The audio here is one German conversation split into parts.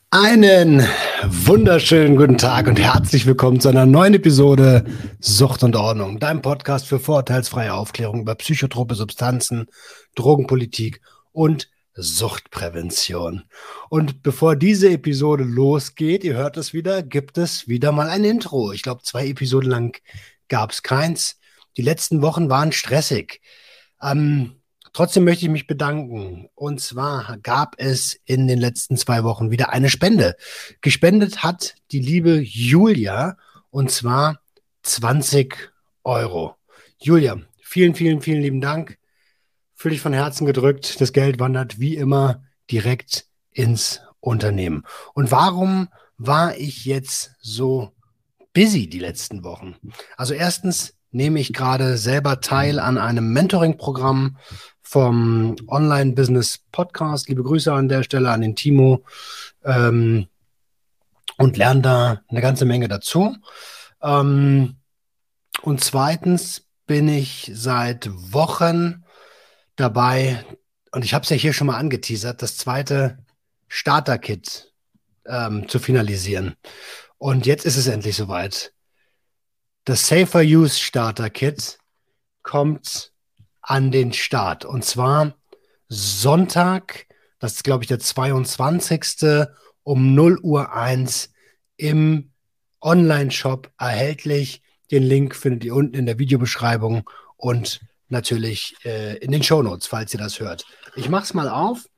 Einen wunderschönen guten Tag und herzlich willkommen zu einer neuen Episode Sucht und Ordnung, deinem Podcast für vorurteilsfreie Aufklärung über psychotrope Substanzen, Drogenpolitik und Suchtprävention. Und bevor diese Episode losgeht, ihr hört es wieder, gibt es wieder mal ein Intro. Ich glaube, 2 Episoden lang gab es keins. Die letzten Wochen waren stressig. Trotzdem möchte ich mich bedanken. Und zwar gab es in den letzten 2 Wochen wieder eine Spende. Gespendet hat die liebe Julia, und zwar 20 Euro. Julia, vielen, vielen, vielen lieben Dank. Fühl dich von Herzen gedrückt. Das Geld wandert wie immer direkt ins Unternehmen. Und warum war ich jetzt so busy die letzten Wochen? Also erstens nehme ich gerade selber teil an einem Mentoring-Programm vom Online-Business-Podcast. Liebe Grüße an der Stelle an den Timo, und lerne da eine ganze Menge dazu. Und zweitens bin ich seit Wochen dabei, und ich habe es ja hier schon mal angeteasert, das zweite Starter-Kit zu finalisieren. Und jetzt ist es endlich soweit. Das Safer Use Starter Kit kommt an den Start. Und zwar Sonntag, das ist, glaube ich, der 22. um 0:01 Uhr im Online-Shop erhältlich. Den Link findet ihr unten in der Videobeschreibung und natürlich in den Shownotes, falls ihr das hört. Ich mache es mal auf.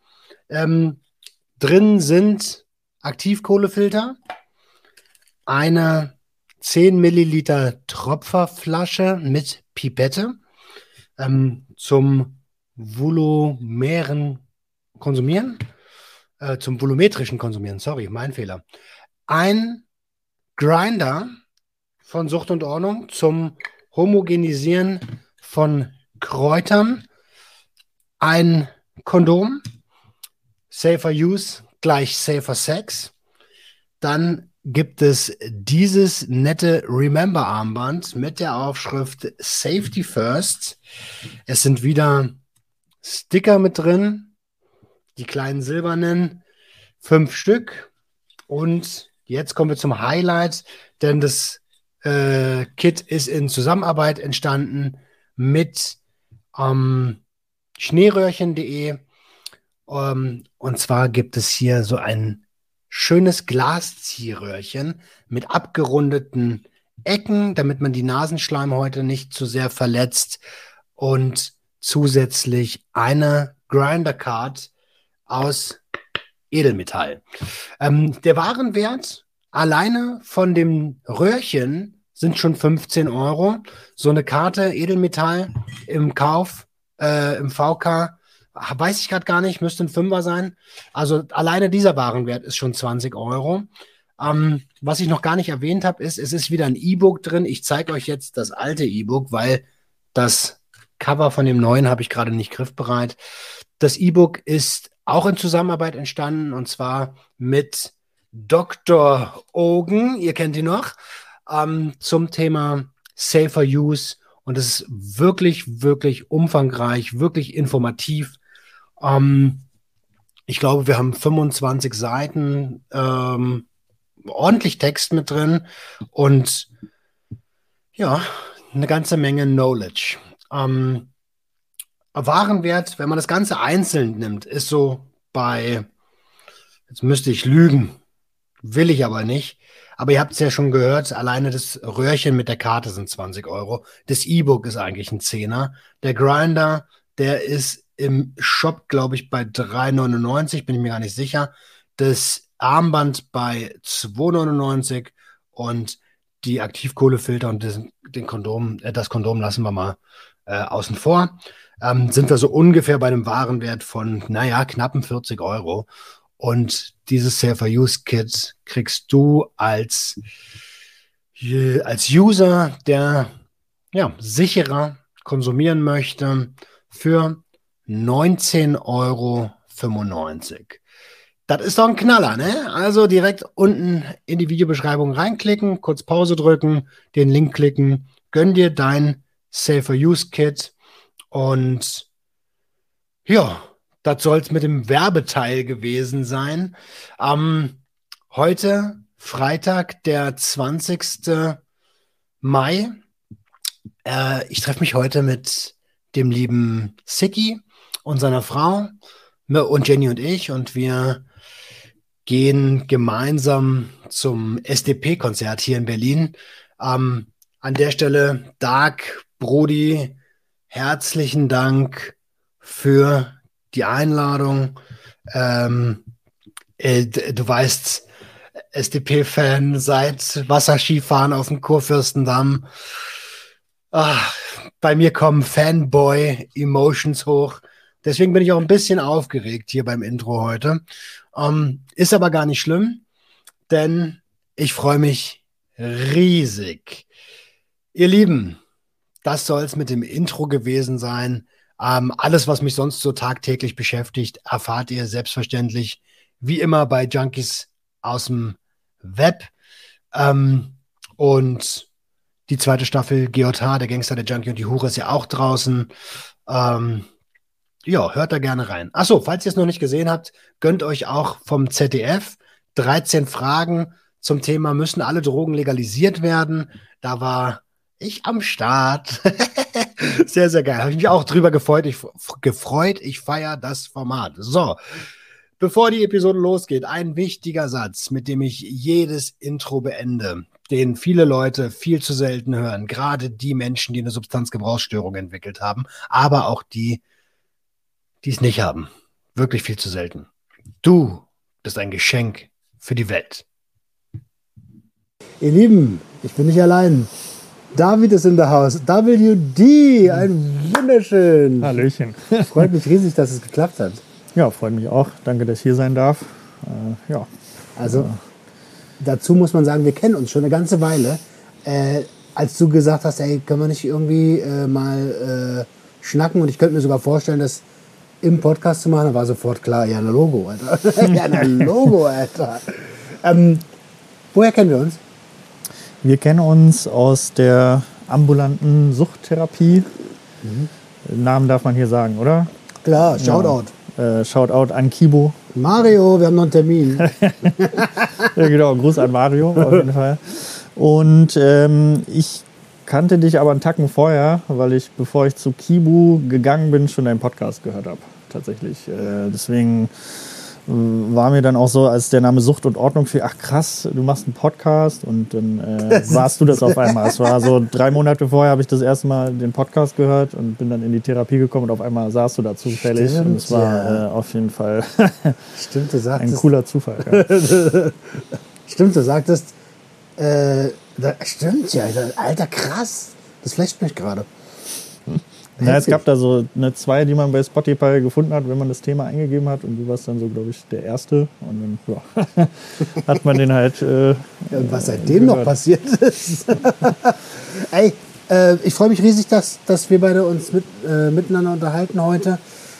Drin sind Aktivkohlefilter, eine 10 Milliliter Tropferflasche mit Pipette zum volumären Konsumieren, zum volumetrischen Konsumieren, sorry, mein Fehler. Ein Grinder von Sucht und Ordnung zum Homogenisieren von Kräutern, ein Kondom, Safer Use gleich Safer Sex, dann gibt es dieses nette Remember-Armband mit der Aufschrift Safety First. Es sind wieder Sticker mit drin, die kleinen silbernen, 5 Stück. Und jetzt kommen wir zum Highlight, denn das Kit ist in Zusammenarbeit entstanden mit schneeröhrchen.de. Und zwar gibt es hier so ein schönes Glasziehröhrchen mit abgerundeten Ecken, damit man die Nasenschleimhäute nicht zu sehr verletzt, und zusätzlich eine Grinder Card aus Edelmetall. Der Warenwert alleine von dem Röhrchen sind schon 15 Euro. So eine Karte Edelmetall im Kauf, im VK, weiß ich gerade gar nicht, müsste ein Fünfer sein. Also alleine dieser Warenwert ist schon 20 Euro. Was ich noch gar nicht erwähnt habe, ist, es ist wieder ein E-Book drin. Ich zeige euch jetzt das alte E-Book, weil das Cover von dem neuen habe ich gerade nicht griffbereit. Das E-Book ist auch in Zusammenarbeit entstanden, und zwar mit Dr. Ogen, ihr kennt ihn noch, zum Thema Safer Use. Und es ist wirklich, wirklich umfangreich, wirklich informativ. Ich glaube, wir haben 25 Seiten, ordentlich Text mit drin und ja, eine ganze Menge Knowledge. Warenwert, wenn man das Ganze einzeln nimmt, ist so bei, jetzt müsste ich lügen, will ich aber nicht. Aber ihr habt es ja schon gehört, alleine das Röhrchen mit der Karte sind 20 Euro. Das E-Book ist eigentlich ein Zehner. Der Grinder, der ist im Shop, glaube ich, bei 3,99, bin ich mir gar nicht sicher. Das Armband bei 2,99 und die Aktivkohlefilter und das Kondom lassen wir mal außen vor. Sind wir so ungefähr bei einem Warenwert von, naja, knappen 40 Euro. Und dieses Safer-Use-Kit kriegst du als User, der ja, sicherer konsumieren möchte, für 19,95 Euro. Das ist doch ein Knaller, ne? Also direkt unten in die Videobeschreibung reinklicken, kurz Pause drücken, den Link klicken, gönn dir dein Safer-Use-Kit und ja, das soll es mit dem Werbeteil gewesen sein. Heute, Freitag, der 20. Mai. Ich treffe mich heute mit dem lieben Siki und seiner Frau und Jenny und ich und wir gehen gemeinsam zum SDP-Konzert hier in Berlin. An der Stelle, Dag, Brody, herzlichen Dank für die Einladung. Du weißt, SDP-Fan seit Wasserskifahren auf dem Kurfürstendamm. Ach, bei mir kommen Fanboy-Emotions hoch. Deswegen bin ich auch ein bisschen aufgeregt hier beim Intro heute. Ist aber gar nicht schlimm, denn ich freue mich riesig. Ihr Lieben, das soll es mit dem Intro gewesen sein. Alles, was mich sonst so tagtäglich beschäftigt, erfahrt ihr selbstverständlich wie immer bei Junkies aus dem Web. Und die zweite Staffel GJH, der Gangster, der Junkie und die Hure ist ja auch draußen. Ja, hört da gerne rein. Achso, falls ihr es noch nicht gesehen habt, gönnt euch auch vom ZDF 13 Fragen zum Thema, müssen alle Drogen legalisiert werden? Da war ich am Start. Sehr, sehr geil. Habe ich mich auch drüber gefreut. Ich feiere das Format. So, bevor die Episode losgeht, ein wichtiger Satz, mit dem ich jedes Intro beende, den viele Leute viel zu selten hören. Gerade die Menschen, die eine Substanzgebrauchsstörung entwickelt haben, aber auch die es nicht haben. Wirklich viel zu selten. Du bist ein Geschenk für die Welt. Ihr Lieben, ich bin nicht allein. David ist in der Haus. WD, ein wunderschön. Hallöchen. Freut mich riesig, dass es geklappt hat. Ja, freut mich auch. Danke, dass ich hier sein darf. Ja. Also, dazu muss man sagen, wir kennen uns schon eine ganze Weile. Als du gesagt hast, ey, können wir nicht irgendwie mal schnacken, und ich könnte mir sogar vorstellen, das im Podcast zu machen, dann war sofort klar, ja, ein Logo, Alter. Ja, ein Logo, Alter. Woher kennen wir uns? Wir kennen uns aus der ambulanten Suchttherapie. Namen darf man hier sagen, oder? Klar, Shoutout. Ja. Shoutout an Kibo. Mario, wir haben noch einen Termin. Ja, genau, Gruß an Mario auf jeden Fall. Und ich kannte dich aber einen Tacken vorher, weil ich, bevor ich zu Kibu gegangen bin, schon deinen Podcast gehört habe. Tatsächlich. Deswegen war mir dann auch so, als der Name Sucht und Ordnung fiel, ach krass, du machst einen Podcast, und dann warst du das auf einmal. Es war so 3 Monate vorher, habe ich das erste Mal den Podcast gehört und bin dann in die Therapie gekommen, und auf einmal saßt du da zufällig. Stimmt, und es war auf jeden Fall Stimmt, du sagtest, ein cooler Zufall. Ja. Stimmt, du sagtest, stimmt, ja, Alter, krass. Das flasht mich gerade. Ja, es gab da so 2, die man bei Spotify gefunden hat, wenn man das Thema eingegeben hat, und du warst dann so, glaube ich, der Erste, und dann ja, hat man den halt und was seitdem noch passiert ist. Ey, ich freue mich riesig, dass wir beide uns miteinander unterhalten heute.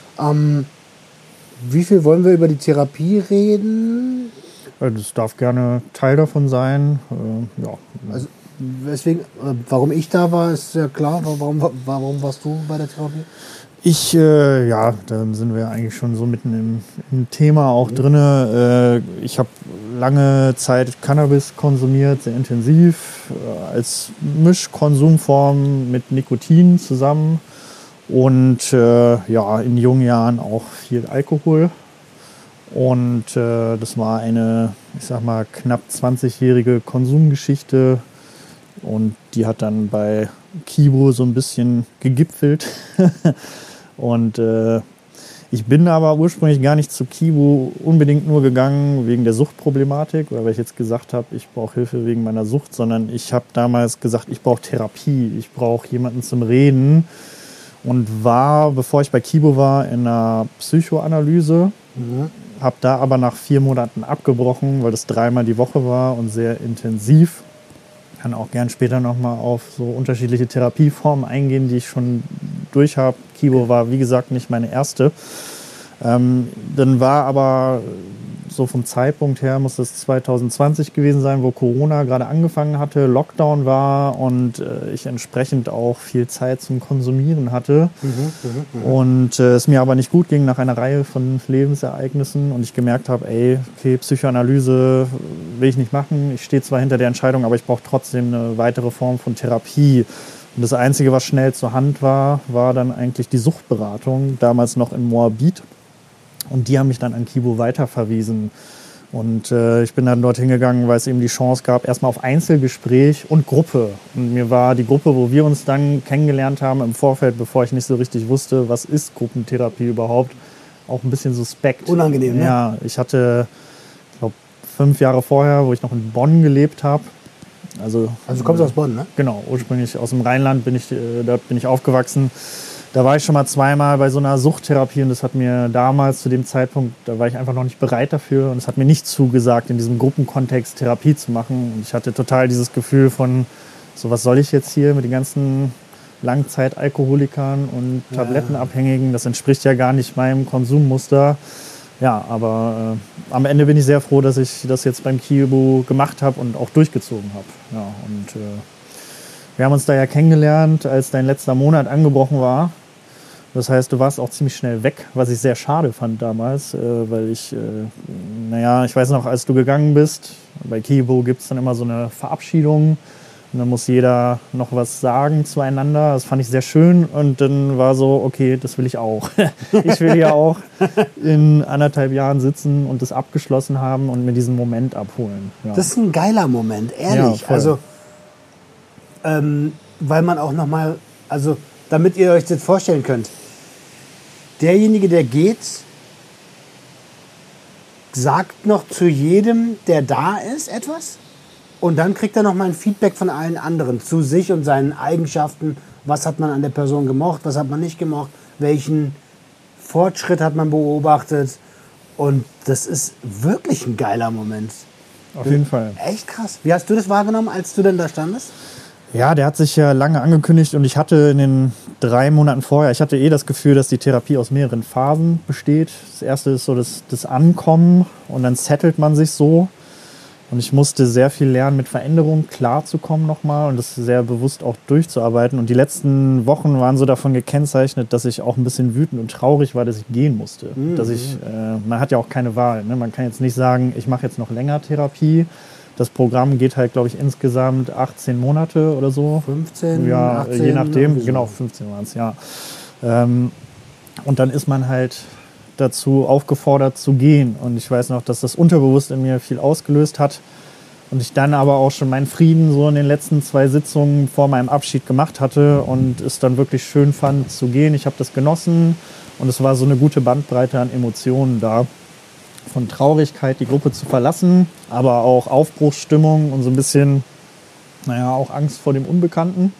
Wie viel wollen wir über die Therapie reden? Das darf gerne Teil davon sein. Ja. Also, warum ich da war, ist ja klar. Warum warst du bei der Therapie? Ja, dann sind wir eigentlich schon so mitten im Thema auch drin. Ich habe lange Zeit Cannabis konsumiert, sehr intensiv, als Mischkonsumform mit Nikotin zusammen, und ja, in jungen Jahren auch viel Alkohol. Und das war eine, ich sag mal, knapp 20-jährige Konsumgeschichte. Und die hat dann bei Kibo so ein bisschen gegipfelt. Und ich bin aber ursprünglich gar nicht zu Kibo unbedingt nur gegangen wegen der Suchtproblematik, oder weil ich jetzt gesagt habe, ich brauche Hilfe wegen meiner Sucht, sondern ich habe damals gesagt, ich brauche Therapie, ich brauche jemanden zum Reden, und war, bevor ich bei Kibo war, in einer Psychoanalyse. Habe da aber nach 4 Monaten abgebrochen, weil das 3-mal die Woche war und sehr intensiv. Kann auch gern später nochmal auf so unterschiedliche Therapieformen eingehen, die ich schon durch habe. Kibo war, wie gesagt, nicht meine erste. Dann war aber so vom Zeitpunkt her muss das 2020 gewesen sein, wo Corona gerade angefangen hatte, Lockdown war und ich entsprechend auch viel Zeit zum Konsumieren hatte. Und es mir aber nicht gut ging nach einer Reihe von Lebensereignissen und ich gemerkt habe, okay, Psychoanalyse will ich nicht machen. Ich stehe zwar hinter der Entscheidung, aber ich brauche trotzdem eine weitere Form von Therapie. Und das Einzige, was schnell zur Hand war, war dann eigentlich die Suchtberatung, damals noch in Moabit. Und die haben mich dann an Kibo weiterverwiesen. Und ich bin dann dorthin gegangen, weil es eben die Chance gab, erstmal auf Einzelgespräch und Gruppe. Und mir war die Gruppe, wo wir uns dann kennengelernt haben im Vorfeld, bevor ich nicht so richtig wusste, was ist Gruppentherapie überhaupt, auch ein bisschen suspekt. Unangenehm, ne? Ja, ich hatte, ich glaube, 5 Jahre vorher, wo ich noch in Bonn gelebt habe. Also du kommst aus Bonn, ne? Genau, ursprünglich aus dem Rheinland dort bin ich aufgewachsen. Da war ich schon mal 2-mal bei so einer Suchttherapie und das hat mir damals zu dem Zeitpunkt, da war ich einfach noch nicht bereit dafür und es hat mir nicht zugesagt, in diesem Gruppenkontext Therapie zu machen. Und ich hatte total dieses Gefühl von, so was soll ich jetzt hier mit den ganzen Langzeitalkoholikern und Tablettenabhängigen, das entspricht ja gar nicht meinem Konsummuster. Ja, aber am Ende bin ich sehr froh, dass ich das jetzt beim Kibo gemacht habe und auch durchgezogen habe. Ja, und wir haben uns da ja kennengelernt, als dein letzter Monat angebrochen war. Das heißt, du warst auch ziemlich schnell weg, was ich sehr schade fand damals, weil ich weiß noch, als du gegangen bist, bei Kibo gibt es dann immer so eine Verabschiedung und dann muss jeder noch was sagen zueinander. Das fand ich sehr schön und dann war so, okay, das will ich auch. Ich will ja auch in 1,5 Jahren sitzen und das abgeschlossen haben und mir diesen Moment abholen. Ja. Das ist ein geiler Moment, ehrlich. Ja, also, weil man auch nochmal, also damit ihr euch das vorstellen könnt, derjenige, der geht, sagt noch zu jedem, der da ist, etwas. Und dann kriegt er noch mal ein Feedback von allen anderen zu sich und seinen Eigenschaften. Was hat man an der Person gemocht, was hat man nicht gemocht, welchen Fortschritt hat man beobachtet. Und das ist wirklich ein geiler Moment. Auf jeden Fall. Echt krass. Wie hast du das wahrgenommen, als du denn da standest? Ja, der hat sich ja lange angekündigt und ich hatte in den 3 Monaten vorher, ich hatte das Gefühl, dass die Therapie aus mehreren Phasen besteht. Das erste ist so das Ankommen und dann settelt man sich so. Und ich musste sehr viel lernen, mit Veränderungen klarzukommen nochmal und das sehr bewusst auch durchzuarbeiten. Und die letzten Wochen waren so davon gekennzeichnet, dass ich auch ein bisschen wütend und traurig war, dass ich gehen musste. Dass man hat ja auch keine Wahl. Ne? Man kann jetzt nicht sagen, ich mache jetzt noch länger Therapie. Das Programm geht halt, glaube ich, insgesamt 18 Monate oder so. 15, ja, 18, je nachdem. so. Genau, 15 waren es, ja. Und dann ist man halt dazu aufgefordert zu gehen. Und ich weiß noch, dass das unterbewusst in mir viel ausgelöst hat. Und ich dann aber auch schon meinen Frieden so in den letzten 2 Sitzungen vor meinem Abschied gemacht hatte und es dann wirklich schön fand zu gehen. Ich habe das genossen und es war so eine gute Bandbreite an Emotionen da. Von Traurigkeit, die Gruppe zu verlassen, aber auch Aufbruchsstimmung und so ein bisschen, auch Angst vor dem Unbekannten.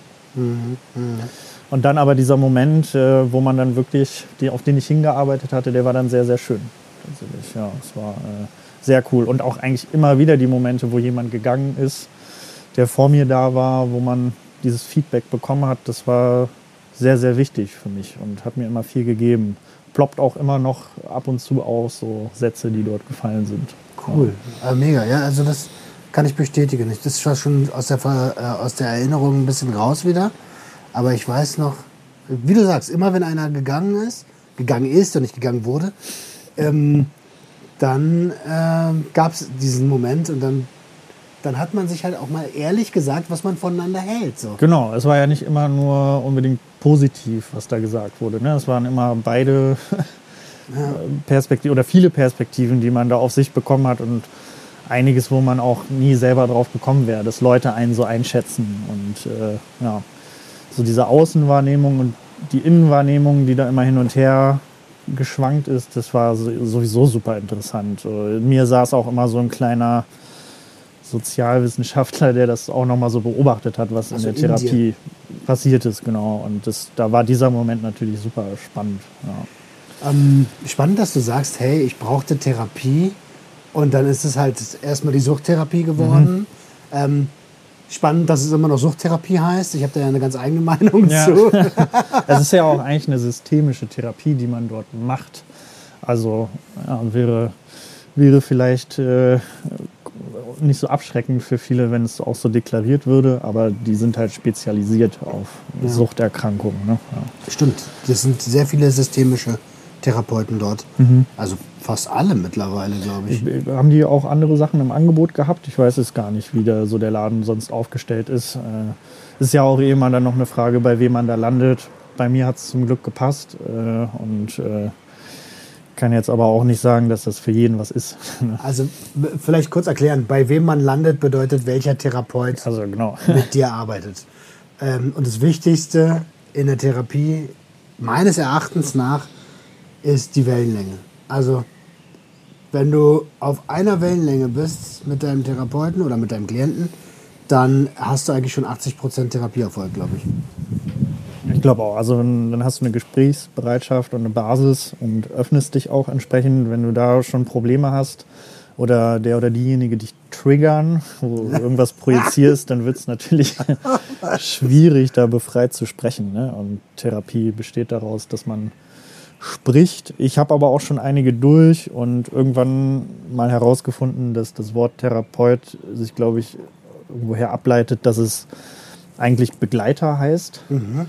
Und dann aber dieser Moment, wo man dann wirklich, auf den ich hingearbeitet hatte, der war dann sehr, sehr schön. Tatsächlich, ja, es war sehr cool. Und auch eigentlich immer wieder die Momente, wo jemand gegangen ist, der vor mir da war, wo man dieses Feedback bekommen hat, das war sehr, sehr wichtig für mich und hat mir immer viel gegeben. Ploppt auch immer noch ab und zu aus, so Sätze, die dort gefallen sind. Cool, mega, ja, also das kann ich bestätigen. Das war schon aus der Erinnerung ein bisschen raus wieder. Aber ich weiß noch, wie du sagst, immer wenn einer gegangen ist und nicht gegangen wurde, dann gab es diesen Moment und dann hat man sich halt auch mal ehrlich gesagt, was man voneinander hält. So. Genau, es war ja nicht immer nur unbedingt positiv, was da gesagt wurde. Ne? Es waren immer beide Perspektiven oder viele Perspektiven, die man da auf sich bekommen hat und einiges, wo man auch nie selber drauf gekommen wäre, dass Leute einen so einschätzen und so diese Außenwahrnehmung und die Innenwahrnehmung, die da immer hin und her geschwankt ist, das war sowieso super interessant. Mir saß auch immer so ein kleiner Sozialwissenschaftler, der das auch nochmal so beobachtet hat, was in der Therapie passiert ist, genau. Und da war dieser Moment natürlich super spannend. Ja. Spannend, dass du sagst, hey, ich brauchte Therapie und dann ist es halt erstmal die Suchttherapie geworden. Spannend, dass es immer noch Suchttherapie heißt. Ich habe da ja eine ganz eigene Meinung zu. Es ist ja auch eigentlich eine systemische Therapie, die man dort macht. Also wäre wäre vielleicht nicht so abschreckend für viele, wenn es auch so deklariert würde, aber die sind halt spezialisiert auf Suchterkrankungen. Ne? Ja. Stimmt, das sind sehr viele systemische Therapeuten dort. Also fast alle mittlerweile, glaube ich. Haben die auch andere Sachen im Angebot gehabt? Ich weiß es gar nicht, wie der Laden sonst aufgestellt ist. Ist ja auch immer dann noch eine Frage, bei wem man da landet. Bei mir hat es zum Glück gepasst und kann jetzt aber auch nicht sagen, dass das für jeden was ist. Also vielleicht kurz erklären, bei wem man landet, bedeutet, welcher Therapeut genau. mit dir arbeitet. Und das Wichtigste in der Therapie, meines Erachtens nach, ist die Wellenlänge. Also wenn du auf einer Wellenlänge bist mit deinem Therapeuten oder mit deinem Klienten, dann hast du eigentlich schon 80% Therapieerfolg, glaube ich. Ich glaube auch. Also dann hast du eine Gesprächsbereitschaft und eine Basis und öffnest dich auch entsprechend. Wenn du da schon Probleme hast oder der oder diejenige dich triggern, wo du irgendwas projizierst, dann wird es natürlich schwierig, da befreit zu sprechen. Ne? Und Therapie besteht daraus, dass man spricht. Ich habe aber auch schon einige durch und irgendwann mal herausgefunden, dass das Wort Therapeut sich, glaube ich, irgendwoher ableitet, dass es eigentlich Begleiter heißt.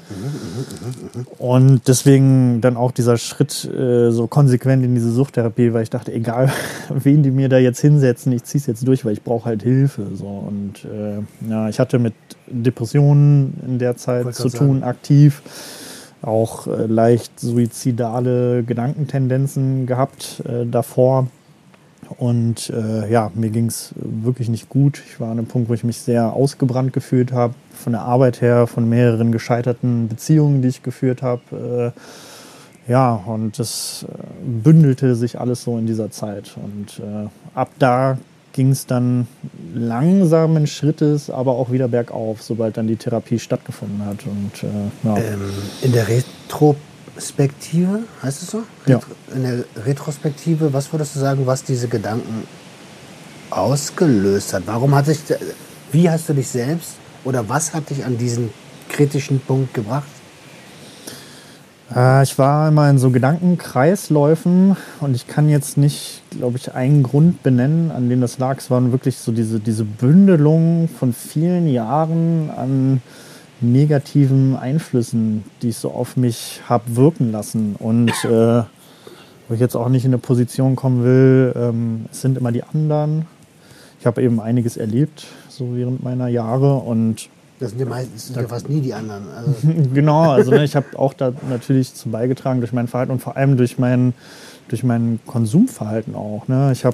Und deswegen dann auch dieser Schritt so konsequent in diese Suchttherapie, weil ich dachte, egal wen die mir da jetzt hinsetzen, ich ziehe es jetzt durch, weil ich brauche halt Hilfe. So. Und ich hatte mit Depressionen in der Zeit zu tun, aktiv. Auch leicht suizidale Gedankentendenzen gehabt davor. Und mir ging es wirklich nicht gut. Ich war an einem Punkt, wo ich mich sehr ausgebrannt gefühlt habe. Von der Arbeit her, von mehreren gescheiterten Beziehungen, die ich geführt habe. Und das bündelte sich alles so in dieser Zeit. Und ab da ging es dann langsamen Schrittes, aber auch wieder bergauf, sobald dann die Therapie stattgefunden hat. Und, in der Retrospektive, heißt es so? Ja. In der Retrospektive, was würdest du sagen, was diese Gedanken ausgelöst hat? Wie hast du dich selbst oder was hat dich an diesen kritischen Punkt gebracht? Ich war immer in so Gedankenkreisläufen und ich kann jetzt nicht, glaube ich, einen Grund benennen, an dem das lag. Es waren wirklich so diese Bündelung von vielen Jahren an negativen Einflüssen, die ich so auf mich habe wirken lassen. Und wo ich jetzt auch nicht in eine Position kommen will, es sind immer die anderen. Ich habe eben einiges erlebt, so während meiner Jahre und das sind ja fast nie die anderen. Also genau, also ich habe auch da natürlich zu beigetragen durch mein Verhalten und vor allem durch mein Konsumverhalten auch. Ne? Ich habe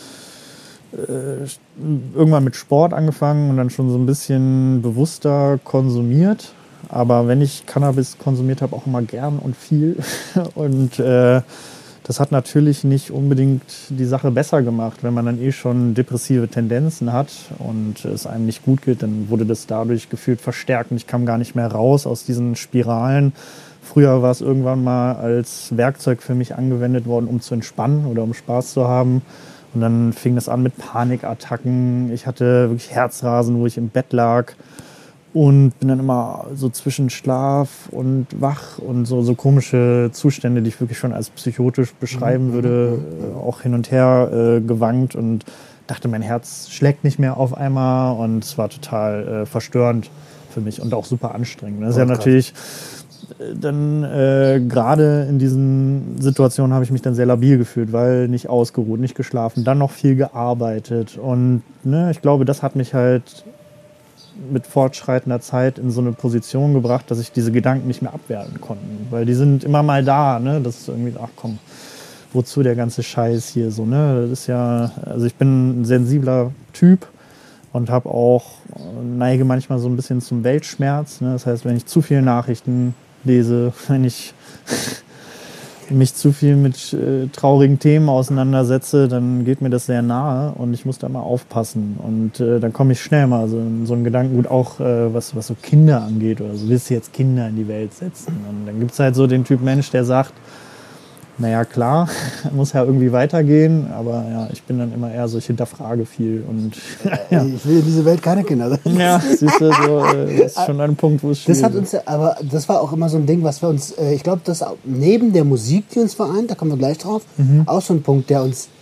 irgendwann mit Sport angefangen und dann schon so ein bisschen bewusster konsumiert. Aber wenn ich Cannabis konsumiert habe, auch immer gern und viel. Und das hat natürlich nicht unbedingt die Sache besser gemacht. Wenn man dann schon depressive Tendenzen hat und es einem nicht gut geht, dann wurde das dadurch gefühlt verstärkt und ich kam gar nicht mehr raus aus diesen Spiralen. Früher war es irgendwann mal als Werkzeug für mich angewendet worden, um zu entspannen oder um Spaß zu haben. Und dann fing das an mit Panikattacken. Ich hatte wirklich Herzrasen, wo ich im Bett lag. Und bin dann immer so zwischen Schlaf und wach und so komische Zustände, die ich wirklich schon als psychotisch beschreiben würde, auch hin und her gewankt und dachte, mein Herz schlägt nicht mehr auf einmal und es war total verstörend für mich und auch super anstrengend. Das ist ja natürlich dann gerade in diesen Situationen habe ich mich dann sehr labil gefühlt, weil nicht ausgeruht, nicht geschlafen, dann noch viel gearbeitet und ich glaube, das hat mich halt mit fortschreitender Zeit in so eine Position gebracht, dass ich diese Gedanken nicht mehr abwehren konnte. Weil die sind immer mal da, ne? Das ist irgendwie, ach komm, wozu der ganze Scheiß hier so, ne? Das ist ja, also ich bin ein sensibler Typ und habe auch, neige manchmal so ein bisschen zum Weltschmerz, ne? Das heißt, wenn ich zu viele Nachrichten lese, wenn ich mich zu viel mit traurigen Themen auseinandersetze, dann geht mir das sehr nahe und ich muss da mal aufpassen. Und dann komme ich schnell mal so in so einen Gedankengut, auch was so Kinder angeht oder so, willst du jetzt Kinder in die Welt setzen? Und dann gibt es halt so den Typ Mensch, der sagt, naja klar, muss ja irgendwie weitergehen, aber ja, ich bin dann immer eher so, ich hinterfrage viel und ja. Ich will in diese Welt keine Kinder. Ja, siehst du, so, das ist schon ein Punkt, wo es schwierig ist. Das hat uns, aber das war auch immer so ein Ding, was wir uns, ich glaube, das neben der Musik, die uns vereint, da kommen wir gleich drauf, auch so ein Punkt, der uns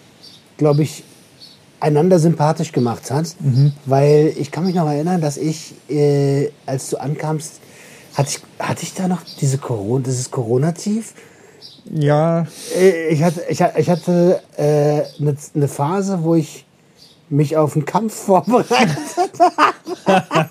glaube ich, einander sympathisch gemacht hat. Weil ich kann mich noch erinnern, dass ich, als du ankamst, hatte ich da noch dieses Corona-Tief? Ja. Ich hatte eine Phase, wo ich mich auf einen Kampf vorbereitet habe.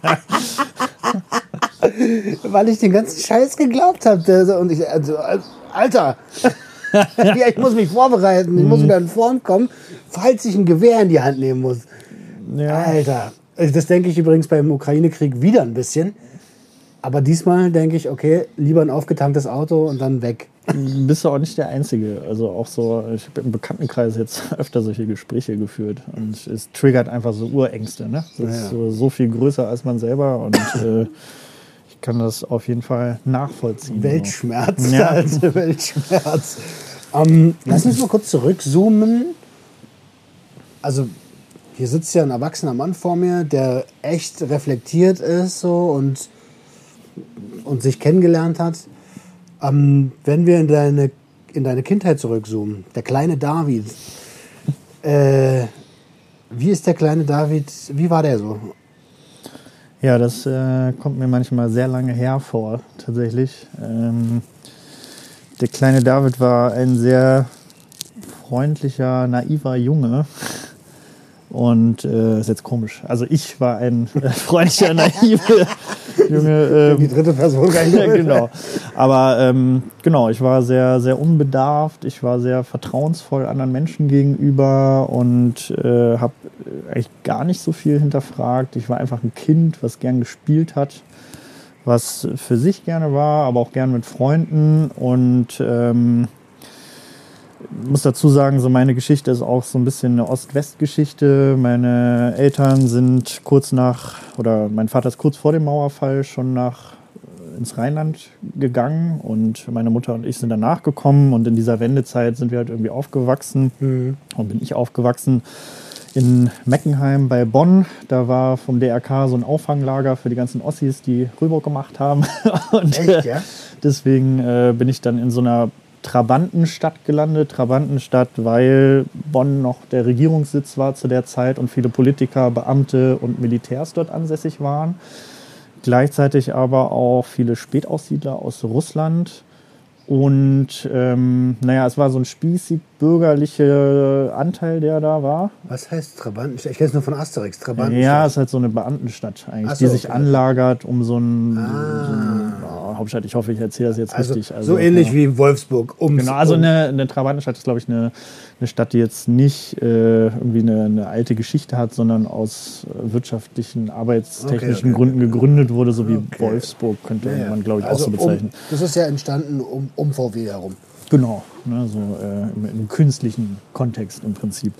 Weil ich den ganzen Scheiß geglaubt habe. Und ich, Alter, ja, ich muss mich vorbereiten, ich muss wieder in Form kommen, falls ich ein Gewehr in die Hand nehmen muss. Ja. Alter, das denke ich übrigens beim Ukraine-Krieg wieder ein bisschen. Aber diesmal denke ich, okay, lieber ein aufgetanktes Auto und dann weg. Bist du auch nicht der Einzige. Also auch so, ich habe im Bekanntenkreis jetzt öfter solche Gespräche geführt. Und es triggert einfach so Urängste. Ne? Das ist so viel größer als man selber. Und ich kann das auf jeden Fall nachvollziehen. Weltschmerz, ja. Also Weltschmerz. Lass uns mal kurz zurückzoomen. Also hier sitzt ja ein erwachsener Mann vor mir, der echt reflektiert ist so und sich kennengelernt hat. Wenn wir in deine Kindheit zurückzoomen, der kleine David, wie ist der kleine David, wie war der so? Ja, das kommt mir manchmal sehr lange her vor, tatsächlich. Der kleine David war ein sehr freundlicher, naiver Junge. Und ist jetzt komisch. Also ich war ein freundlicher, naiver Junge. Die dritte Person gar nicht. Ja, genau. Aber genau, ich war sehr, sehr unbedarft. Ich war sehr vertrauensvoll anderen Menschen gegenüber und habe eigentlich gar nicht so viel hinterfragt. Ich war einfach ein Kind, was gern gespielt hat, was für sich gerne war, aber auch gern mit Freunden. Und muss dazu sagen, so meine Geschichte ist auch so ein bisschen eine Ost-West-Geschichte. Meine Eltern sind mein Vater ist kurz vor dem Mauerfall schon ins Rheinland gegangen und meine Mutter und ich sind danach gekommen und in dieser Wendezeit sind wir halt irgendwie aufgewachsen und bin ich aufgewachsen in Meckenheim bei Bonn. Da war vom DRK so ein Auffanglager für die ganzen Ossis, die rüber gemacht haben. Und echt, ja? Deswegen bin ich dann in so einer Trabantenstadt gelandet. Trabantenstadt, weil Bonn noch der Regierungssitz war zu der Zeit und viele Politiker, Beamte und Militärs dort ansässig waren. Gleichzeitig aber auch viele Spätaussiedler aus Russland. Und es war so ein spießig-bürgerlicher Anteil, der da war. Was heißt Trabantenstadt? Ich kenne es nur von Asterix. Trabantenstadt. Ja, es ist halt so eine Beamtenstadt eigentlich, die sich anlagert um so ein Hauptstadt. Ich hoffe, ich erzähle das jetzt richtig. Also, so ähnlich wie Wolfsburg. Genau, also eine Trabantenstadt ist, glaube ich, eine Stadt, die jetzt nicht irgendwie eine alte Geschichte hat, sondern aus wirtschaftlichen, arbeitstechnischen Gründen gegründet wurde, so wie Wolfsburg, könnte man, glaube ich, auch so bezeichnen. Das ist ja entstanden um VW herum. Genau, ne, so im künstlichen Kontext im Prinzip.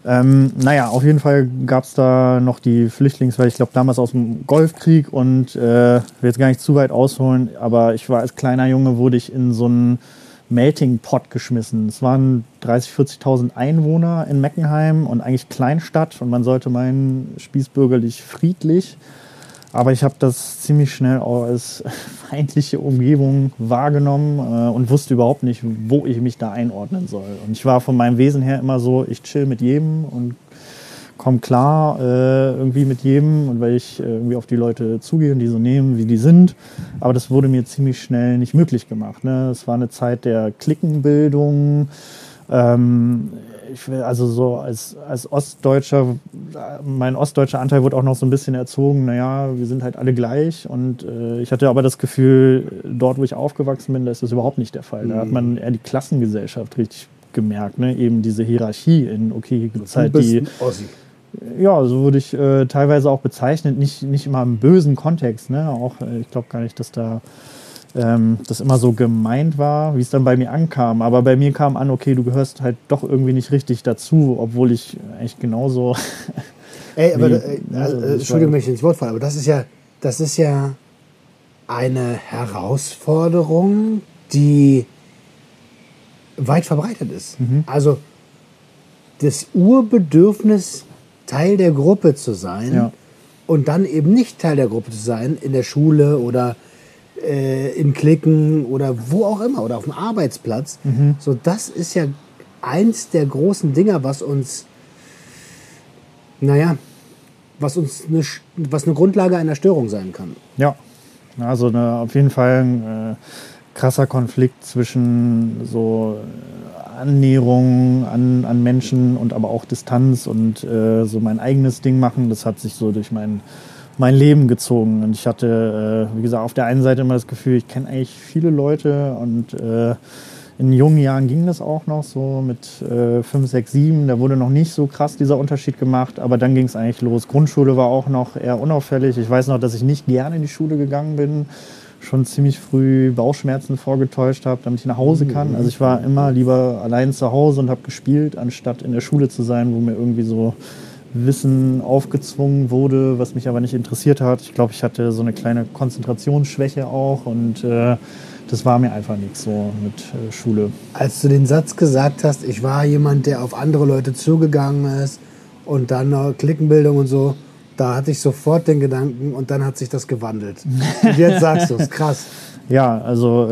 Auf jeden Fall gab es da noch die Flüchtlingswelle, ich glaube damals aus dem Golfkrieg und will jetzt gar nicht zu weit ausholen, aber ich war als kleiner Junge, wurde ich in so einen Melting Pot geschmissen. Es waren 30.000, 40.000 Einwohner in Meckenheim und eigentlich Kleinstadt und man sollte meinen, spießbürgerlich friedlich. Aber ich habe das ziemlich schnell auch als feindliche Umgebung wahrgenommen und wusste überhaupt nicht, wo ich mich da einordnen soll. Und ich war von meinem Wesen her immer so, ich chill mit jedem und komme klar irgendwie mit jedem. Und weil ich irgendwie auf die Leute zugehe und die so nehmen, wie die sind. Aber das wurde mir ziemlich schnell nicht möglich gemacht. Ne? Es war eine Zeit der Cliquenbildung. Also so als Ostdeutscher, mein ostdeutscher Anteil wurde auch noch so ein bisschen erzogen, naja, wir sind halt alle gleich und ich hatte aber das Gefühl, dort, wo ich aufgewachsen bin, da ist das überhaupt nicht der Fall. Da hat man eher die Klassengesellschaft richtig gemerkt, ne? Eben diese Hierarchie in, okay, gibt es halt die... Ossi. Ja, so wurde ich teilweise auch bezeichnet, nicht immer im bösen Kontext, ne? Auch, ich glaube gar nicht, dass da das immer so gemeint war, wie es dann bei mir ankam. Aber bei mir kam an, okay, du gehörst halt doch irgendwie nicht richtig dazu, obwohl ich eigentlich genauso... Entschuldigung, wenn ich ins Wort falle, aber das ist ja eine Herausforderung, die weit verbreitet ist. Also das Urbedürfnis, Teil der Gruppe zu sein und dann eben nicht Teil der Gruppe zu sein, in der Schule oder in Cliquen oder wo auch immer oder auf dem Arbeitsplatz. So, das ist ja eins der großen Dinger, was uns was eine Grundlage einer Störung sein kann. Ja, also auf jeden Fall ein krasser Konflikt zwischen so Annäherung an Menschen und aber auch Distanz und so mein eigenes Ding machen. Das hat sich so durch mein Leben gezogen. Und ich hatte, wie gesagt, auf der einen Seite immer das Gefühl, ich kenne eigentlich viele Leute und in jungen Jahren ging das auch noch so mit 5, 6, 7. Da wurde noch nicht so krass dieser Unterschied gemacht, aber dann ging es eigentlich los. Grundschule war auch noch eher unauffällig. Ich weiß noch, dass ich nicht gerne in die Schule gegangen bin, schon ziemlich früh Bauchschmerzen vorgetäuscht habe, damit ich nach Hause kann. Also ich war immer lieber allein zu Hause und habe gespielt, anstatt in der Schule zu sein, wo mir irgendwie so Wissen aufgezwungen wurde, was mich aber nicht interessiert hat. Ich glaube, ich hatte so eine kleine Konzentrationsschwäche auch und das war mir einfach nichts so mit Schule. Als du den Satz gesagt hast, ich war jemand, der auf andere Leute zugegangen ist und dann Klickenbildung und so, da hatte ich sofort den Gedanken und dann hat sich das gewandelt. Und jetzt sagst du es, krass. Ja, also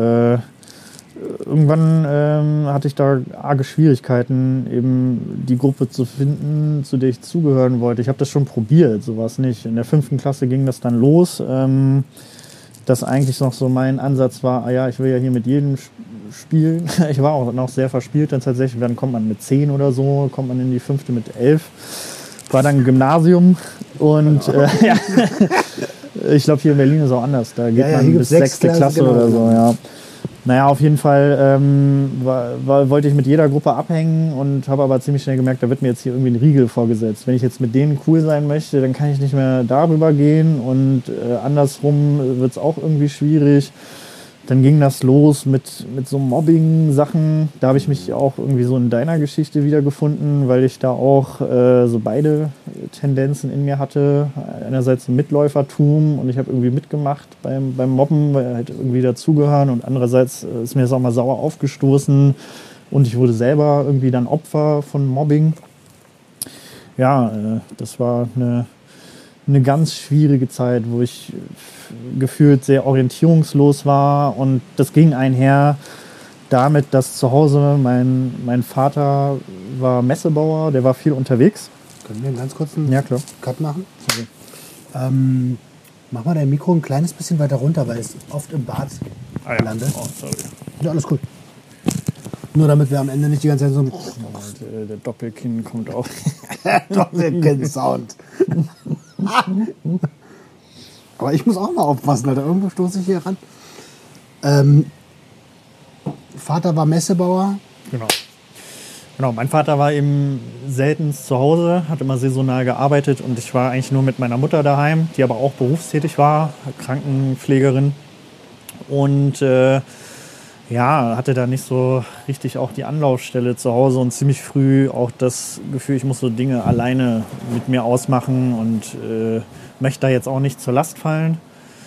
irgendwann hatte ich da arge Schwierigkeiten, eben die Gruppe zu finden, zu der ich zugehören wollte. Ich habe das schon probiert, sowas nicht. In der 5. Klasse ging das dann los. Dass eigentlich noch so mein Ansatz war, ich will ja hier mit jedem spielen. Ich war auch noch sehr verspielt dann tatsächlich. Dann kommt man mit 10 oder so, kommt man in die 5. mit 11. War dann Gymnasium und ich glaube hier in Berlin ist auch anders. Da geht man bis 6. Klasse genau, oder so. Ja. Naja, auf jeden Fall wollte ich mit jeder Gruppe abhängen und habe aber ziemlich schnell gemerkt, da wird mir jetzt hier irgendwie ein Riegel vorgesetzt. Wenn ich jetzt mit denen cool sein möchte, dann kann ich nicht mehr darüber gehen und andersrum wird es auch irgendwie schwierig. Dann ging das los mit so Mobbing-Sachen. Da habe ich mich auch irgendwie so in deiner Geschichte wiedergefunden, weil ich da auch so beide Tendenzen in mir hatte. Einerseits ein Mitläufertum und ich habe irgendwie mitgemacht beim Mobben, weil halt irgendwie dazugehören. Und andererseits ist mir das auch mal sauer aufgestoßen und ich wurde selber irgendwie dann Opfer von Mobbing. Ja, das war eine ganz schwierige Zeit, wo ich gefühlt sehr orientierungslos war und das ging einher damit, dass zu Hause mein Vater war Messebauer, der war viel unterwegs. Können wir einen ganz kurzen klar. Cut machen? Mach mal dein Mikro ein kleines bisschen weiter runter, weil es oft im Bad landet. Oh, sorry. Ja, alles cool. Nur damit wir am Ende nicht die ganze Zeit so... Der Doppelkinn kommt auch. Doppelkinn-Sound. Aber ich muss auch mal aufpassen, Alter. Irgendwo stoße ich hier ran. Vater war Messebauer. Genau, mein Vater war eben selten zu Hause, hat immer saisonal gearbeitet und ich war eigentlich nur mit meiner Mutter daheim, die aber auch berufstätig war, Krankenpflegerin. Und hatte da nicht so richtig auch die Anlaufstelle zu Hause und ziemlich früh auch das Gefühl, ich muss so Dinge alleine mit mir ausmachen und möchte da jetzt auch nicht zur Last fallen.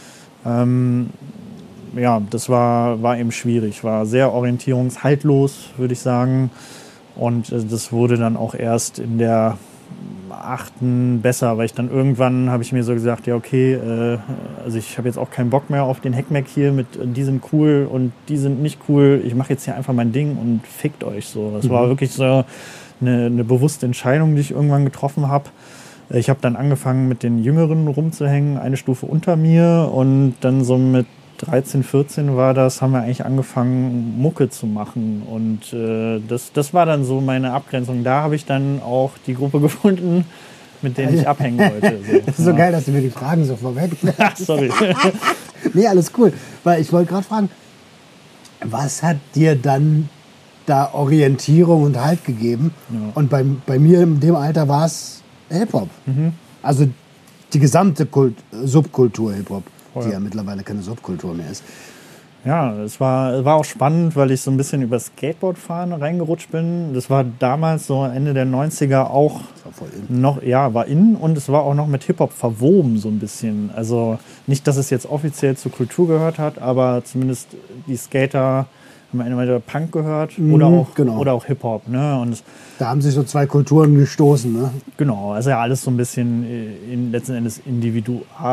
Das war eben schwierig, war sehr orientierungshaltlos, würde ich sagen. Und das wurde dann auch erst in der 8. besser, weil ich dann irgendwann habe ich mir so gesagt, ja okay, also ich habe jetzt auch keinen Bock mehr auf den Heckmeck hier mit die sind cool und die sind nicht cool. Ich mache jetzt hier einfach mein Ding und fickt euch so. Das war wirklich so eine bewusste Entscheidung, die ich irgendwann getroffen habe. Ich habe dann angefangen mit den Jüngeren rumzuhängen, eine Stufe unter mir und dann so mit 13, 14 war das, haben wir eigentlich angefangen, Mucke zu machen. Und das war dann so meine Abgrenzung. Da habe ich dann auch die Gruppe gefunden, mit denen ich abhängen wollte. So. Das ist so geil, dass du mir die Fragen so vorweg. Sorry. Nee, alles cool. Weil ich wollte gerade fragen, was hat dir dann da Orientierung und Halt gegeben? Ja. Und bei mir in dem Alter war es Hip-Hop. Also die gesamte Subkultur Hip-Hop. Die ja mittlerweile keine Subkultur mehr ist. Ja, es war auch spannend, weil ich so ein bisschen über Skateboardfahren reingerutscht bin. Das war damals so Ende der 90er auch war in und es war auch noch mit Hip-Hop verwoben so ein bisschen. Also nicht, dass es jetzt offiziell zur Kultur gehört hat, aber zumindest die Skater haben entweder Punk gehört oder auch Hip-Hop. Ne? Und da haben sich so zwei Kulturen gestoßen. Ne? Genau, also ja alles so ein bisschen letzten Endes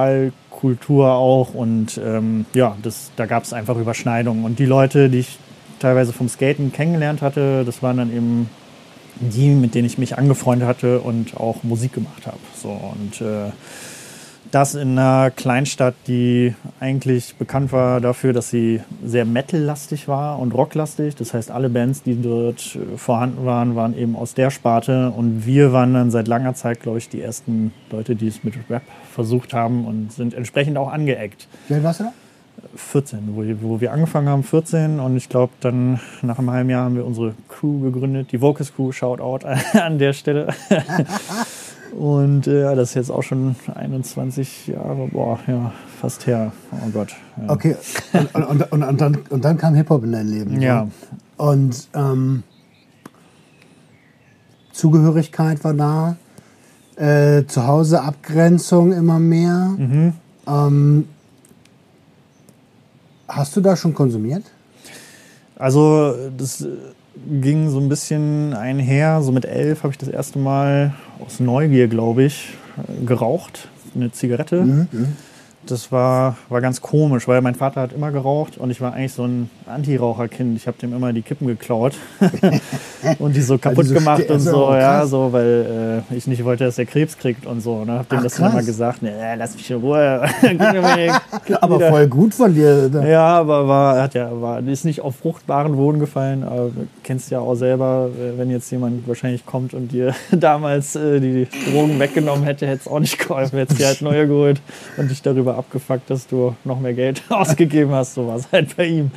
Individualkultur auch und da gab es einfach Überschneidungen. Und die Leute, die ich teilweise vom Skaten kennengelernt hatte, das waren dann eben die, mit denen ich mich angefreundet hatte und auch Musik gemacht habe. So, und das in einer Kleinstadt, die eigentlich bekannt war dafür, dass sie sehr metal-lastig war und rocklastig. Das heißt, alle Bands, die dort vorhanden waren, waren eben aus der Sparte. Und wir waren dann seit langer Zeit, glaube ich, die ersten Leute, die es mit Rap versucht haben und sind entsprechend auch angeeckt. Wie alt warst du da? 14, wo wir angefangen haben, 14. Und ich glaube, dann nach einem halben Jahr haben wir unsere Crew gegründet, die Vocus Crew, Shoutout an der Stelle. Und das ist jetzt auch schon 21 Jahre, fast her. Oh Gott. Ja. Okay, und dann kam Hip-Hop in dein Leben. Ja. So. Und Zugehörigkeit war da, zu Hause Abgrenzung immer mehr. Hast du da schon konsumiert? Also das ging so ein bisschen einher. So mit 11 habe ich das erste Mal aus Neugier, glaube ich, geraucht. Eine Zigarette. Das war ganz komisch, weil mein Vater hat immer geraucht und ich war eigentlich so ein Anti-Raucherkind. Ich habe dem immer die Kippen geklaut und die so kaputt gemacht und so, so, weil ich nicht wollte, dass er Krebs kriegt und so. Und dann habe dem das dann immer gesagt, lass mich in Ruhe. Aber voll gut von dir. Ja, aber ist nicht auf fruchtbaren Boden gefallen. Aber du kennst ja auch selber, wenn jetzt jemand wahrscheinlich kommt und dir damals die Drogen weggenommen hätte, hätte es auch nicht geholfen. Hättest dir halt neue geholt und dich darüber abgefuckt, dass du noch mehr Geld ausgegeben hast. So war es halt bei ihm.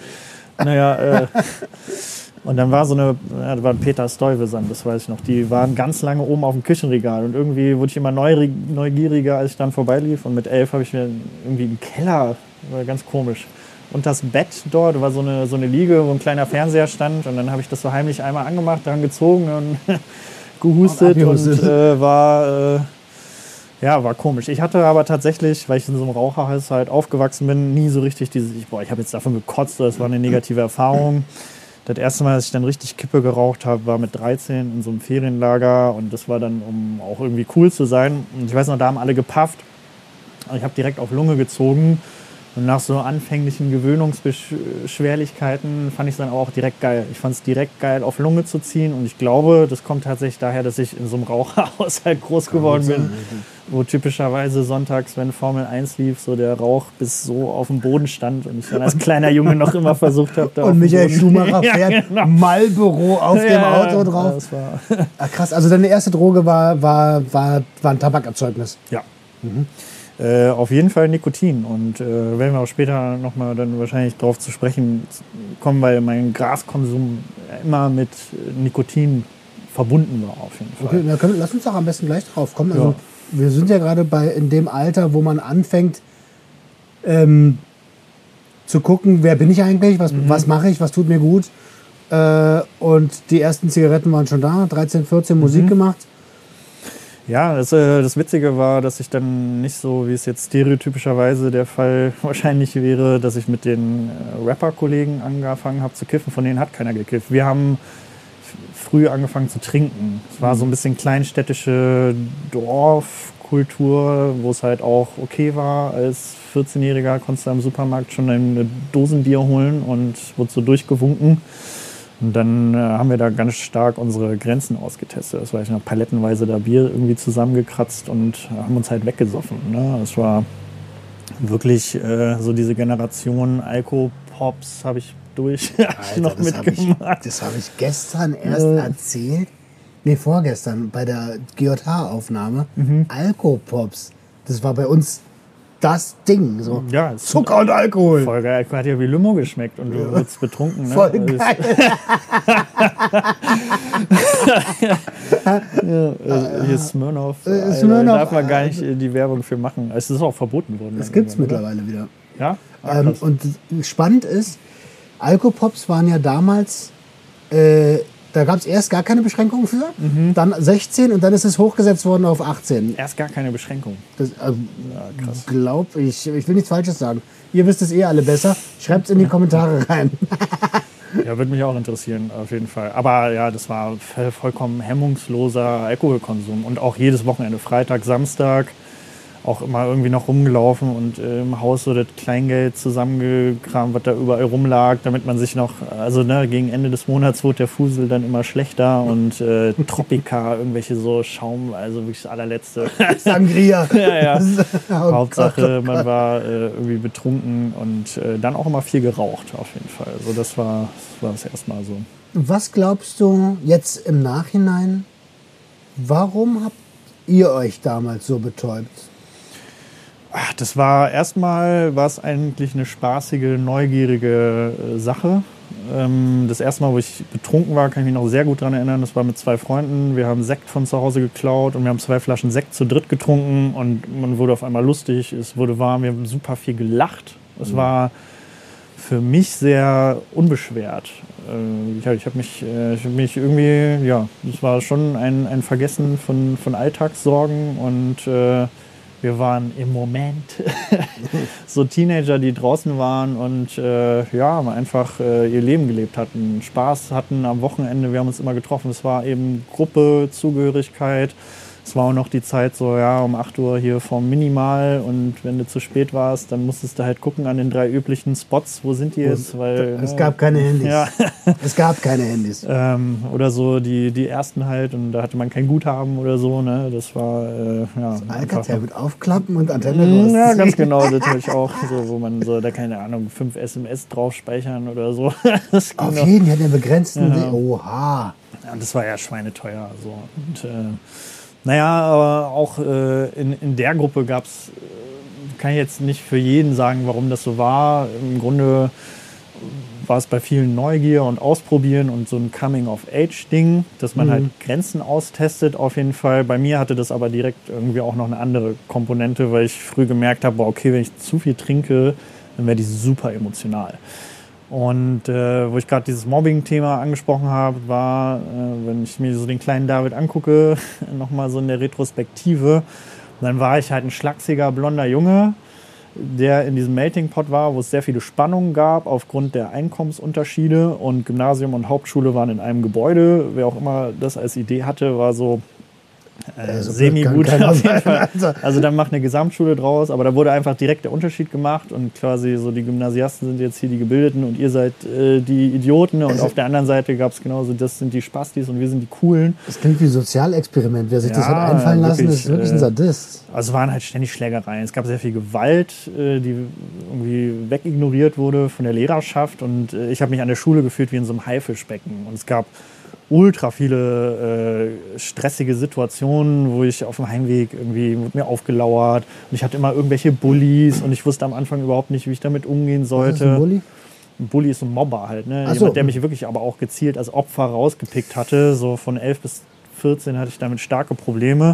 Und dann war da war Peter Stuyvesant, das weiß ich noch. Die waren ganz lange oben auf dem Küchenregal und irgendwie wurde ich immer neugieriger, als ich dann vorbeilief. Und mit 11 habe ich mir irgendwie einen Keller, war ganz komisch. Und das Bett dort war so eine Liege, wo ein kleiner Fernseher stand. Und dann habe ich das so heimlich einmal angemacht, dran gezogen und gehustet und war komisch. Ich hatte aber tatsächlich, weil ich in so einem Raucherhaushalt aufgewachsen bin, nie so richtig ich habe jetzt davon gekotzt, das war eine negative Erfahrung. Das erste Mal, dass ich dann richtig Kippe geraucht habe, war mit 13 in so einem Ferienlager und das war dann, um auch irgendwie cool zu sein. Und ich weiß noch, da haben alle gepafft. Ich habe direkt auf Lunge gezogen und nach so anfänglichen Gewöhnungsbeschwerlichkeiten fand ich es dann auch direkt geil. Ich fand es direkt geil, auf Lunge zu ziehen und ich glaube, das kommt tatsächlich daher, dass ich in so einem Raucherhaushalt groß geworden bin, wo typischerweise sonntags, wenn Formel 1 lief, so der Rauch bis so auf dem Boden stand und ich dann als kleiner Junge noch immer versucht habe, da und Michael Schumacher fährt Marlboro auf dem Auto drauf. Das war krass, also deine erste Droge war ein Tabakerzeugnis. Ja. Auf jeden Fall Nikotin und werden wir auch später nochmal dann wahrscheinlich drauf zu sprechen kommen, weil mein Graskonsum immer mit Nikotin verbunden war auf jeden Fall. Okay, lass uns doch am besten gleich drauf kommen. Also, wir sind ja gerade in dem Alter, wo man anfängt zu gucken, wer bin ich eigentlich, was mache ich, was tut mir gut. Und die ersten Zigaretten waren schon da, 13, 14 Musik gemacht. Ja, das Witzige war, dass ich dann nicht so, wie es jetzt stereotypischerweise der Fall wahrscheinlich wäre, dass ich mit den Rapper-Kollegen angefangen habe zu kiffen. Von denen hat keiner gekifft. Wir haben früh angefangen zu trinken. Es war so ein bisschen kleinstädtische Dorfkultur, wo es halt auch okay war. Als 14-Jähriger konntest du im Supermarkt schon eine Dosenbier holen und wurde so durchgewunken. Und dann haben wir da ganz stark unsere Grenzen ausgetestet. Das war ich noch palettenweise da Bier irgendwie zusammengekratzt und haben uns halt weggesoffen. Ne? Das war wirklich so diese Generation Alkopops habe ich noch mitgemacht. Das habe ich gestern erst erzählt. Nee, vorgestern bei der GJH-Aufnahme. Alkopops. Das war bei uns das Ding. So. Ja, Zucker und Alkohol. Voll geil. Hat ja wie Limo geschmeckt und du wurdest betrunken. Ne? Voll geil. Hier Smirnoff. Da darf man gar nicht die Werbung für machen. Es ist auch verboten worden. Das gibt es mittlerweile wieder. Ja? Und spannend ist, Alkopops waren ja damals, da gab es erst gar keine Beschränkungen für, dann 16 und dann ist es hochgesetzt worden auf 18. Erst gar keine Beschränkung. Das, krass. Ich will nichts Falsches sagen. Ihr wisst es alle besser. Schreibt es in die Kommentare rein. Ja, würde mich auch interessieren, auf jeden Fall. Aber ja, das war vollkommen hemmungsloser Alkoholkonsum und auch jedes Wochenende, Freitag, Samstag, auch immer irgendwie noch rumgelaufen und im Haus so das Kleingeld zusammengekramt, was da überall rumlag, damit man sich noch, also ne, gegen Ende des Monats wurde der Fusel dann immer schlechter und Tropica, irgendwelche so Schaum, also wirklich das allerletzte. Sangria. Ja. Oh Hauptsache, Gott. man war irgendwie betrunken und dann auch immer viel geraucht, auf jeden Fall. Also das war das erstmal so. Was glaubst du jetzt im Nachhinein, warum habt ihr euch damals so betäubt? Ach, das war erstmal eigentlich eine spaßige, neugierige Sache. Das erste Mal, wo ich betrunken war, kann ich mich noch sehr gut daran erinnern. Das war mit 2 Freunden. Wir haben Sekt von zu Hause geklaut und wir haben 2 Flaschen Sekt zu dritt getrunken und man wurde auf einmal lustig, es wurde warm, wir haben super viel gelacht. Es war für mich sehr unbeschwert. Ich habe mich irgendwie, ja, das war schon ein Vergessen von Alltagssorgen und wir waren im Moment so Teenager, die draußen waren und haben einfach ihr Leben gelebt hatten, Spaß hatten am Wochenende. Wir haben uns immer getroffen. Es war eben Gruppe, Zugehörigkeit. Es war auch noch die Zeit so, ja, um 8 Uhr hier vom Minimal und wenn du zu spät warst, dann musstest du halt gucken an den 3 üblichen Spots, wo sind die jetzt? Weil, es gab keine Handys. Ja. Es gab keine Handys. Oder so die ersten halt und da hatte man kein Guthaben oder so, ne? Das war, Alcatel mit aufklappen und Antenne rausziehen. Ja, ganz genau, natürlich auch, so, wo man so, da keine Ahnung, 5 SMS drauf speichern oder so. Das Auf ging jeden, die hat einen begrenzten. Ja. Oha. Ja, das war ja schweineteuer. So. Und, aber auch in der Gruppe gab es, kann ich jetzt nicht für jeden sagen, warum das so war. Im Grunde war es bei vielen Neugier und Ausprobieren und so ein Coming-of-Age-Ding, dass man halt Grenzen austestet auf jeden Fall. Bei mir hatte das aber direkt irgendwie auch noch eine andere Komponente, weil ich früh gemerkt habe, okay, wenn ich zu viel trinke, dann werde ich super emotional. Und wo ich gerade dieses Mobbing-Thema angesprochen habe, war, wenn ich mir so den kleinen David angucke, nochmal so in der Retrospektive, dann war ich halt ein schlachsiger, blonder Junge, der in diesem Melting Pot war, wo es sehr viele Spannungen gab aufgrund der Einkommensunterschiede und Gymnasium und Hauptschule waren in einem Gebäude. Wer auch immer das als Idee hatte, war so semi-gut auf jeden Fall. Also dann macht eine Gesamtschule draus, aber da wurde einfach direkt der Unterschied gemacht und quasi so die Gymnasiasten sind jetzt hier die Gebildeten und ihr seid die Idioten und auf der anderen Seite gab es genauso, das sind die Spastis und wir sind die Coolen. Das klingt wie ein Sozialexperiment. Wer sich das hat einfallen lassen, ist wirklich ein Sadist. Also es waren halt ständig Schlägereien. Es gab sehr viel Gewalt, die irgendwie wegignoriert wurde von der Lehrerschaft und ich habe mich an der Schule gefühlt wie in so einem Haifischbecken und es gab ultra viele stressige Situationen, wo ich auf dem Heimweg irgendwie mit mir aufgelauert und ich hatte immer irgendwelche Bullies und ich wusste am Anfang überhaupt nicht, wie ich damit umgehen sollte. Was ist ein Bully? Ein Bully ist ein Mobber halt, ne? Ach so. Jemand, der mich wirklich aber auch gezielt als Opfer rausgepickt hatte. So von 11 bis 14 hatte ich damit starke Probleme.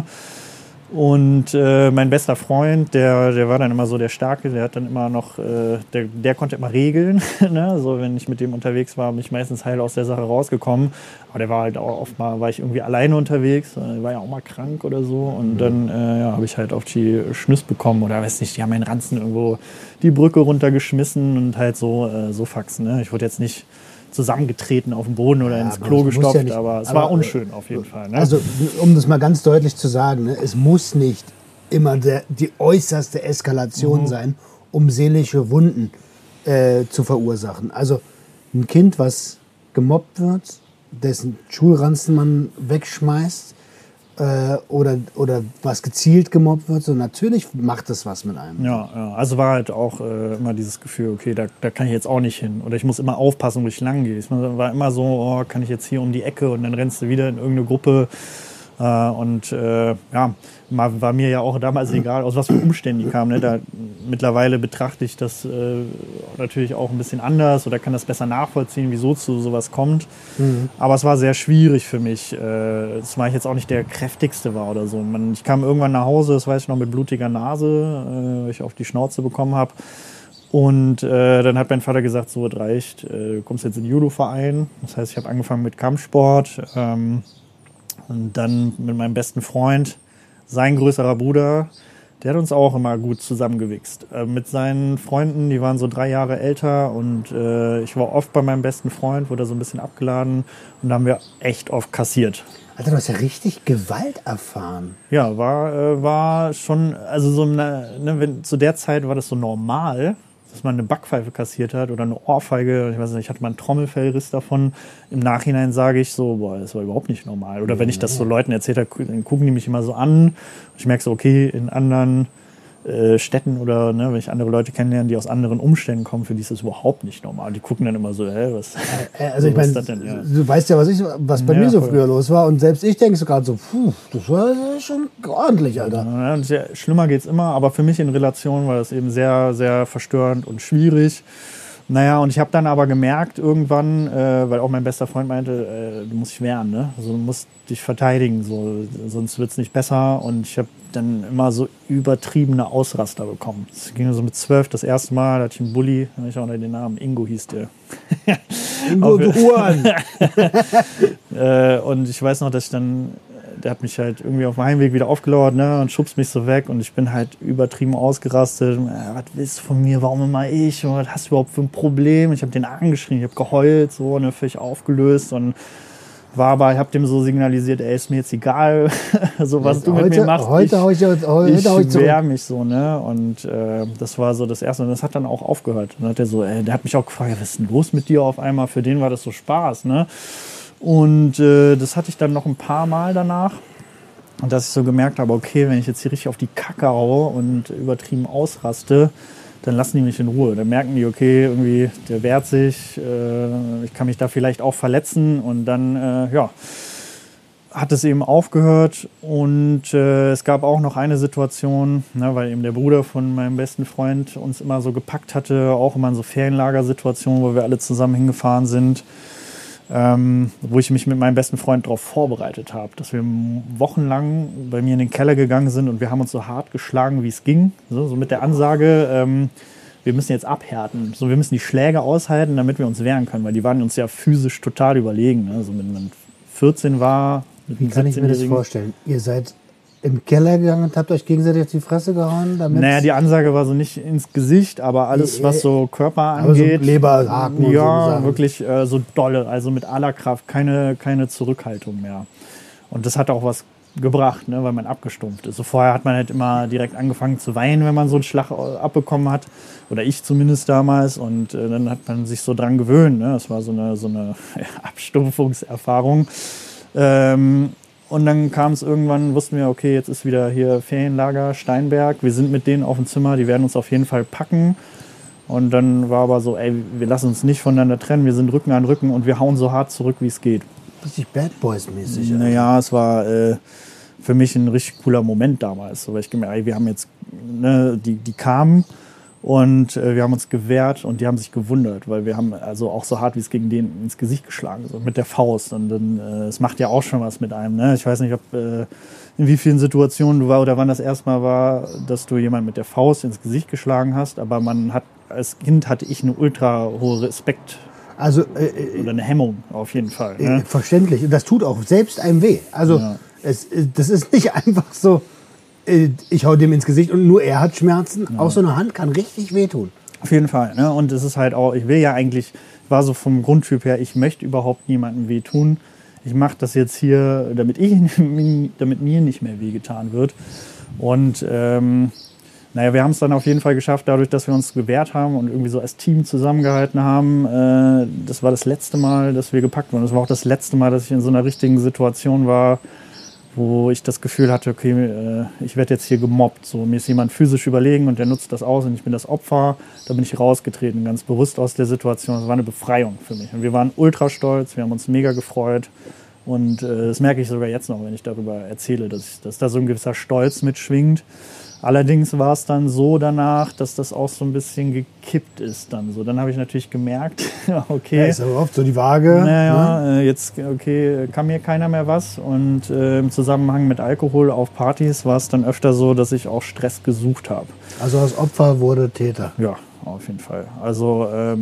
Und mein bester Freund, der war dann immer so der Starke, der hat dann immer noch, der konnte immer regeln. Ne? So, wenn ich mit dem unterwegs war, bin ich meistens heil aus der Sache rausgekommen. Aber der war halt auch oft mal, war ich irgendwie alleine unterwegs, der war ja auch mal krank oder so. Und dann habe ich halt auf die Schnüss bekommen oder weiß nicht, die haben meinen Ranzen irgendwo die Brücke runtergeschmissen und halt so Faxen. Ne? Ich wurde jetzt nicht zusammengetreten auf dem Boden oder ins Klo gestopft, ja aber es war unschön auf jeden Fall. Ne? Also, um das mal ganz deutlich zu sagen, ne, es muss nicht immer die äußerste Eskalation sein, um seelische Wunden zu verursachen. Also ein Kind, was gemobbt wird, dessen Schulranzen man wegschmeißt oder was gezielt gemobbt wird, so natürlich macht das was mit einem. Ja, also war halt auch immer dieses Gefühl, okay, da kann ich jetzt auch nicht hin oder ich muss immer aufpassen, wo ich lang gehe. Es war immer so, oh, kann ich jetzt hier um die Ecke und dann rennst du wieder in irgendeine Gruppe. War mir ja auch damals egal, aus was für Umständen die kamen. Ne? Mittlerweile betrachte ich das natürlich auch ein bisschen anders oder kann das besser nachvollziehen, wieso zu sowas kommt. Aber es war sehr schwierig für mich. Zumal ich jetzt auch nicht der kräftigste war oder so. Ich kam irgendwann nach Hause, das weiß ich noch, mit blutiger Nase, weil ich auf die Schnauze bekommen habe. Und dann hat mein Vater gesagt, so, es reicht, du kommst jetzt in den Judo-Verein. Das heißt, ich habe angefangen mit Kampfsport. Und dann mit meinem besten Freund, sein größerer Bruder, Der hat uns auch immer gut zusammengewichst. Mit seinen Freunden, die waren so 3 Jahre älter und ich war oft bei meinem besten Freund, wurde so ein bisschen abgeladen und da haben wir echt oft kassiert. Alter, du hast ja richtig Gewalt erfahren. Ja, war schon, also so zu der Zeit war das so normal, dass man eine Backpfeife kassiert hat oder eine Ohrfeige. Ich weiß nicht, ich hatte mal einen Trommelfellriss davon. Im Nachhinein sage ich so, boah, das war überhaupt nicht normal. Oder wenn ich das so Leuten erzählt habe, dann gucken die mich immer so an. Ich merke so, okay, in anderen Städten oder wenn ich andere Leute kennenlerne, die aus anderen Umständen kommen, für die ist das überhaupt nicht normal. Die gucken dann immer so, was also ich meine, ja. Du weißt ja, was bei mir so früher los war und selbst ich denke so gerade so, das war schon ordentlich, Alter. Ja, und schlimmer geht's immer, aber für mich in Relation war das eben sehr, sehr verstörend und schwierig. Naja, und ich habe dann aber gemerkt irgendwann, weil auch mein bester Freund meinte, du musst dich wehren, ne? Also du musst dich verteidigen, so, sonst wird's nicht besser. Und ich habe dann immer so übertriebene Ausraster bekommen. Das ging so mit 12 das erste Mal, da hatte ich einen Bulli, da hatte ich auch noch den Namen, Ingo hieß der. Ingo, du Huren! Und ich weiß noch, dass ich dann, der hat mich halt irgendwie auf dem Heimweg wieder aufgelauert, ne, und schubst mich so weg und ich bin halt übertrieben ausgerastet. Was willst du von mir? Warum immer ich? Und was hast du überhaupt für ein Problem? Ich habe den angeschrien, ich habe geheult, so, ne, völlig aufgelöst und war aber, ich habe dem so signalisiert, ey, ist mir jetzt egal, so was du mit mir machst. Heute hau ich wehr mich so, ne, und das war so das Erste und das hat dann auch aufgehört. Und dann hat er so, der hat mich auch gefragt, was ist denn los mit dir auf einmal? Für den war das so Spaß, ne. Und das hatte ich dann noch ein paar Mal danach. Und dass ich so gemerkt habe, okay, wenn ich jetzt hier richtig auf die Kacke haue und übertrieben ausraste, dann lassen die mich in Ruhe. Dann merken die, okay, irgendwie, der wehrt sich, ich kann mich da vielleicht auch verletzen. Und dann, hat es eben aufgehört. Und es gab auch noch eine Situation, ne, weil eben der Bruder von meinem besten Freund uns immer so gepackt hatte, auch immer in so Ferienlagersituationen, wo wir alle zusammen hingefahren sind. Wo ich mich mit meinem besten Freund darauf vorbereitet habe, dass wir wochenlang bei mir in den Keller gegangen sind und wir haben uns so hart geschlagen, wie es ging. So mit der Ansage, wir müssen jetzt abhärten. So, wir müssen die Schläge aushalten, damit wir uns wehren können, weil die waren uns ja physisch total überlegen. Ne? Also wenn man 14 war, wie kann ich mir das vorstellen? Ihr seid im Keller gegangen und habt euch gegenseitig auf die Fresse gehauen? Naja, die Ansage war so nicht ins Gesicht, aber alles, was so Körper angeht. So Leberhaken ja, so wirklich so dolle, also mit aller Kraft, keine Zurückhaltung mehr. Und das hat auch was gebracht, ne, weil man abgestumpft ist. So vorher hat man halt immer direkt angefangen zu weinen, wenn man so einen Schlag abbekommen hat. Oder ich zumindest damals. Und dann hat man sich so dran gewöhnt. Ne? Das war so eine Abstumpfungserfahrung. Und dann kam es irgendwann, wussten wir, okay, jetzt ist wieder hier Ferienlager Steinberg. Wir sind mit denen auf dem Zimmer, die werden uns auf jeden Fall packen. Und dann war aber so, ey, wir lassen uns nicht voneinander trennen, wir sind Rücken an Rücken und wir hauen so hart zurück, wie es geht. Richtig Bad Boys-mäßig. Naja, es war für mich ein richtig cooler Moment damals. So, weil ich gemerkt habe, wir haben jetzt, ne, die kamen und wir haben uns gewehrt und die haben sich gewundert, weil wir haben also auch so hart, wie es gegen den ins Gesicht geschlagen, so mit der Faust. Und dann, es macht ja auch schon was mit einem. Ne? Ich weiß nicht, ob in wie vielen Situationen du war oder wann das erstmal war, dass du jemanden mit der Faust ins Gesicht geschlagen hast. Aber man hat, als Kind hatte ich eine ultra hohe Respekt. Also, oder eine Hemmung auf jeden Fall. Ne? Verständlich. Und das tut auch selbst einem weh. Also ja. Das ist nicht einfach so, ich hau dem ins Gesicht und nur er hat Schmerzen. Ja. Auch so eine Hand kann richtig wehtun. Auf jeden Fall. Ne? Und es ist halt auch, ich will ja eigentlich, war so vom Grundtyp her, ich möchte überhaupt niemandem wehtun. Ich mache das jetzt hier, damit mir nicht mehr wehgetan wird. Und naja, wir haben es dann auf jeden Fall geschafft, dadurch, dass wir uns gewehrt haben und irgendwie so als Team zusammengehalten haben. Das war das letzte Mal, dass wir gepackt wurden. Das war auch das letzte Mal, dass ich in so einer richtigen Situation war, wo ich das Gefühl hatte, okay, ich werde jetzt hier gemobbt. So, mir ist jemand physisch überlegen und der nutzt das aus und ich bin das Opfer. Da bin ich rausgetreten, ganz bewusst aus der Situation. Das war eine Befreiung für mich. Und wir waren ultra stolz, wir haben uns mega gefreut. Und das merke ich sogar jetzt noch, wenn ich darüber erzähle, dass da so ein gewisser Stolz mitschwingt. Allerdings war es dann so danach, dass das auch so ein bisschen gekippt ist dann so. Dann habe ich natürlich gemerkt, okay. Ja, ist aber oft so die Waage. Naja, ne? Jetzt, okay, kann mir keiner mehr was. Und im Zusammenhang mit Alkohol auf Partys war es dann öfter so, dass ich auch Stress gesucht habe. Also aus Opfer wurde Täter. Ja, auf jeden Fall. Also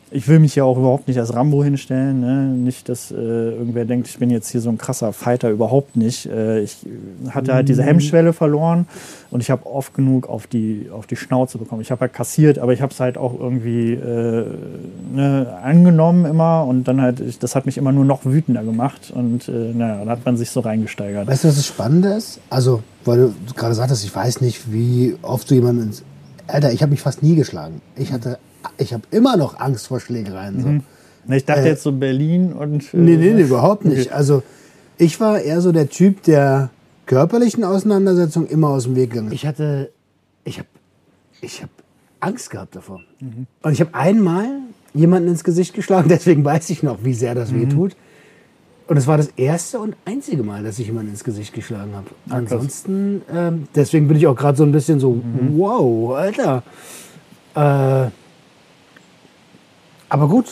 ich will mich ja auch überhaupt nicht als Rambo hinstellen. Ne? Nicht, dass irgendwer denkt, ich bin jetzt hier so ein krasser Fighter, überhaupt nicht. Ich hatte halt diese Hemmschwelle verloren und ich habe oft genug auf die Schnauze bekommen. Ich habe halt kassiert, aber ich habe es halt auch irgendwie angenommen immer und dann halt, das hat mich immer nur noch wütender gemacht und dann hat man sich so reingesteigert. Weißt du, was das Spannende ist? Also, weil du gerade sagtest, ich weiß nicht, wie oft du jemanden Alter, ich habe mich fast nie geschlagen. Ich habe immer noch Angst vor Schlägereien. So. Ich dachte jetzt so Berlin und... Nee, überhaupt nicht. Okay. Also ich war eher so der Typ, der körperlichen Auseinandersetzungen immer aus dem Weg gegangen ist. Ich hab Angst gehabt davor. Und ich habe einmal jemanden ins Gesicht geschlagen, deswegen weiß ich noch, wie sehr das weh tut. Und es war das erste und einzige Mal, dass ich jemanden ins Gesicht geschlagen habe. Ansonsten, deswegen bin ich auch gerade so ein bisschen so, wow, Alter. Aber gut.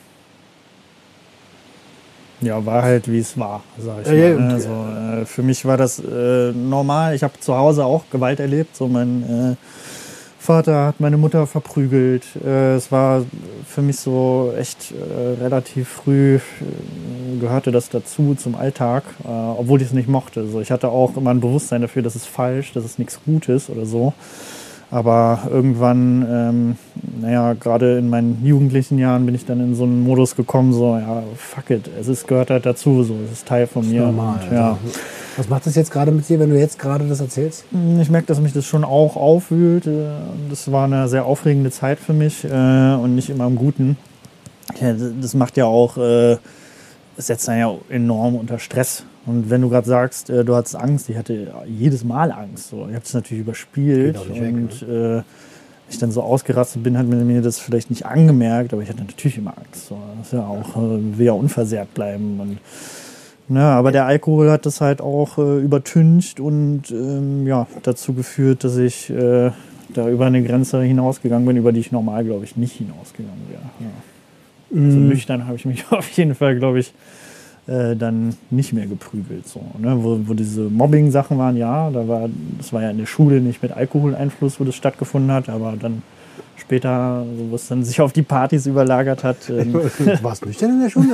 Ja, war halt, wie es war, sag ich mal. Ne? Also, für mich war das normal. Ich habe zu Hause auch Gewalt erlebt. So mein Vater hat meine Mutter verprügelt. Es war für mich so echt relativ früh, gehörte das dazu zum Alltag, obwohl ich es nicht mochte. Also ich hatte auch immer ein Bewusstsein dafür, dass es falsch, dass es nichts Gutes oder so. Aber irgendwann, gerade in meinen jugendlichen Jahren bin ich dann in so einen Modus gekommen, so, ja, fuck it, gehört halt dazu, so, es ist Teil von mir. Normal. Und, ja. Was macht das jetzt gerade mit dir, wenn du jetzt gerade das erzählst? Ich merke, dass mich das schon auch aufwühlt. Das war eine sehr aufregende Zeit für mich und nicht immer im Guten. Ja, das macht ja auch, es setzt dann ja enorm unter Stress. Und wenn du gerade sagst, du hattest Angst, ich hatte jedes Mal Angst. So. Ich habe es natürlich überspielt und ich dann so ausgerastet bin, hat mir das vielleicht nicht angemerkt, aber ich hatte natürlich immer Angst. So. Das ist ja auch, will ja unversehrt bleiben. Und, aber der Alkohol hat das halt auch übertüncht und dazu geführt, dass ich da über eine Grenze hinausgegangen bin, über die ich normal, glaube ich, nicht hinausgegangen wäre. Ja. So nüchtern habe ich mich auf jeden Fall, glaube ich, dann nicht mehr geprügelt. So, ne? Wo diese Mobbing-Sachen waren, das war ja in der Schule nicht mit Alkoholeinfluss, wo das stattgefunden hat, aber dann später, wo es dann sich auf die Partys überlagert hat. Warst du nüchtern in der Schule?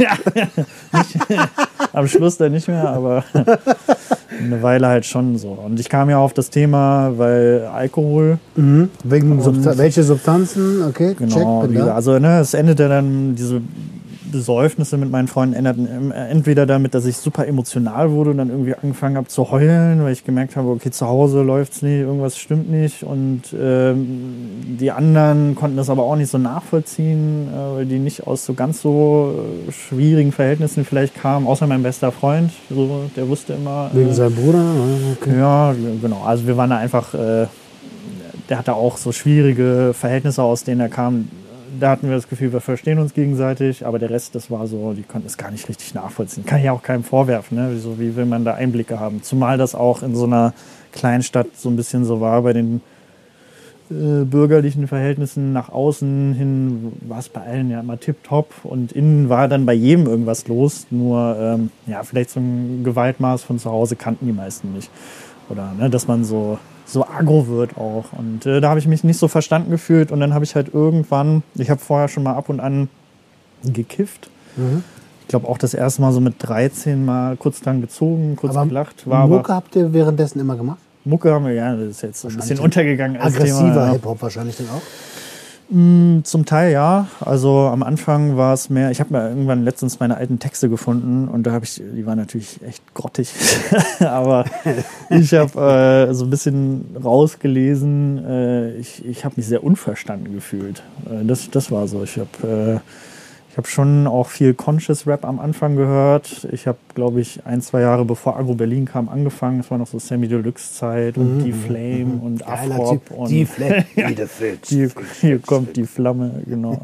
Am Schluss dann nicht mehr, aber eine Weile halt schon so. Und ich kam ja auf das Thema, weil Alkohol. Wegen welche Substanzen? Okay, genau. Also es endete dann, diese Besäufnisse mit meinen Freunden endeten entweder damit, dass ich super emotional wurde und dann irgendwie angefangen habe zu heulen, weil ich gemerkt habe, okay, zu Hause läuft's nicht, irgendwas stimmt nicht und die anderen konnten das aber auch nicht so nachvollziehen, weil die nicht aus so ganz so schwierigen Verhältnissen vielleicht kamen, außer mein bester Freund, so, der wusste immer... Wegen seinem Bruder? Okay. Ja, genau, also wir waren da einfach, der hatte auch so schwierige Verhältnisse, aus denen er kam. Da hatten wir das Gefühl, wir verstehen uns gegenseitig, aber der Rest, das war so, die konnten es gar nicht richtig nachvollziehen. Kann ich ja auch keinem vorwerfen, ne? Wie will man da Einblicke haben? Zumal das auch in so einer Kleinstadt so ein bisschen so war, bei den bürgerlichen Verhältnissen nach außen hin war es bei allen ja immer tipptopp und innen war dann bei jedem irgendwas los, nur vielleicht so ein Gewaltmaß von zu Hause kannten die meisten nicht. Oder dass man so aggro wird auch. Und da habe ich mich nicht so verstanden gefühlt. Und dann habe ich halt irgendwann, ich habe vorher schon mal ab und an gekifft. Ich glaube auch das erste Mal so mit 13 mal kurz dran gezogen, kurz gelacht. Mucke habt ihr währenddessen immer gemacht? Mucke haben wir, ja, das ist jetzt so ein bisschen untergegangen. Aggressiver Hip-Hop wahrscheinlich dann auch? Zum Teil ja. Also am Anfang war es mehr, ich habe mir irgendwann letztens meine alten Texte gefunden und die waren natürlich echt grottig. Aber ich habe so ein bisschen rausgelesen, ich habe mich sehr unverstanden gefühlt. Das war so. Ich habe schon auch viel Conscious Rap am Anfang gehört. Ich habe, glaube ich, 1-2 Jahre bevor Agro Berlin kam, angefangen. Es war noch so Sammy Deluxe Zeit und Die Flame und Afrop. Und die Flame. Hier kommt die Flamme, genau.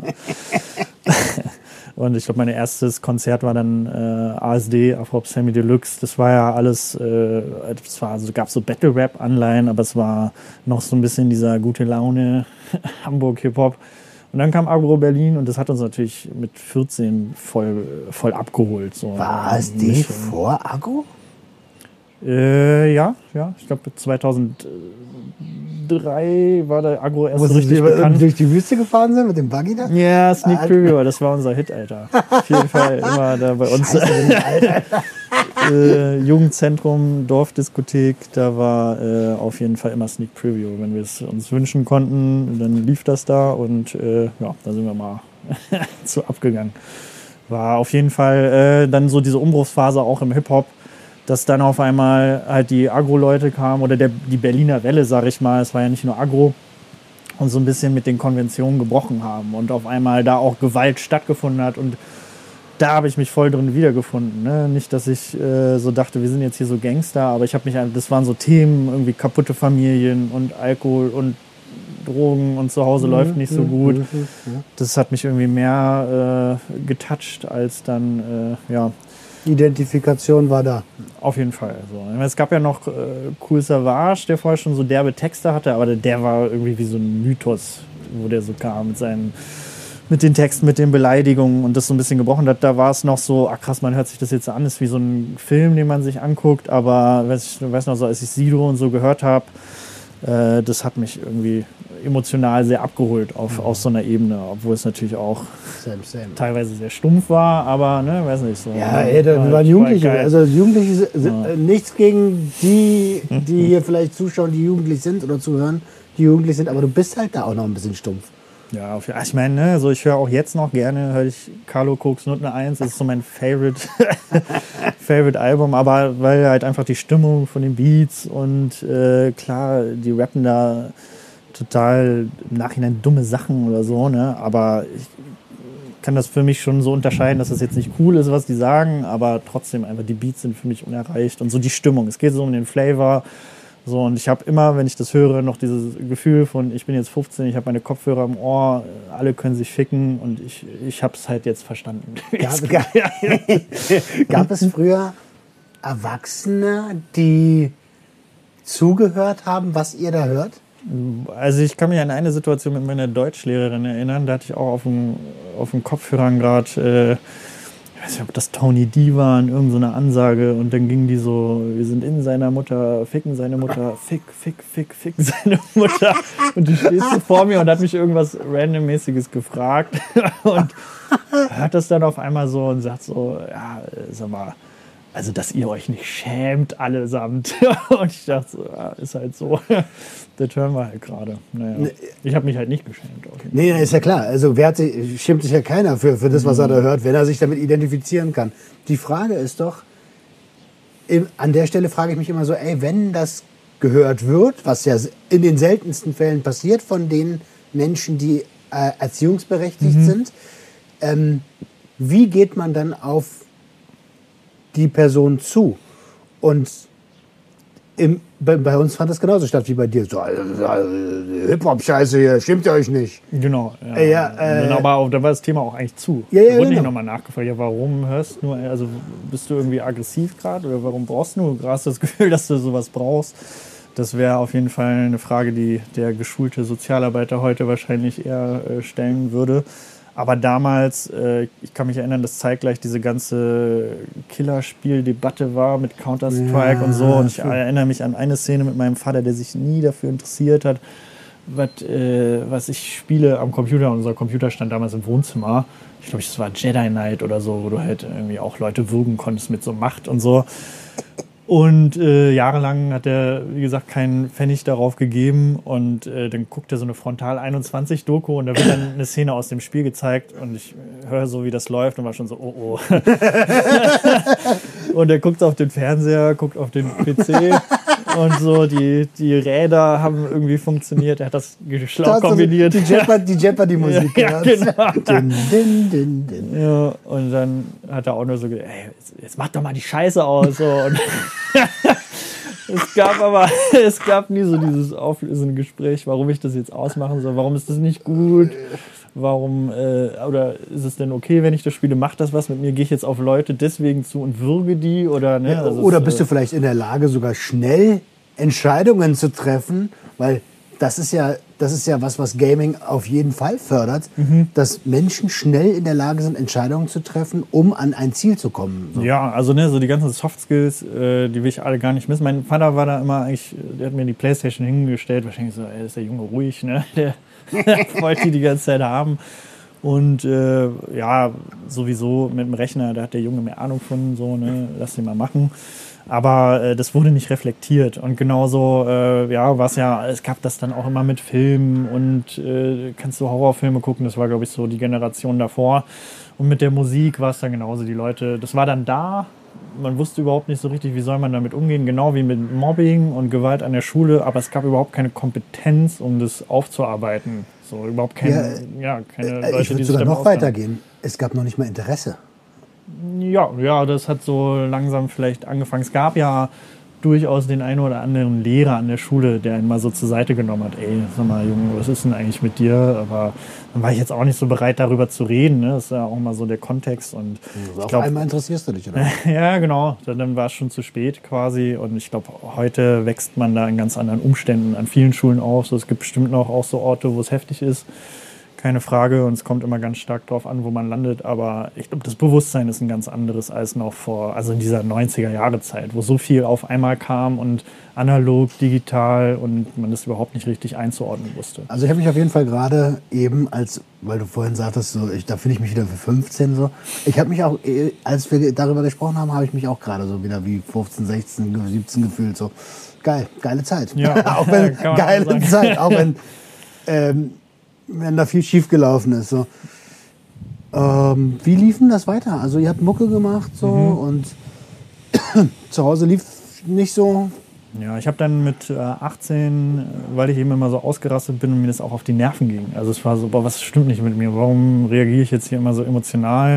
Und ich glaube, mein erstes Konzert war dann ASD, Afrop, Sammy Deluxe. Das war ja alles, gab so Battle-Rap-Anleihen, aber es war noch so ein bisschen dieser gute Laune Hamburg-Hip-Hop. Und dann kam Agro Berlin und das hat uns natürlich mit 14 voll abgeholt. So. War ASD vor Agro? Ja. Ich glaube 2003 war der Agro erst so richtig bekannt. Durch die Wüste gefahren sind mit dem Buggy da? Ja, Sneak Preview, das war unser Hit, Alter. Auf jeden Fall immer da bei uns. Jugendzentrum, Dorfdiskothek, da war auf jeden Fall immer Sneak Preview. Wenn wir es uns wünschen konnten, dann lief das da und da sind wir mal zu abgegangen. War auf jeden Fall dann so diese Umbruchsphase auch im Hip-Hop, dass dann auf einmal halt die Agro-Leute kamen oder die Berliner Welle, sag ich mal, es war ja nicht nur Agro, und so ein bisschen mit den Konventionen gebrochen haben und auf einmal da auch Gewalt stattgefunden hat und da habe ich mich voll drin wiedergefunden. Ne? Nicht, dass ich so dachte, wir sind jetzt hier so Gangster, aber das waren so Themen, irgendwie kaputte Familien und Alkohol und Drogen und zu Hause läuft nicht so gut. Das hat mich irgendwie mehr getoucht als dann, Identifikation war da. Auf jeden Fall. So. Es gab ja noch Kool Savas, der vorher schon so derbe Texte hatte, aber der war irgendwie wie so ein Mythos, wo der so kam mit den Texten, mit den Beleidigungen und das so ein bisschen gebrochen hat. Da war es noch so, krass, man hört sich das jetzt an, ist wie so ein Film, den man sich anguckt, aber weiß noch so, als ich Sido und so gehört habe, das hat mich irgendwie emotional sehr abgeholt auf so einer Ebene, obwohl es natürlich auch teilweise sehr stumpf war, aber weiß nicht so. Ja, wir waren Jugendliche. Also Jugendliche, nichts gegen die hier vielleicht zuschauen, die jugendlich sind oder zuhören, die jugendlich sind, aber du bist halt da auch noch ein bisschen stumpf. Ja, ich meine, ich höre auch jetzt noch gerne, höre ich Carlo Koks Note 1, das ist so mein Favorite Album, aber weil halt einfach die Stimmung von den Beats und klar, die rappen da total im Nachhinein dumme Sachen oder so, ne? Aber ich kann das für mich schon so unterscheiden, dass das jetzt nicht cool ist, was die sagen, aber trotzdem einfach die Beats sind für mich unerreicht und so die Stimmung. Es geht so um den Flavor. So, und ich habe immer, wenn ich das höre, noch dieses Gefühl von, ich bin jetzt 15, ich habe meine Kopfhörer im Ohr, alle können sich ficken und ich habe es halt jetzt verstanden. Gab es früher Erwachsene, die zugehört haben, was ihr da hört? Also ich kann mich an eine Situation mit meiner Deutschlehrerin erinnern, da hatte ich auch auf dem Kopfhörern gerade, ich weiß nicht, ob das Tony D war, in irgendeiner Ansage und dann ging die so, wir sind in seiner Mutter, ficken seine Mutter, fick seine Mutter und du stehst so vor mir und hat mich irgendwas Randommäßiges gefragt und hört das dann auf einmal so und sagt so, ja, sag mal, also dass ihr euch nicht schämt allesamt und ich dachte so, ja, ist halt so, das hören wir halt gerade. Naja. Ich habe mich halt nicht geschämt. Nee, ist ja klar. Also schämt sich ja keiner für das, was er da hört, wenn er sich damit identifizieren kann. Die Frage ist doch, an der Stelle frage ich mich immer so, wenn das gehört wird, was ja in den seltensten Fällen passiert von den Menschen, die erziehungsberechtigt sind, wie geht man dann auf die Person zu? Und bei uns fand das genauso statt wie bei dir. So, Hip-Hop-Scheiße hier, stimmt ihr euch nicht? Genau. Ja. Aber da war das Thema auch eigentlich zu. Ja, wurde nicht nochmal nachgefragt, ja, warum hörst du, also bist du irgendwie aggressiv gerade oder warum brauchst du hast das Gefühl, dass du sowas brauchst? Das wäre auf jeden Fall eine Frage, die der geschulte Sozialarbeiter heute wahrscheinlich eher stellen würde. Aber damals, ich kann mich erinnern, dass zeitgleich diese ganze Killerspiel-Debatte war mit Counter-Strike und so. Und ich erinnere mich an eine Szene mit meinem Vater, der sich nie dafür interessiert hat, was ich spiele am Computer. Unser Computer stand damals im Wohnzimmer. Ich glaube, es war Jedi Knight oder so, wo du halt irgendwie auch Leute würgen konntest mit so Macht und so. Und jahrelang hat er, wie gesagt, keinen Pfennig darauf gegeben und dann guckt er so eine Frontal 21 Doku und da wird dann eine Szene aus dem Spiel gezeigt und ich höre so, wie das läuft und war schon so, oh. Und er guckt auf den Fernseher, guckt auf den PC und so, die Räder haben irgendwie funktioniert, er hat das schlau kombiniert. Die Jeopardy-Musik. Ja, genau. Din. Ja, und dann hat er auch nur so gesagt, ey, jetzt mach doch mal die Scheiße aus. So. Und es gab nie so dieses auflösende Gespräch, warum ich das jetzt ausmachen soll, warum ist das nicht gut, warum, oder ist es denn okay, wenn ich das spiele, macht das was mit mir, gehe ich jetzt auf Leute deswegen zu und würge die, oder ne? Also oder bist du vielleicht in der Lage, sogar schnell Entscheidungen zu treffen, weil das ist ja das ist ja was Gaming auf jeden Fall fördert, dass Menschen schnell in der Lage sind, Entscheidungen zu treffen, um an ein Ziel zu kommen. So. Ja, also so die ganzen Soft Skills, die will ich alle gar nicht missen. Mein Vater war da immer eigentlich, der hat mir die Playstation hingestellt, wahrscheinlich so, ey, ist der Junge ruhig, ne? Der wollte die ganze Zeit haben. Und ja, sowieso mit dem Rechner, da hat der Junge mehr Ahnung von, so, ne? Lass den mal machen. Aber das wurde nicht reflektiert. Und genauso, ja, was ja, es gab das dann auch immer mit Filmen und kannst du Horrorfilme gucken, das war, glaube ich, so die Generation davor. Und mit der Musik war es dann genauso, die Leute, das war dann da, man wusste überhaupt nicht so richtig, wie soll man damit umgehen, genau wie mit Mobbing und Gewalt an der Schule, aber es gab überhaupt keine Kompetenz, um das aufzuarbeiten. So, überhaupt keine, keine Leute, ich würde sogar noch weitergehen. Es gab noch nicht mal Interesse. Ja, das hat so langsam vielleicht angefangen. Es gab ja durchaus den einen oder anderen Lehrer an der Schule, der ihn mal so zur Seite genommen hat. Ey, sag mal, Junge, was ist denn eigentlich mit dir? Aber dann war ich jetzt auch nicht so bereit, darüber zu reden. Ne? Das ist ja auch mal so der Kontext. Und also auf einmal interessierst du dich, oder? Ja, genau. Dann war es schon zu spät quasi. Und ich glaube, heute wächst man da in ganz anderen Umständen an vielen Schulen auf. So, es gibt bestimmt noch auch so Orte, wo es heftig ist. Keine Frage, und es kommt immer ganz stark drauf an, wo man landet, aber ich glaube, das Bewusstsein ist ein ganz anderes als noch also in dieser 90er-Jahre-Zeit, wo so viel auf einmal kam und analog, digital und man das überhaupt nicht richtig einzuordnen wusste. Also ich habe mich auf jeden Fall gerade eben, weil du vorhin sagtest, so, da finde ich mich wieder für 15 so, ich habe mich auch, als wir darüber gesprochen haben, habe ich mich auch gerade so wieder wie 15, 16, 17 gefühlt, so geile Zeit. Ja, auch wenn, geile Zeit, auch wenn da viel schief gelaufen ist. So. Wie lief denn das weiter? Also ihr habt Mucke gemacht so und zu Hause lief nicht so. Ja, ich habe dann mit 18, weil ich eben immer so ausgerastet bin und mir das auch auf die Nerven ging. Also es war so, boah, was stimmt nicht mit mir? Warum reagiere ich jetzt hier immer so emotional?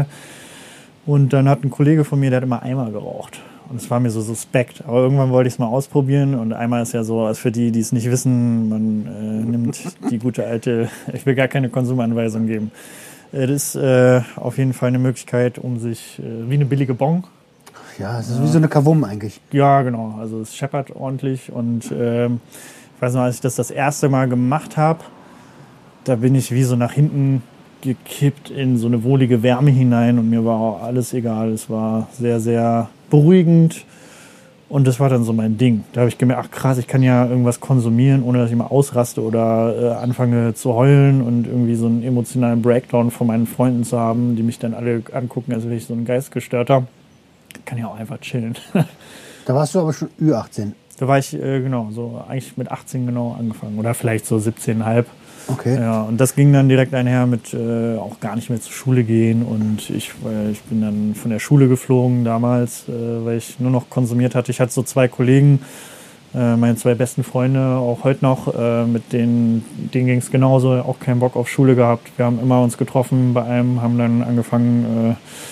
Und dann hat ein Kollege von mir, der hat immer Eimer geraucht. Und es war mir so suspekt. Aber irgendwann wollte ich es mal ausprobieren. Und einmal ist ja so, als für die, die es nicht wissen, man nimmt die gute alte, ich will gar keine Konsumanweisung geben. Das ist auf jeden Fall eine Möglichkeit, um sich, wie eine billige Bon. Ja, es ist wie so eine Kavum eigentlich. Ja, genau. Also es scheppert ordentlich. Und ich weiß noch, als ich das erste Mal gemacht habe, da bin ich wie so nach hinten gekippt in so eine wohlige Wärme hinein. Und mir war auch alles egal. Es war sehr, sehr beruhigend und das war dann so mein Ding. Da habe ich gemerkt, ach krass, ich kann ja irgendwas konsumieren, ohne dass ich mal ausraste oder anfange zu heulen und irgendwie so einen emotionalen Breakdown von meinen Freunden zu haben, die mich dann alle angucken, als wäre ich so ein Geistgestörter. Kann ja auch einfach chillen. Da warst du aber schon Ü18. Da war ich, genau, so eigentlich mit 18 genau angefangen oder vielleicht so 17,5. Okay. Ja, und das ging dann direkt einher mit auch gar nicht mehr zur Schule gehen und ich bin dann von der Schule geflogen damals, weil ich nur noch konsumiert hatte. Ich hatte so 2 Kollegen, meine 2 besten Freunde, auch heute noch, mit denen ging es genauso, auch keinen Bock auf Schule gehabt. Wir haben immer uns getroffen bei einem, haben dann angefangen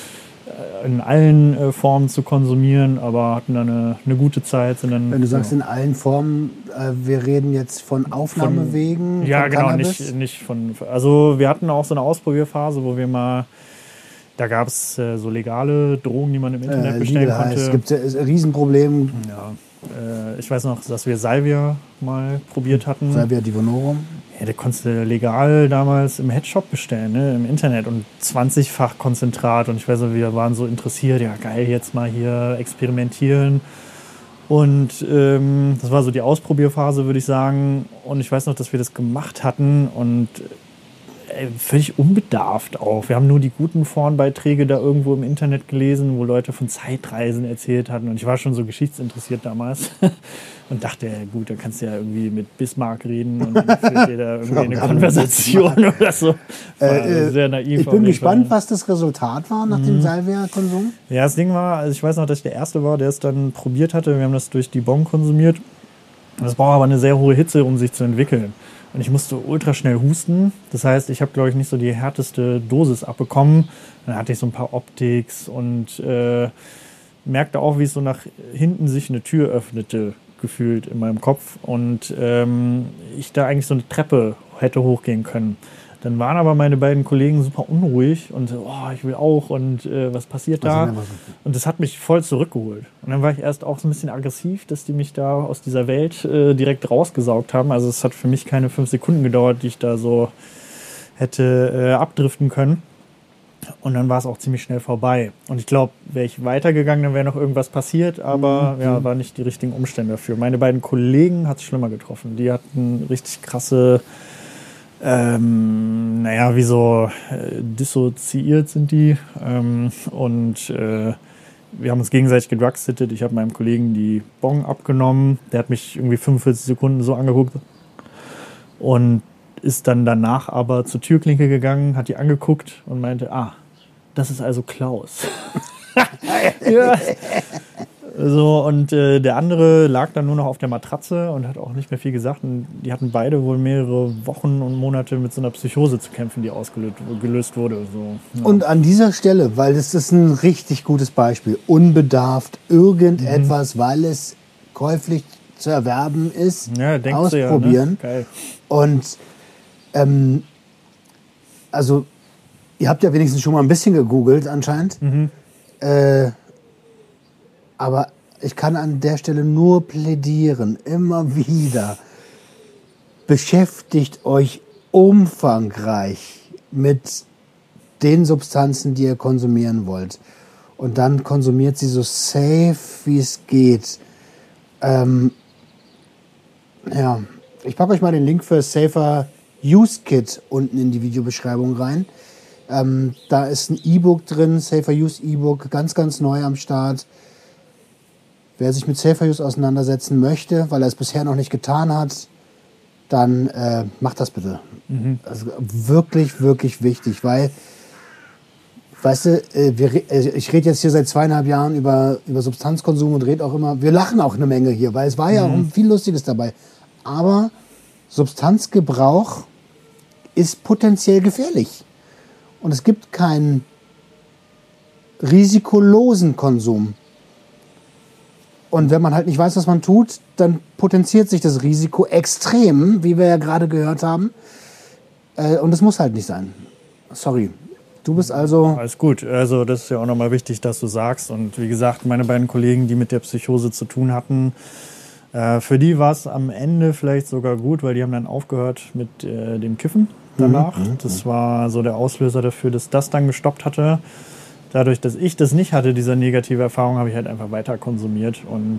in allen Formen zu konsumieren, aber hatten dann eine gute Zeit. Sind dann, wenn du sagst in allen Formen, wir reden jetzt von Aufnahmewegen? Ja, von genau, Cannabis? nicht von. Also wir hatten auch so eine Ausprobierphase, wo wir mal, da gab es so legale Drogen, die man im Internet bestellen konnte. Es gibt ein Riesenproblem. Ja, ich weiß noch, dass wir Salvia mal probiert hatten. Salvia divinorum. Ja, der konntest du legal damals im Headshop bestellen, ne, im Internet und 20-fach Konzentrat und ich weiß noch, wir waren so interessiert, ja geil, jetzt mal hier experimentieren und das war so die Ausprobierphase, würde ich sagen, und ich weiß noch, dass wir das gemacht hatten und völlig unbedarft auch. Wir haben nur die guten Forenbeiträge da irgendwo im Internet gelesen, wo Leute von Zeitreisen erzählt hatten und ich war schon so geschichtsinteressiert damals und dachte, gut, da kannst du ja irgendwie mit Bismarck reden und dann führt dir da irgendwie eine Konversation oder so. Sehr naiv. Ich bin gespannt, was das Resultat war nach dem Salvia-Konsum. Ja, das Ding war, also ich weiß noch, dass ich der Erste war, der es dann probiert hatte. Wir haben das durch die Bon konsumiert. Das braucht aber eine sehr hohe Hitze, um sich zu entwickeln. Und ich musste ultra schnell husten. Das heißt, ich habe, glaube ich, nicht so die härteste Dosis abbekommen. Dann hatte ich so ein paar Optics und merkte auch, wie es so nach hinten sich eine Tür öffnete, gefühlt in meinem Kopf. Und ich da eigentlich so eine Treppe hätte hochgehen können. Dann waren aber meine beiden Kollegen super unruhig und so, oh, ich will auch und was passiert da? Und das hat mich voll zurückgeholt. Und dann war ich erst auch so ein bisschen aggressiv, dass die mich da aus dieser Welt direkt rausgesaugt haben. Also es hat für mich keine 5 Sekunden gedauert, die ich da so hätte abdriften können. Und dann war es auch ziemlich schnell vorbei. Und ich glaube, wäre ich weitergegangen, dann wäre noch irgendwas passiert, aber ja, war nicht die richtigen Umstände dafür. Meine beiden Kollegen hat es schlimmer getroffen. Die hatten richtig krasse, wie so dissoziiert sind die. Wir haben uns gegenseitig gedrugsittet. Ich habe meinem Kollegen die Bong abgenommen. Der hat mich irgendwie 45 Sekunden so angeguckt und ist dann danach aber zur Türklinke gegangen, hat die angeguckt und meinte, das ist also Klaus. Ja. So, und der andere lag dann nur noch auf der Matratze und hat auch nicht mehr viel gesagt. Und die hatten beide wohl mehrere Wochen und Monate mit so einer Psychose zu kämpfen, die ausgelöst wurde. So, ja. Und an dieser Stelle, weil das ist ein richtig gutes Beispiel, unbedarft irgendetwas, weil es käuflich zu erwerben ist, ausprobieren. Ja, ne? Geil. Und also ihr habt ja wenigstens schon mal ein bisschen gegoogelt anscheinend. Aber ich kann an der Stelle nur plädieren, immer wieder, beschäftigt euch umfangreich mit den Substanzen, die ihr konsumieren wollt. Und dann konsumiert sie so safe, wie es geht. Ich packe euch mal den Link für Safer Use Kit unten in die Videobeschreibung rein. Da ist ein E-Book drin, Safer Use E-Book, ganz, ganz neu am Start. Wer sich mit Safer Use auseinandersetzen möchte, weil er es bisher noch nicht getan hat, dann macht das bitte. Also wirklich, wirklich wichtig, weil, weißt du, ich rede jetzt hier seit 2,5 Jahren über Substanzkonsum und rede auch immer, wir lachen auch eine Menge hier, weil es war ja auch viel Lustiges dabei. Aber Substanzgebrauch ist potenziell gefährlich. Und es gibt keinen risikolosen Konsum. Und wenn man halt nicht weiß, was man tut, dann potenziert sich das Risiko extrem, wie wir ja gerade gehört haben. Und es muss halt nicht sein. Sorry. Du bist also... Alles gut. Also das ist ja auch nochmal wichtig, dass du sagst. Und wie gesagt, meine beiden Kollegen, die mit der Psychose zu tun hatten, für die war es am Ende vielleicht sogar gut, weil die haben dann aufgehört mit dem Kiffen danach. Das war so der Auslöser dafür, dass das dann gestoppt hatte. Dadurch, dass ich das nicht hatte, diese negative Erfahrung, habe ich halt einfach weiter konsumiert. Und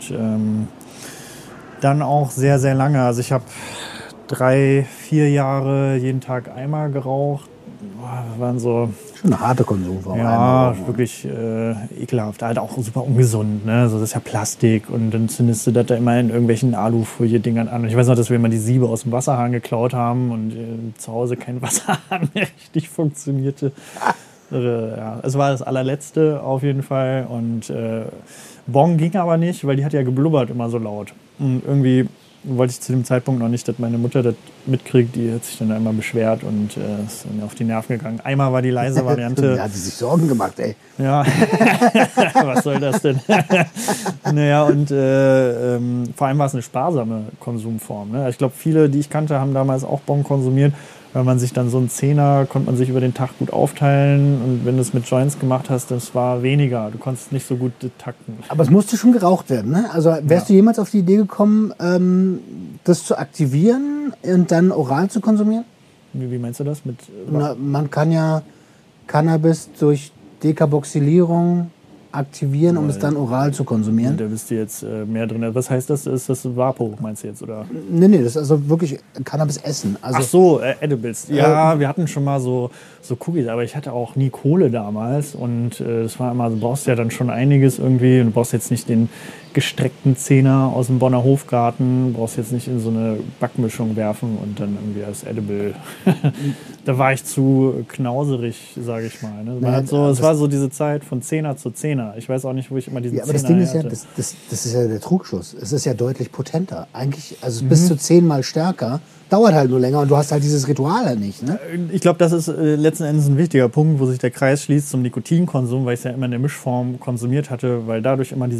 dann auch sehr, sehr lange. Also ich habe 3-4 Jahre jeden Tag Eimer geraucht. Waren so... Schon eine harte Konsumform. Ja, wirklich ekelhaft. Halt auch super ungesund. Ne? Also das ist ja Plastik und dann zündest du das da immer in irgendwelchen Alufolie-Dingern an. Und ich weiß noch, dass wir immer die Siebe aus dem Wasserhahn geklaut haben und zu Hause kein Wasserhahn mehr richtig funktionierte. Ja, es war das allerletzte auf jeden Fall. Und Bong ging aber nicht, weil die hat ja geblubbert immer so laut. Und irgendwie wollte ich zu dem Zeitpunkt noch nicht, dass meine Mutter das mitkriegt. Die hat sich dann einmal beschwert und ist dann auf die Nerven gegangen. Einmal war die leise Variante. Da hat sie sich Sorgen gemacht, ey. Ja, was soll das denn? Naja, und vor allem war es eine sparsame Konsumform. Ne? Ich glaube, viele, die ich kannte, haben damals auch Bon konsumiert. Wenn man sich dann so einen Zehner, konnte man sich über den Tag gut aufteilen. Und wenn du es mit Joints gemacht hast, das war weniger. Du konntest nicht so gut takten. Aber es musste schon geraucht werden, ne? Also wärst du jemals auf die Idee gekommen, das zu aktivieren und dann oral zu konsumieren? Wie meinst du das? Man kann ja Cannabis durch Dekarboxylierung aktivieren, um es dann oral zu konsumieren. Da bist du jetzt mehr drin. Was heißt das? Ist das Vapo, meinst du jetzt? Oder? Nee, das ist also wirklich Cannabis essen. Also, ach so, Edibles. Ja, wir hatten schon mal so Cookies, aber ich hatte auch nie Kohle damals. Und das war immer, du brauchst ja dann schon einiges irgendwie. Und du brauchst jetzt nicht den gestreckten Zehner aus dem Bonner Hofgarten. Du brauchst jetzt nicht in so eine Backmischung werfen und dann irgendwie als Edible. Da war ich zu knauserig, sage ich mal. Ne? Es war so diese Zeit von Zehner zu Zehner. Ich weiß auch nicht, wo ich immer diesen Zehner hatte. Aber das Ding ist ja, das ist ja der Trugschuss. Es ist ja deutlich potenter. Eigentlich, also bis zu 10-mal stärker. Dauert halt nur länger und du hast halt dieses Ritual halt nicht. Ne? Ich glaube, das ist letzten Endes ein wichtiger Punkt, wo sich der Kreis schließt zum Nikotinkonsum, weil ich es ja immer in der Mischform konsumiert hatte, weil dadurch immer dieser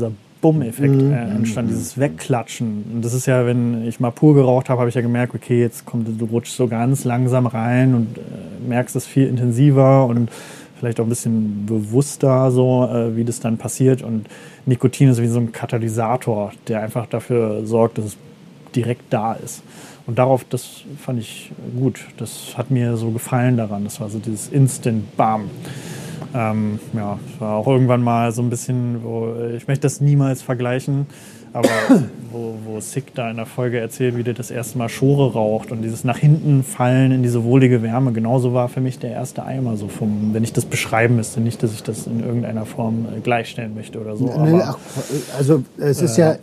Bumm-Effekt entstand, dieses Wegklatschen. Und das ist ja, wenn ich mal pur geraucht habe, habe ich ja gemerkt, okay, jetzt du rutschst so ganz langsam rein und merkst es viel intensiver und vielleicht auch ein bisschen bewusster, so wie das dann passiert. Und Nikotin ist wie so ein Katalysator, der einfach dafür sorgt, dass es direkt da ist. Und das fand ich gut. Das hat mir so gefallen daran. Das war so dieses Instant-Bam. Ja, es war auch irgendwann mal so ein bisschen, ich möchte das niemals vergleichen, aber wo Sick da in der Folge erzählt, wie der das erste Mal Schore raucht und dieses nach hinten fallen in diese wohlige Wärme. Genauso war für mich der erste Eimer, so wenn ich das beschreiben müsste. Nicht, dass ich das in irgendeiner Form gleichstellen möchte oder so. Aber, also es ist ja,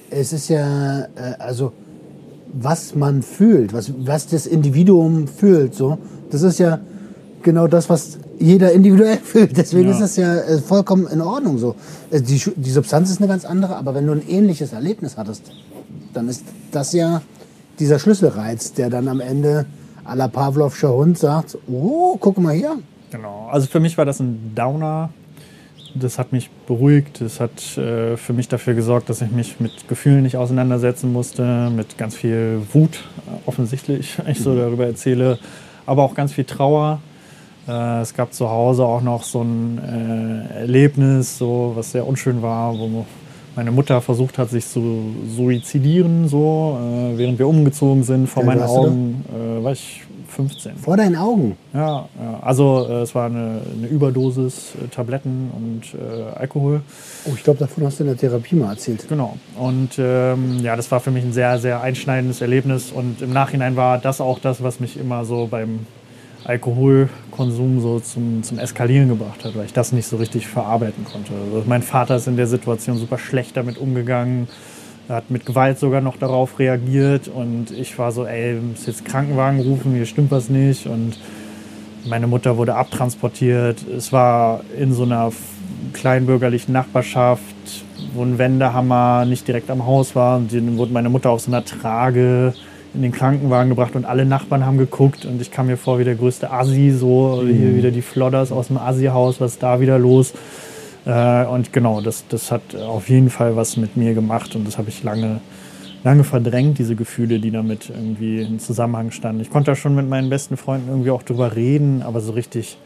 also was man fühlt, was das Individuum fühlt, so, das ist ja genau das, was jeder individuell fühlt. Deswegen ist das ja vollkommen in Ordnung so. Die Substanz ist eine ganz andere, aber wenn du ein ähnliches Erlebnis hattest, dann ist das ja dieser Schlüsselreiz, der dann am Ende à la Pavlovscher Hund sagt, oh, guck mal hier. Genau, also für mich war das ein Downer. Das hat mich beruhigt, das hat für mich dafür gesorgt, dass ich mich mit Gefühlen nicht auseinandersetzen musste, mit ganz viel Wut offensichtlich, wenn ich so darüber erzähle, aber auch ganz viel Trauer. Es gab zu Hause auch noch so ein Erlebnis, so, was sehr unschön war, wo meine Mutter versucht hat, sich zu suizidieren, so, während wir umgezogen sind. Vor meinen Augen war ich 15. Vor deinen Augen? Ja, also es war eine Überdosis Tabletten und Alkohol. Oh, ich glaube, davon hast du in der Therapie mal erzählt. Genau. Und ja, das war für mich ein sehr, sehr einschneidendes Erlebnis. Und im Nachhinein war das auch das, was mich immer so beim Alkoholkonsum so zum Eskalieren gebracht hat, weil ich das nicht so richtig verarbeiten konnte. Also mein Vater ist in der Situation super schlecht damit umgegangen. Er hat mit Gewalt sogar noch darauf reagiert und ich war so, ey, du musst jetzt Krankenwagen rufen, hier stimmt was nicht. Und meine Mutter wurde abtransportiert. Es war in so einer kleinbürgerlichen Nachbarschaft, wo ein Wendehammer nicht direkt am Haus war. Und dann wurde meine Mutter auf so einer Trage in den Krankenwagen gebracht und alle Nachbarn haben geguckt und ich kam mir vor wie der größte Assi, so hier wieder die Flodders aus dem Assi-Haus, was ist da wieder los? Und genau, das hat auf jeden Fall was mit mir gemacht und das habe ich lange verdrängt, diese Gefühle, die damit irgendwie in Zusammenhang standen. Ich konnte da schon mit meinen besten Freunden irgendwie auch drüber reden, aber so richtig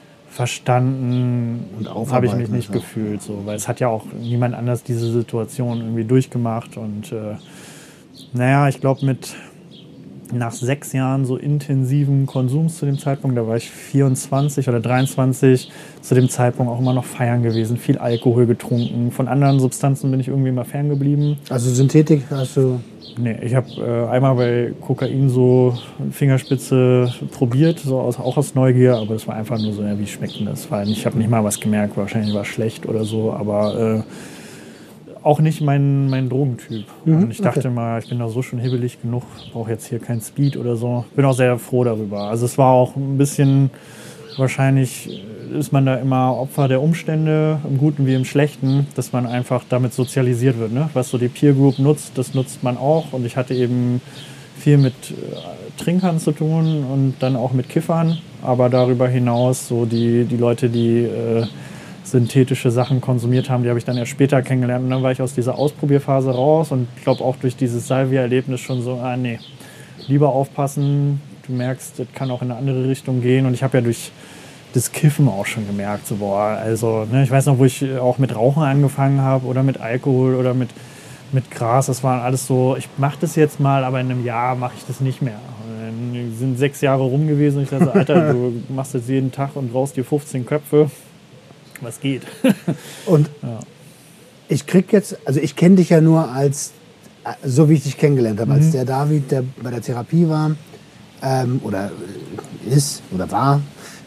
verstanden habe ich mich nicht gefühlt, so, weil es hat ja auch niemand anders diese Situation irgendwie durchgemacht und naja, ich glaube nach 6 Jahren so intensiven Konsums zu dem Zeitpunkt, da war ich 24 oder 23, zu dem Zeitpunkt auch immer noch feiern gewesen, viel Alkohol getrunken. Von anderen Substanzen bin ich irgendwie immer ferngeblieben. Also Synthetik hast du? Nee, ich habe einmal bei Kokain so Fingerspitze probiert, so auch aus Neugier, aber das war einfach nur so, ja, wie schmeckt denn das? Ich habe nicht mal was gemerkt, wahrscheinlich war es schlecht oder so, aber auch nicht mein Drogentyp. Und ich dachte mal, ich bin da so schon hibbelig genug, brauche jetzt hier kein Speed oder so. Bin auch sehr froh darüber. Also es war auch ein bisschen, wahrscheinlich ist man da immer Opfer der Umstände, im Guten wie im Schlechten, dass man einfach damit sozialisiert wird. Ne? Was so die Peer Group nutzt, das nutzt man auch. Und ich hatte eben viel mit Trinkern zu tun und dann auch mit Kiffern. Aber darüber hinaus so die Leute, die synthetische Sachen konsumiert haben, die habe ich dann erst später kennengelernt. Und dann war ich aus dieser Ausprobierphase raus und ich glaube auch durch dieses Salvia-Erlebnis schon so, nee, lieber aufpassen. Du merkst, das kann auch in eine andere Richtung gehen. Und ich habe ja durch das Kiffen auch schon gemerkt, so, also, ne, ich weiß noch, wo ich auch mit Rauchen angefangen habe oder mit Alkohol oder mit Gras. Das waren alles so, ich mache das jetzt mal, aber in einem Jahr mache ich das nicht mehr. Und dann sind 6 Jahre rum gewesen und ich dachte, Alter, du machst jetzt jeden Tag und rauchst dir 15 Köpfe. Was geht? Und ich krieg jetzt, also ich kenne dich ja nur als, so wie ich dich kennengelernt habe, als der David, der bei der Therapie war, oder ist, oder war,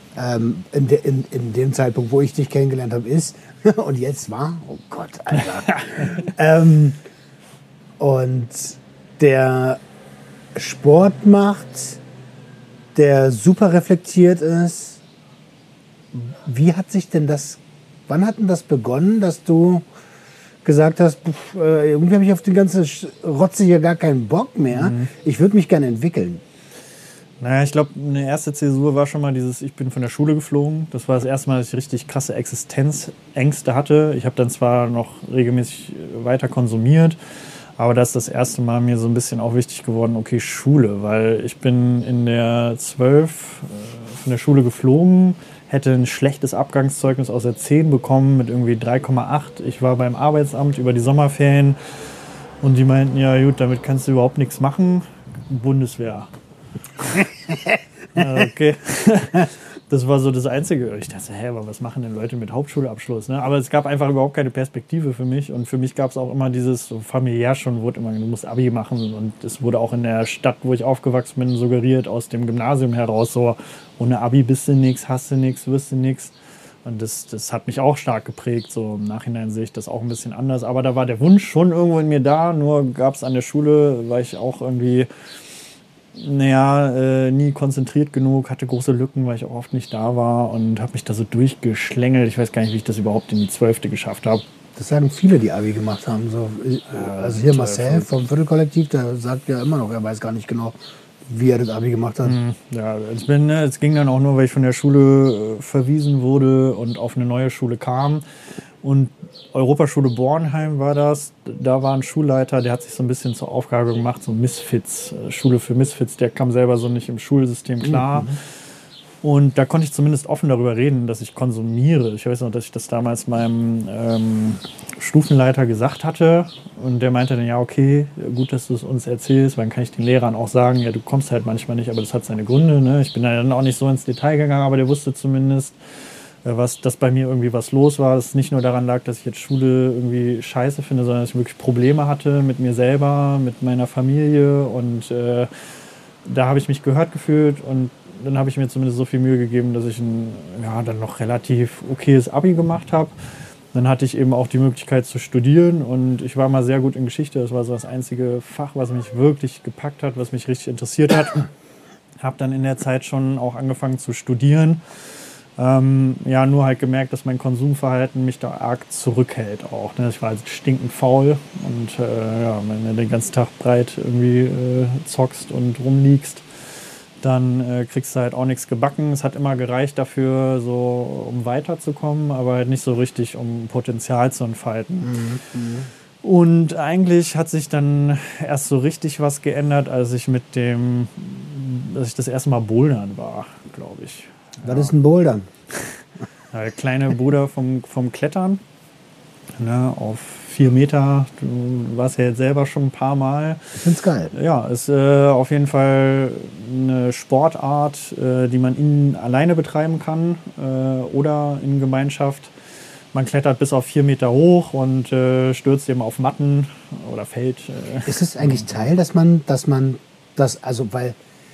in dem Zeitpunkt, wo ich dich kennengelernt habe, ist, und jetzt war, oh Gott, Alter. Und der Sport macht, der super reflektiert ist. Wie hat sich denn wann hat denn das begonnen, dass du gesagt hast, irgendwie habe ich auf die ganze Rotze hier gar keinen Bock mehr, ich würde mich gerne entwickeln? Naja, ich glaube, eine erste Zäsur war schon mal dieses, ich bin von der Schule geflogen. Das war das erste Mal, dass ich richtig krasse Existenzängste hatte. Ich habe dann zwar noch regelmäßig weiter konsumiert, aber das ist das erste Mal mir so ein bisschen auch wichtig geworden, okay, Schule, weil ich bin in der 12 von der Schule geflogen, hätte ein schlechtes Abgangszeugnis aus der 10 bekommen mit irgendwie 3,8. Ich war beim Arbeitsamt über die Sommerferien und die meinten, ja gut, damit kannst du überhaupt nichts machen. Bundeswehr. Okay. Das war so das Einzige. Ich dachte, aber was machen denn Leute mit Hauptschulabschluss? Ne? Aber es gab einfach überhaupt keine Perspektive für mich. Und für mich gab es auch immer dieses, so familiär schon, wurde immer, du musst Abi machen. Und es wurde auch in der Stadt, wo ich aufgewachsen bin, suggeriert, aus dem Gymnasium heraus, so, ohne Abi bist du nix, hast du nix, wirst du nix. Und das hat mich auch stark geprägt. So im Nachhinein sehe ich das auch ein bisschen anders. Aber da war der Wunsch schon irgendwo in mir da. Nur gab es an der Schule, war ich auch irgendwie... nie konzentriert genug, hatte große Lücken, weil ich auch oft nicht da war und habe mich da so durchgeschlängelt. Ich weiß gar nicht, wie ich das überhaupt in die 12. geschafft habe. Das sagen viele, die Abi gemacht haben. So. Also hier Marcel vom Viertelkollektiv, der sagt ja immer noch, er weiß gar nicht genau, wie er das Abi gemacht hat. Ja, es ging dann auch nur, weil ich von der Schule verwiesen wurde und auf eine neue Schule kam. Und Europaschule Bornheim war das. Da war ein Schulleiter, der hat sich so ein bisschen zur Aufgabe gemacht, so Misfits, Schule für Misfits, der kam selber so nicht im Schulsystem klar. Und da konnte ich zumindest offen darüber reden, dass ich konsumiere. Ich weiß noch, dass ich das damals meinem Stufenleiter gesagt hatte. Und der meinte dann, ja, okay, gut, dass du es uns erzählst. Wann kann ich den Lehrern auch sagen, ja, du kommst halt manchmal nicht, aber das hat seine Gründe. Ne? Ich bin dann auch nicht so ins Detail gegangen, aber der wusste zumindest, dass bei mir irgendwie was los war. Dass es nicht nur daran lag, dass ich jetzt Schule irgendwie scheiße finde, sondern dass ich wirklich Probleme hatte mit mir selber, mit meiner Familie. Und da habe ich mich gehört gefühlt und dann habe ich mir zumindest so viel Mühe gegeben, dass ich dann noch relativ okayes Abi gemacht habe. Dann hatte ich eben auch die Möglichkeit zu studieren und ich war mal sehr gut in Geschichte. Das war so das einzige Fach, was mich wirklich gepackt hat, was mich richtig interessiert hat. Habe dann in der Zeit schon auch angefangen zu studieren. Nur halt gemerkt, dass mein Konsumverhalten mich da arg zurückhält auch. Ne? Ich war halt stinkend faul und wenn du den ganzen Tag breit irgendwie zockst und rumliegst, dann kriegst du halt auch nichts gebacken. Es hat immer gereicht dafür, so um weiterzukommen, aber halt nicht so richtig, um Potenzial zu entfalten. Und eigentlich hat sich dann erst so richtig was geändert, als ich dass ich das erste Mal bouldern war, glaube ich. Was ist ein Bouldern? Der kleine Bruder vom Klettern, ne, auf 4 Meter. Du warst ja jetzt selber schon ein paar Mal. Ich find's geil. Ja, ist auf jeden Fall eine Sportart, die man alleine betreiben kann oder in Gemeinschaft. Man klettert bis auf 4 Meter hoch und stürzt eben auf Matten oder fällt. Ist es eigentlich Teil, dass man das, also weil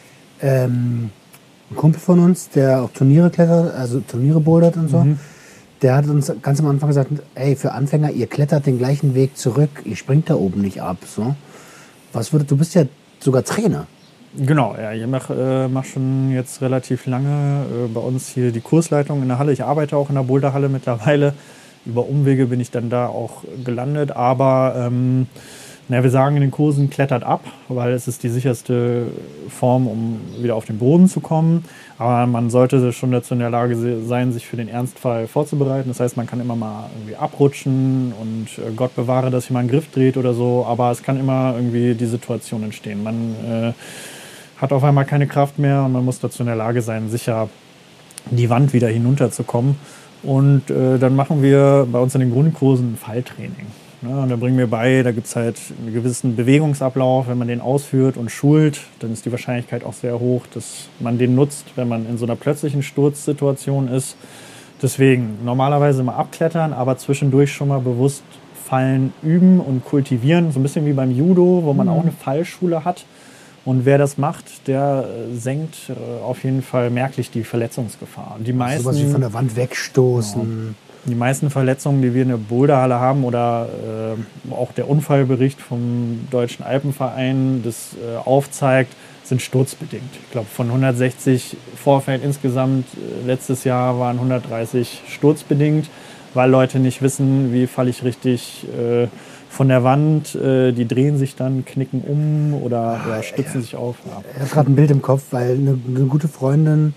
ein Kumpel von uns, der auch Turniere klettert, also Turniere bouldert und so, der hat uns ganz am Anfang gesagt, ey, für Anfänger, ihr klettert den gleichen Weg zurück, ihr springt da oben nicht ab. So. Du bist ja sogar Trainer. Genau, ja, ich mach schon jetzt relativ lange bei uns hier die Kursleitung in der Halle. Ich arbeite auch in der Boulderhalle mittlerweile. Über Umwege bin ich dann da auch gelandet, aber wir sagen in den Kursen, klettert ab, weil es ist die sicherste Form, um wieder auf den Boden zu kommen. Aber man sollte schon dazu in der Lage sein, sich für den Ernstfall vorzubereiten. Das heißt, man kann immer mal irgendwie abrutschen und Gott bewahre, dass sich mal ein Griff dreht oder so. Aber es kann immer irgendwie die Situation entstehen. Man hat auf einmal keine Kraft mehr und man muss dazu in der Lage sein, sicher die Wand wieder hinunterzukommen. Und dann machen wir bei uns in den Grundkursen Falltraining. Ne? Und da bringen wir bei, da gibt es halt einen gewissen Bewegungsablauf. Wenn man den ausführt und schult, dann ist die Wahrscheinlichkeit auch sehr hoch, dass man den nutzt, wenn man in so einer plötzlichen Sturzsituation ist. Deswegen normalerweise immer abklettern, aber zwischendurch schon mal bewusst Fallen üben und kultivieren. So ein bisschen wie beim Judo, wo man auch eine Fallschule hat. Und wer das macht, der senkt auf jeden Fall merklich die Verletzungsgefahr. Die meisten, sowas wie von der Wand wegstoßen. Genau. Die meisten Verletzungen, die wir in der Boulderhalle haben oder auch der Unfallbericht vom Deutschen Alpenverein das aufzeigt, sind sturzbedingt. Ich glaube, von 160 Vorfällen insgesamt letztes Jahr waren 130 sturzbedingt, weil Leute nicht wissen, wie falle ich richtig von der Wand, die drehen sich dann, knicken um oder stützen sich auf. Ja. Ich habe gerade ein Bild im Kopf, weil eine gute Freundin,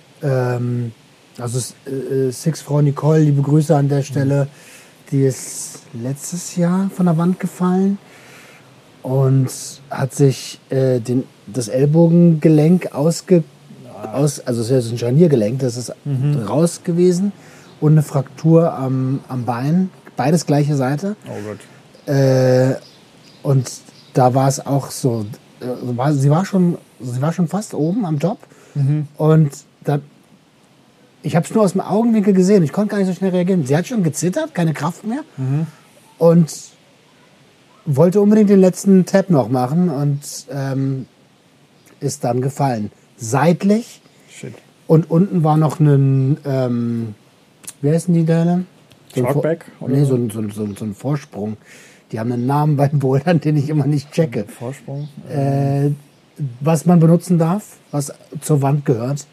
Six-Frau Nicole, liebe Grüße an der Stelle, die ist letztes Jahr von der Wand gefallen und hat sich das Ellbogengelenk also es ist ein Scharniergelenk, das ist raus gewesen und eine Fraktur am Bein, beides gleiche Seite. Oh Gott. Und da war es auch so, sie war schon fast oben am Job und ich habe es nur aus dem Augenwinkel gesehen, ich konnte gar nicht so schnell reagieren. Sie hat schon gezittert, keine Kraft mehr und wollte unbedingt den letzten Tap noch machen und ist dann gefallen. Seitlich. Shit. Und unten war noch ein, wie heißen die Teile? Shortback? Nee, so ein Vorsprung. Die haben einen Namen beim Bouldern, den ich immer nicht checke. Vorsprung? Was man benutzen darf, was zur Wand gehört.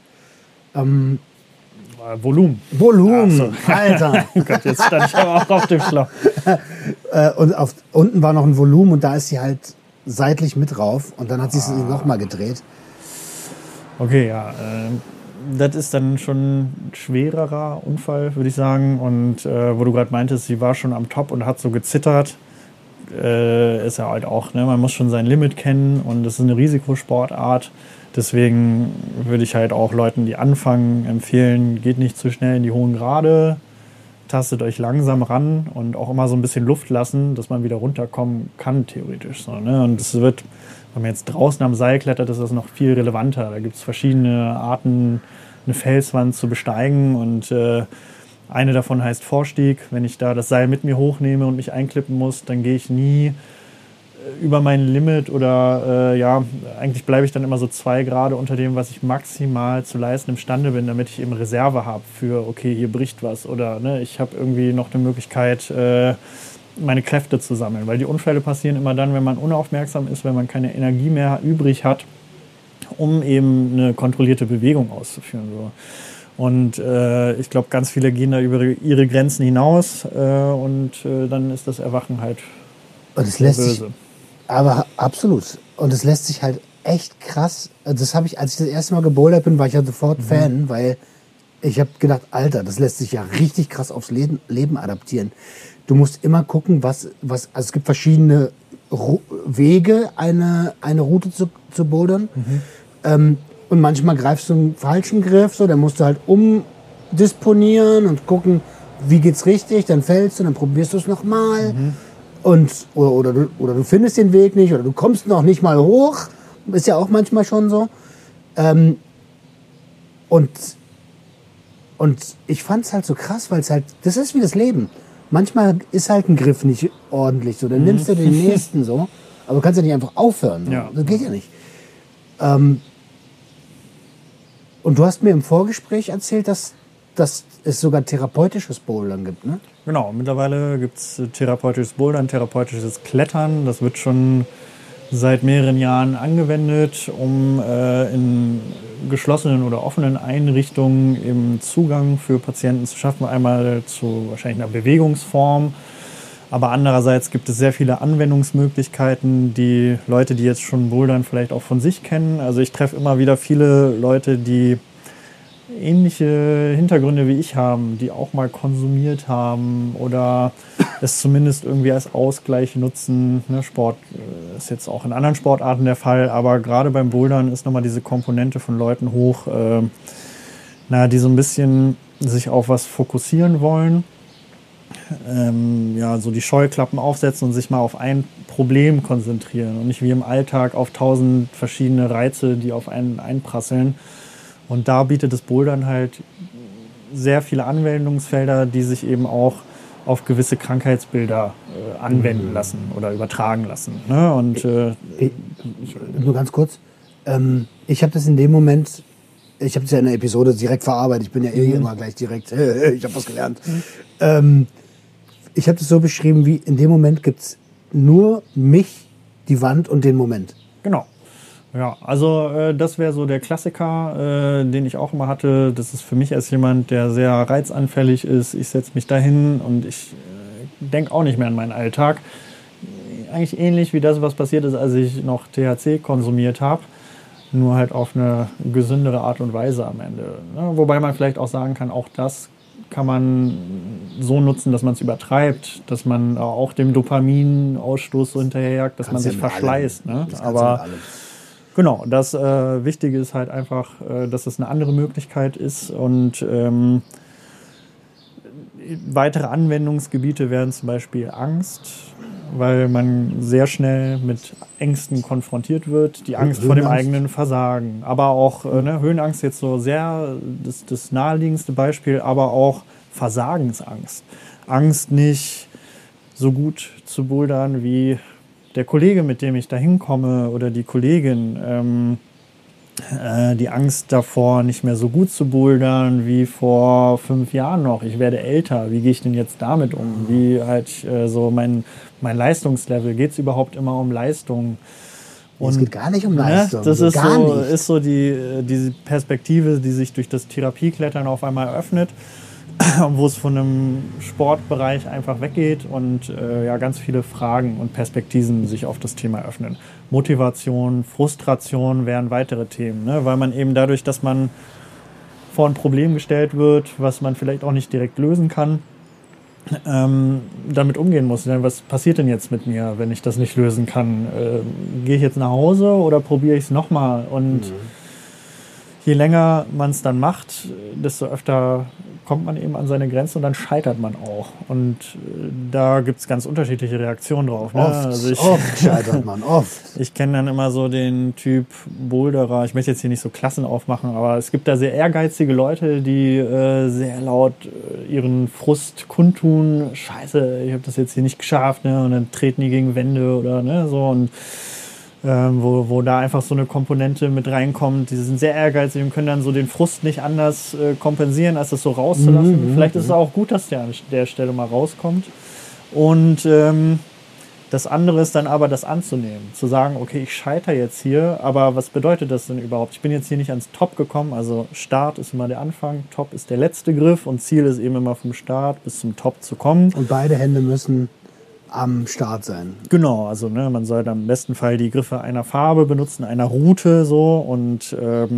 Volumen. Volumen, Alter. Oh Gott, jetzt stand ich aber auch auf dem Schlauch. Und unten war noch ein Volumen und da ist sie halt seitlich mit drauf. Und dann hat sie es nochmal gedreht. Okay, ja. Das ist dann schon ein schwererer Unfall, würde ich sagen. Und wo du gerade meintest, sie war schon am Top und hat so gezittert, ist ja halt auch, ne? Man muss schon sein Limit kennen und das ist eine Risikosportart. Deswegen würde ich halt auch Leuten, die anfangen, empfehlen, geht nicht zu schnell in die hohen Grade, tastet euch langsam ran und auch immer so ein bisschen Luft lassen, dass man wieder runterkommen kann, theoretisch. So, ne? Und es wird, wenn man jetzt draußen am Seil klettert, ist das noch viel relevanter. Da gibt es verschiedene Arten, eine Felswand zu besteigen und eine davon heißt Vorstieg. Wenn ich da das Seil mit mir hochnehme und mich einklippen muss, dann gehe ich nie über mein Limit oder eigentlich bleibe ich dann immer so 2 Grad unter dem, was ich maximal zu leisten imstande bin, damit ich eben Reserve habe für, okay, hier bricht was oder ne, ich habe irgendwie noch eine Möglichkeit, meine Kräfte zu sammeln. Weil die Unfälle passieren immer dann, wenn man unaufmerksam ist, wenn man keine Energie mehr übrig hat, um eben eine kontrollierte Bewegung auszuführen. So. Und ich glaube, ganz viele gehen da über ihre Grenzen hinaus und dann ist das Erwachen halt und es lässt böse. Sich, aber absolut. Und es lässt sich halt echt krass, das habe ich, als ich das erste Mal gebouldert bin, war ich ja sofort Fan, weil ich habe gedacht, Alter, das lässt sich ja richtig krass aufs Leben adaptieren. Du musst immer gucken, also es gibt verschiedene Wege, eine Route zu bouldern. Und manchmal greifst du einen falschen Griff, so, dann musst du halt umdisponieren und gucken, wie geht's richtig, dann fällst du, dann probierst du es nochmal. Oder du findest den Weg nicht oder du kommst noch nicht mal hoch. Ist ja auch manchmal schon so. Und ich fand es halt so krass, weil es halt, das ist wie das Leben. Manchmal ist halt ein Griff nicht ordentlich so, dann nimmst du den nächsten so, aber du kannst ja nicht einfach aufhören. So. Ja. Das geht ja nicht. Und du hast mir im Vorgespräch erzählt, dass es sogar therapeutisches Bouldern gibt, ne? Genau, mittlerweile gibt es therapeutisches Bouldern, therapeutisches Klettern. Das wird schon seit mehreren Jahren angewendet, um in geschlossenen oder offenen Einrichtungen eben Zugang für Patienten zu schaffen. Einmal zu wahrscheinlich einer Bewegungsform, aber andererseits gibt es sehr viele Anwendungsmöglichkeiten, die Leute, die jetzt schon bouldern, vielleicht auch von sich kennen. Also ich treffe immer wieder viele Leute, die ähnliche Hintergründe wie ich haben, die auch mal konsumiert haben oder es zumindest irgendwie als Ausgleich nutzen. Ne, Sport ist jetzt auch in anderen Sportarten der Fall, aber gerade beim Bouldern ist nochmal diese Komponente von Leuten hoch, die so ein bisschen sich auf was fokussieren wollen, so die Scheuklappen aufsetzen und sich mal auf ein Problem konzentrieren und nicht wie im Alltag auf 1000 verschiedene Reize, die auf einen einprasseln. Und da bietet das Bouldern halt sehr viele Anwendungsfelder, die sich eben auch auf gewisse Krankheitsbilder anwenden lassen oder übertragen lassen. Ne? Und, nur ganz kurz, ich habe das in dem Moment, ich habe das ja in der Episode direkt verarbeitet, ich bin ja immer gleich direkt, ich habe was gelernt. Ich habe das so beschrieben, wie in dem Moment gibt es nur mich, die Wand und den Moment. Genau. Ja, also das wäre so der Klassiker, den ich auch immer hatte. Das ist für mich als jemand, der sehr reizanfällig ist. Ich setze mich dahin und ich denke auch nicht mehr an meinen Alltag. eigentlich ähnlich wie das, was passiert ist, als ich noch THC konsumiert habe. Nur halt auf eine gesündere Art und Weise am Ende. Ne? Wobei man vielleicht auch sagen kann, auch das kann man so nutzen, dass man es übertreibt, dass man auch dem Dopaminausstoß so hinterherjagt, dass man sich verschleißt. Ne? Aber genau, das Wichtige ist halt einfach, dass es eine andere Möglichkeit ist und weitere Anwendungsgebiete wären zum Beispiel Angst, weil man sehr schnell mit Ängsten konfrontiert wird. Die Angst vor dem eigenen Versagen. Aber auch Höhenangst jetzt so sehr das naheliegendste Beispiel, aber auch Versagensangst. Angst, nicht so gut zu bouldern wie der Kollege, mit dem ich da hinkomme oder die Kollegin. Die Angst davor, nicht mehr so gut zu bouldern wie vor 5 Jahren noch. Ich werde älter. Wie gehe ich denn jetzt damit um? Wie halt so mein Leistungslevel? Geht es überhaupt immer um Leistung? Und, es geht gar nicht um Leistung. Das ist so diese Perspektive, die sich durch das Therapieklettern auf einmal öffnet, wo es von einem Sportbereich einfach weggeht und ganz viele Fragen und Perspektiven sich auf das Thema öffnen. Motivation, Frustration wären weitere Themen, ne? Weil man eben dadurch, dass man vor ein Problem gestellt wird, was man vielleicht auch nicht direkt lösen kann, damit umgehen muss. Was passiert denn jetzt mit mir, wenn ich das nicht lösen kann? Gehe ich jetzt nach Hause oder probiere ich es nochmal? Und je länger man es dann macht, desto öfter kommt man eben an seine Grenze und dann scheitert man auch. Und da gibt es ganz unterschiedliche Reaktionen drauf. Ne? Oft scheitert man, oft. Ich kenne dann immer so den Typ Boulderer, ich möchte jetzt hier nicht so Klassen aufmachen, aber es gibt da sehr ehrgeizige Leute, die sehr laut ihren Frust kundtun. Scheiße, ich habe das jetzt hier nicht geschafft, ne? Und dann treten die gegen Wände oder ne, so und wo da einfach so eine Komponente mit reinkommt. Die sind sehr ehrgeizig und können dann so den Frust nicht anders kompensieren, als das so rauszulassen. Vielleicht ist es auch gut, dass der an der Stelle mal rauskommt. Und das andere ist dann aber, das anzunehmen. Zu sagen, okay, ich scheitere jetzt hier, aber was bedeutet das denn überhaupt? Ich bin jetzt hier nicht ans Top gekommen. Also Start ist immer der Anfang, Top ist der letzte Griff und Ziel ist eben immer vom Start bis zum Top zu kommen. Und beide Hände müssen am Start sein. Genau, also man sollte am besten Fall die Griffe einer Farbe benutzen, einer Route so und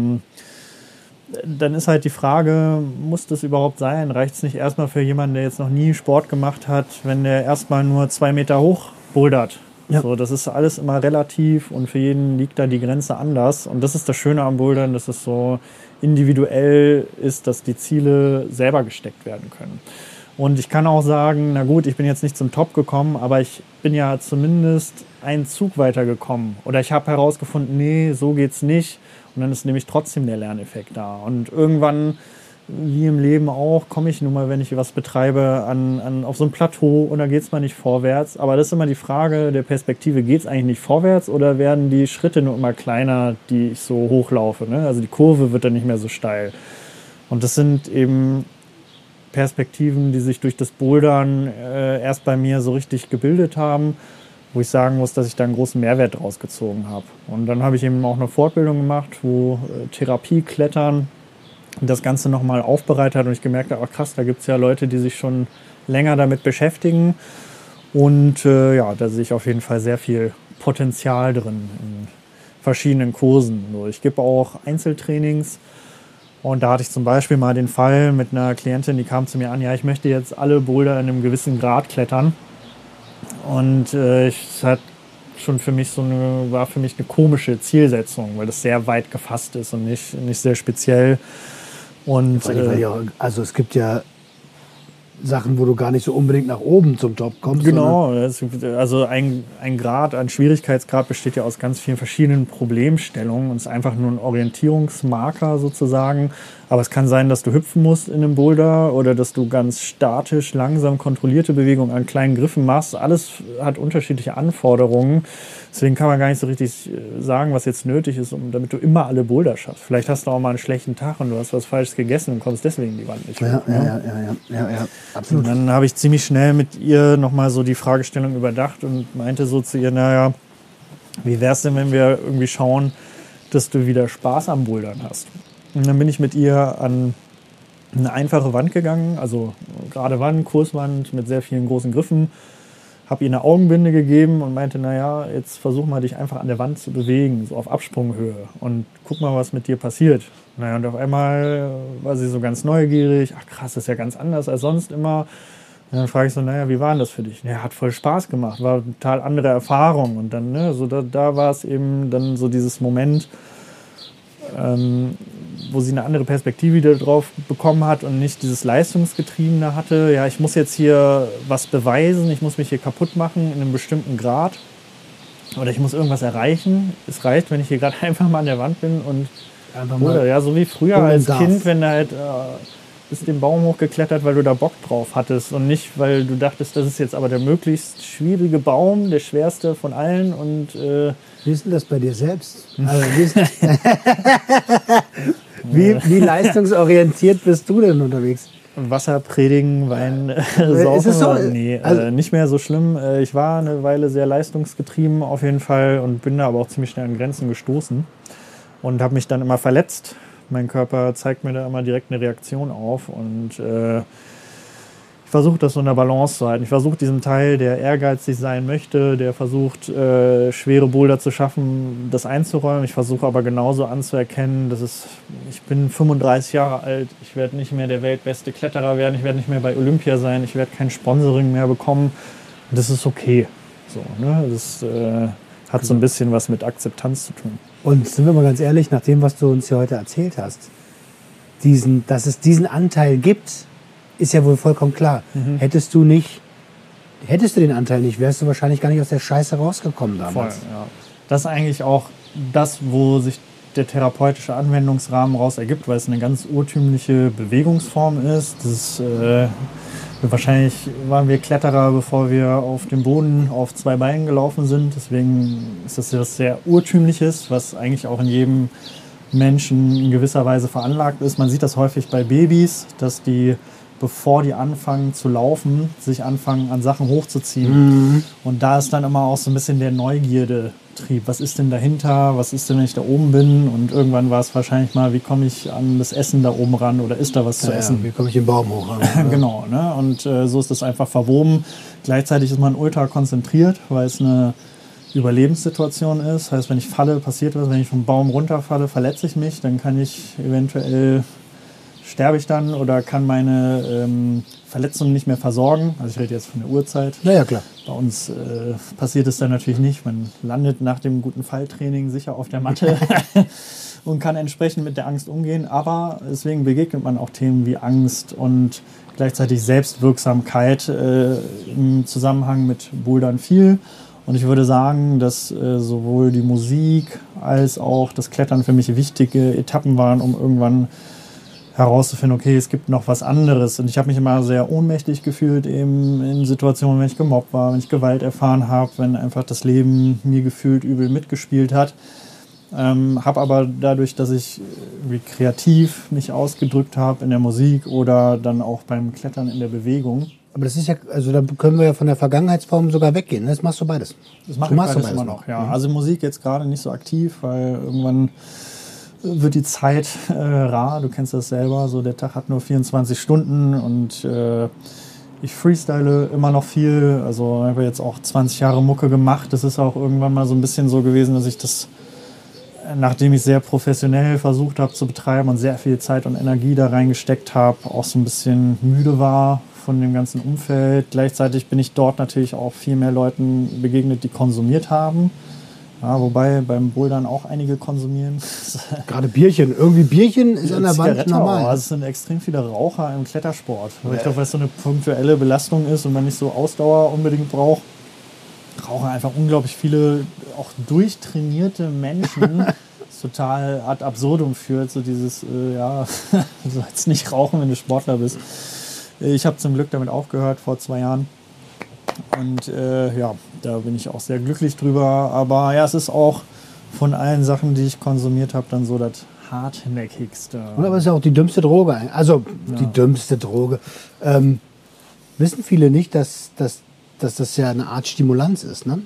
dann ist halt die Frage, muss das überhaupt sein? Reicht es nicht erstmal für jemanden, der jetzt noch nie Sport gemacht hat, wenn der erstmal nur 2 Meter hoch bouldert? Ja. So, das ist alles immer relativ und für jeden liegt da die Grenze anders und das ist das Schöne am Bouldern, dass es so individuell ist, dass die Ziele selber gesteckt werden können. Und ich kann auch sagen, na gut, ich bin jetzt nicht zum Top gekommen, aber ich bin ja zumindest einen Zug weitergekommen. Oder ich habe herausgefunden, nee, so geht's nicht. Und dann ist nämlich trotzdem der Lerneffekt da. Und irgendwann, wie im Leben auch, komme ich nun mal, wenn ich was betreibe, auf so ein Plateau und da geht's mal nicht vorwärts. Aber das ist immer die Frage der Perspektive, geht's eigentlich nicht vorwärts oder werden die Schritte nur immer kleiner, die ich so hochlaufe, ne? Also die Kurve wird dann nicht mehr so steil. Und das sind eben Perspektiven, die sich durch das Bouldern erst bei mir so richtig gebildet haben, wo ich sagen muss, dass ich da einen großen Mehrwert draus gezogen habe. Und dann habe ich eben auch eine Fortbildung gemacht, wo Therapieklettern das Ganze nochmal aufbereitet hat und ich gemerkt habe, ach krass, da gibt es ja Leute, die sich schon länger damit beschäftigen und da sehe ich auf jeden Fall sehr viel Potenzial drin in verschiedenen Kursen. So, ich gebe auch Einzeltrainings. Und da hatte ich zum Beispiel mal den Fall mit einer Klientin, die kam zu mir an, ja, ich möchte jetzt alle Boulder in einem gewissen Grad klettern. Und es hat schon war für mich eine komische Zielsetzung, weil das sehr weit gefasst ist und nicht sehr speziell. Und also es gibt ja Sachen, wo du gar nicht so unbedingt nach oben zum Top kommst. Genau, also ein Schwierigkeitsgrad besteht ja aus ganz vielen verschiedenen Problemstellungen und ist einfach nur ein Orientierungsmarker sozusagen. Aber es kann sein, dass du hüpfen musst in einem Boulder oder dass du ganz statisch, langsam kontrollierte Bewegungen an kleinen Griffen machst. Alles hat unterschiedliche Anforderungen. Deswegen kann man gar nicht so richtig sagen, was jetzt nötig ist, damit du immer alle Boulder schaffst. Vielleicht hast du auch mal einen schlechten Tag und du hast was Falsches gegessen und kommst deswegen die Wand nicht hoch. Ja, absolut. Und dann habe ich ziemlich schnell mit ihr nochmal so die Fragestellung überdacht und meinte so zu ihr, naja, wie wär's denn, wenn wir irgendwie schauen, dass du wieder Spaß am Bouldern hast? Und dann bin ich mit ihr an eine einfache Wand gegangen, also gerade Wand, Kurswand mit sehr vielen großen Griffen. habe ihr eine Augenbinde gegeben und meinte, naja, jetzt versuch mal dich einfach an der Wand zu bewegen, so auf Absprunghöhe und guck mal, was mit dir passiert. Naja, und auf einmal war sie so ganz neugierig, ach krass, das ist ja ganz anders als sonst immer. Und dann frage ich so, naja, wie war denn das für dich? Ja, hat voll Spaß gemacht, war eine total andere Erfahrung. Und dann, ne, so da war es eben dann so dieses Moment, wo sie eine andere Perspektive wieder drauf bekommen hat und nicht dieses Leistungsgetriebene hatte. Ja, ich muss jetzt hier was beweisen, ich muss mich hier kaputt machen in einem bestimmten Grad oder ich muss irgendwas erreichen. Es reicht, wenn ich hier gerade einfach mal an der Wand bin und Einfach mal. oder ja, so wie früher als Kind, wenn du halt bist den Baum hochgeklettert, weil du da Bock drauf hattest und nicht, weil du dachtest, das ist jetzt aber der möglichst schwierige Baum, der schwerste von allen und wie ist denn das bei dir selbst? Also, wie leistungsorientiert bist du denn unterwegs? Wasser predigen, Wein saufen. Ist es so? Nee, Also, nicht mehr so schlimm. Ich war eine Weile sehr leistungsgetrieben auf jeden Fall und bin da aber auch ziemlich schnell an Grenzen gestoßen und habe mich dann immer verletzt. Mein Körper zeigt mir da immer direkt eine Reaktion auf und ich versuche das so in der Balance zu halten. Ich versuche diesen Teil, der ehrgeizig sein möchte, der versucht, schwere Boulder zu schaffen, das einzuräumen. Ich versuche aber genauso anzuerkennen, ich bin 35 Jahre alt, ich werde nicht mehr der weltbeste Kletterer werden, ich werde nicht mehr bei Olympia sein, ich werde kein Sponsoring mehr bekommen. Und das ist okay. So, ne? Das hat so ein bisschen was mit Akzeptanz zu tun. und sind wir mal ganz ehrlich, nach dem, was du uns hier heute erzählt hast, dass es diesen Anteil gibt, ist ja wohl vollkommen klar. Hättest du den Anteil nicht, wärst du wahrscheinlich gar nicht aus der Scheiße rausgekommen damals. Voll, ja. Das ist eigentlich auch das, wo sich der therapeutische Anwendungsrahmen raus ergibt, weil es eine ganz urtümliche Bewegungsform ist. Wahrscheinlich waren wir Kletterer, bevor wir auf dem Boden auf zwei Beinen gelaufen sind. Deswegen ist das was sehr Urtümliches, was eigentlich auch in jedem Menschen in gewisser Weise veranlagt ist. Man sieht das häufig bei Babys, dass die, bevor die anfangen zu laufen, sich anfangen an Sachen hochzuziehen. Und da ist dann immer auch so ein bisschen der Neugierdetrieb. Was ist denn dahinter? Was ist denn, wenn ich da oben bin? Und irgendwann war es wahrscheinlich mal, wie komme ich an das Essen da oben ran? Oder ist da was zu essen? Wie komme ich den Baum hoch? Genau, ne? Und so ist das einfach verwoben. Gleichzeitig ist man ultra konzentriert, weil es eine Überlebenssituation ist. Heißt, wenn ich falle, passiert was. Wenn ich vom Baum runterfalle, verletze ich mich. Dann kann ich eventuell, sterbe ich dann oder kann meine Verletzung nicht mehr versorgen. Also ich rede jetzt von der Urzeit. Naja, klar. Bei uns passiert es dann natürlich nicht. Man landet nach dem guten Falltraining sicher auf der Matte und kann entsprechend mit der Angst umgehen. Aber deswegen begegnet man auch Themen wie Angst und gleichzeitig Selbstwirksamkeit im Zusammenhang mit Bouldern viel. Und ich würde sagen, dass sowohl die Musik als auch das Klettern für mich wichtige Etappen waren, um irgendwann herauszufinden, okay, es gibt noch was anderes. Und ich habe mich immer sehr ohnmächtig gefühlt, eben in Situationen, wenn ich gemobbt war, wenn ich Gewalt erfahren habe, wenn einfach das Leben mir gefühlt übel mitgespielt hat. Habe aber dadurch, dass ich irgendwie kreativ mich ausgedrückt habe in der Musik oder dann auch beim Klettern in der Bewegung. Aber das ist ja, also da können wir ja von der Vergangenheitsform sogar weggehen. Das machst du beides. Das mache ich beides immer noch, ja. Also Musik jetzt gerade nicht so aktiv, weil irgendwann wird die Zeit rar. Du kennst das selber, so der Tag hat nur 24 Stunden und ich freestyle immer noch viel. Also ich habe jetzt auch 20 Jahre Mucke gemacht. Das ist auch irgendwann mal so ein bisschen so gewesen, dass ich das, nachdem ich sehr professionell versucht habe zu betreiben und sehr viel Zeit und Energie da reingesteckt habe, auch so ein bisschen müde war von dem ganzen Umfeld. Gleichzeitig bin ich dort natürlich auch viel mehr Leuten begegnet, die konsumiert haben. Ja, wobei beim Bouldern auch einige konsumieren. Gerade Bierchen. Irgendwie Bierchen ist an der Wand normal. Es sind extrem viele Raucher im Klettersport. Ich glaube, weil es so eine punktuelle Belastung ist und man nicht so Ausdauer unbedingt braucht, rauchen einfach unglaublich viele auch durchtrainierte Menschen. Das total ad absurdum führt. So dieses, du sollst nicht rauchen, wenn du Sportler bist. Ich habe zum Glück damit aufgehört vor 2 Jahren. Und da bin ich auch sehr glücklich drüber. Aber ja, es ist auch von allen Sachen, die ich konsumiert habe, dann so das hartnäckigste. Aber es ist ja auch die dümmste Droge. Also die dümmste Droge. Wissen viele nicht, dass das ja eine Art Stimulanz ist. Ne?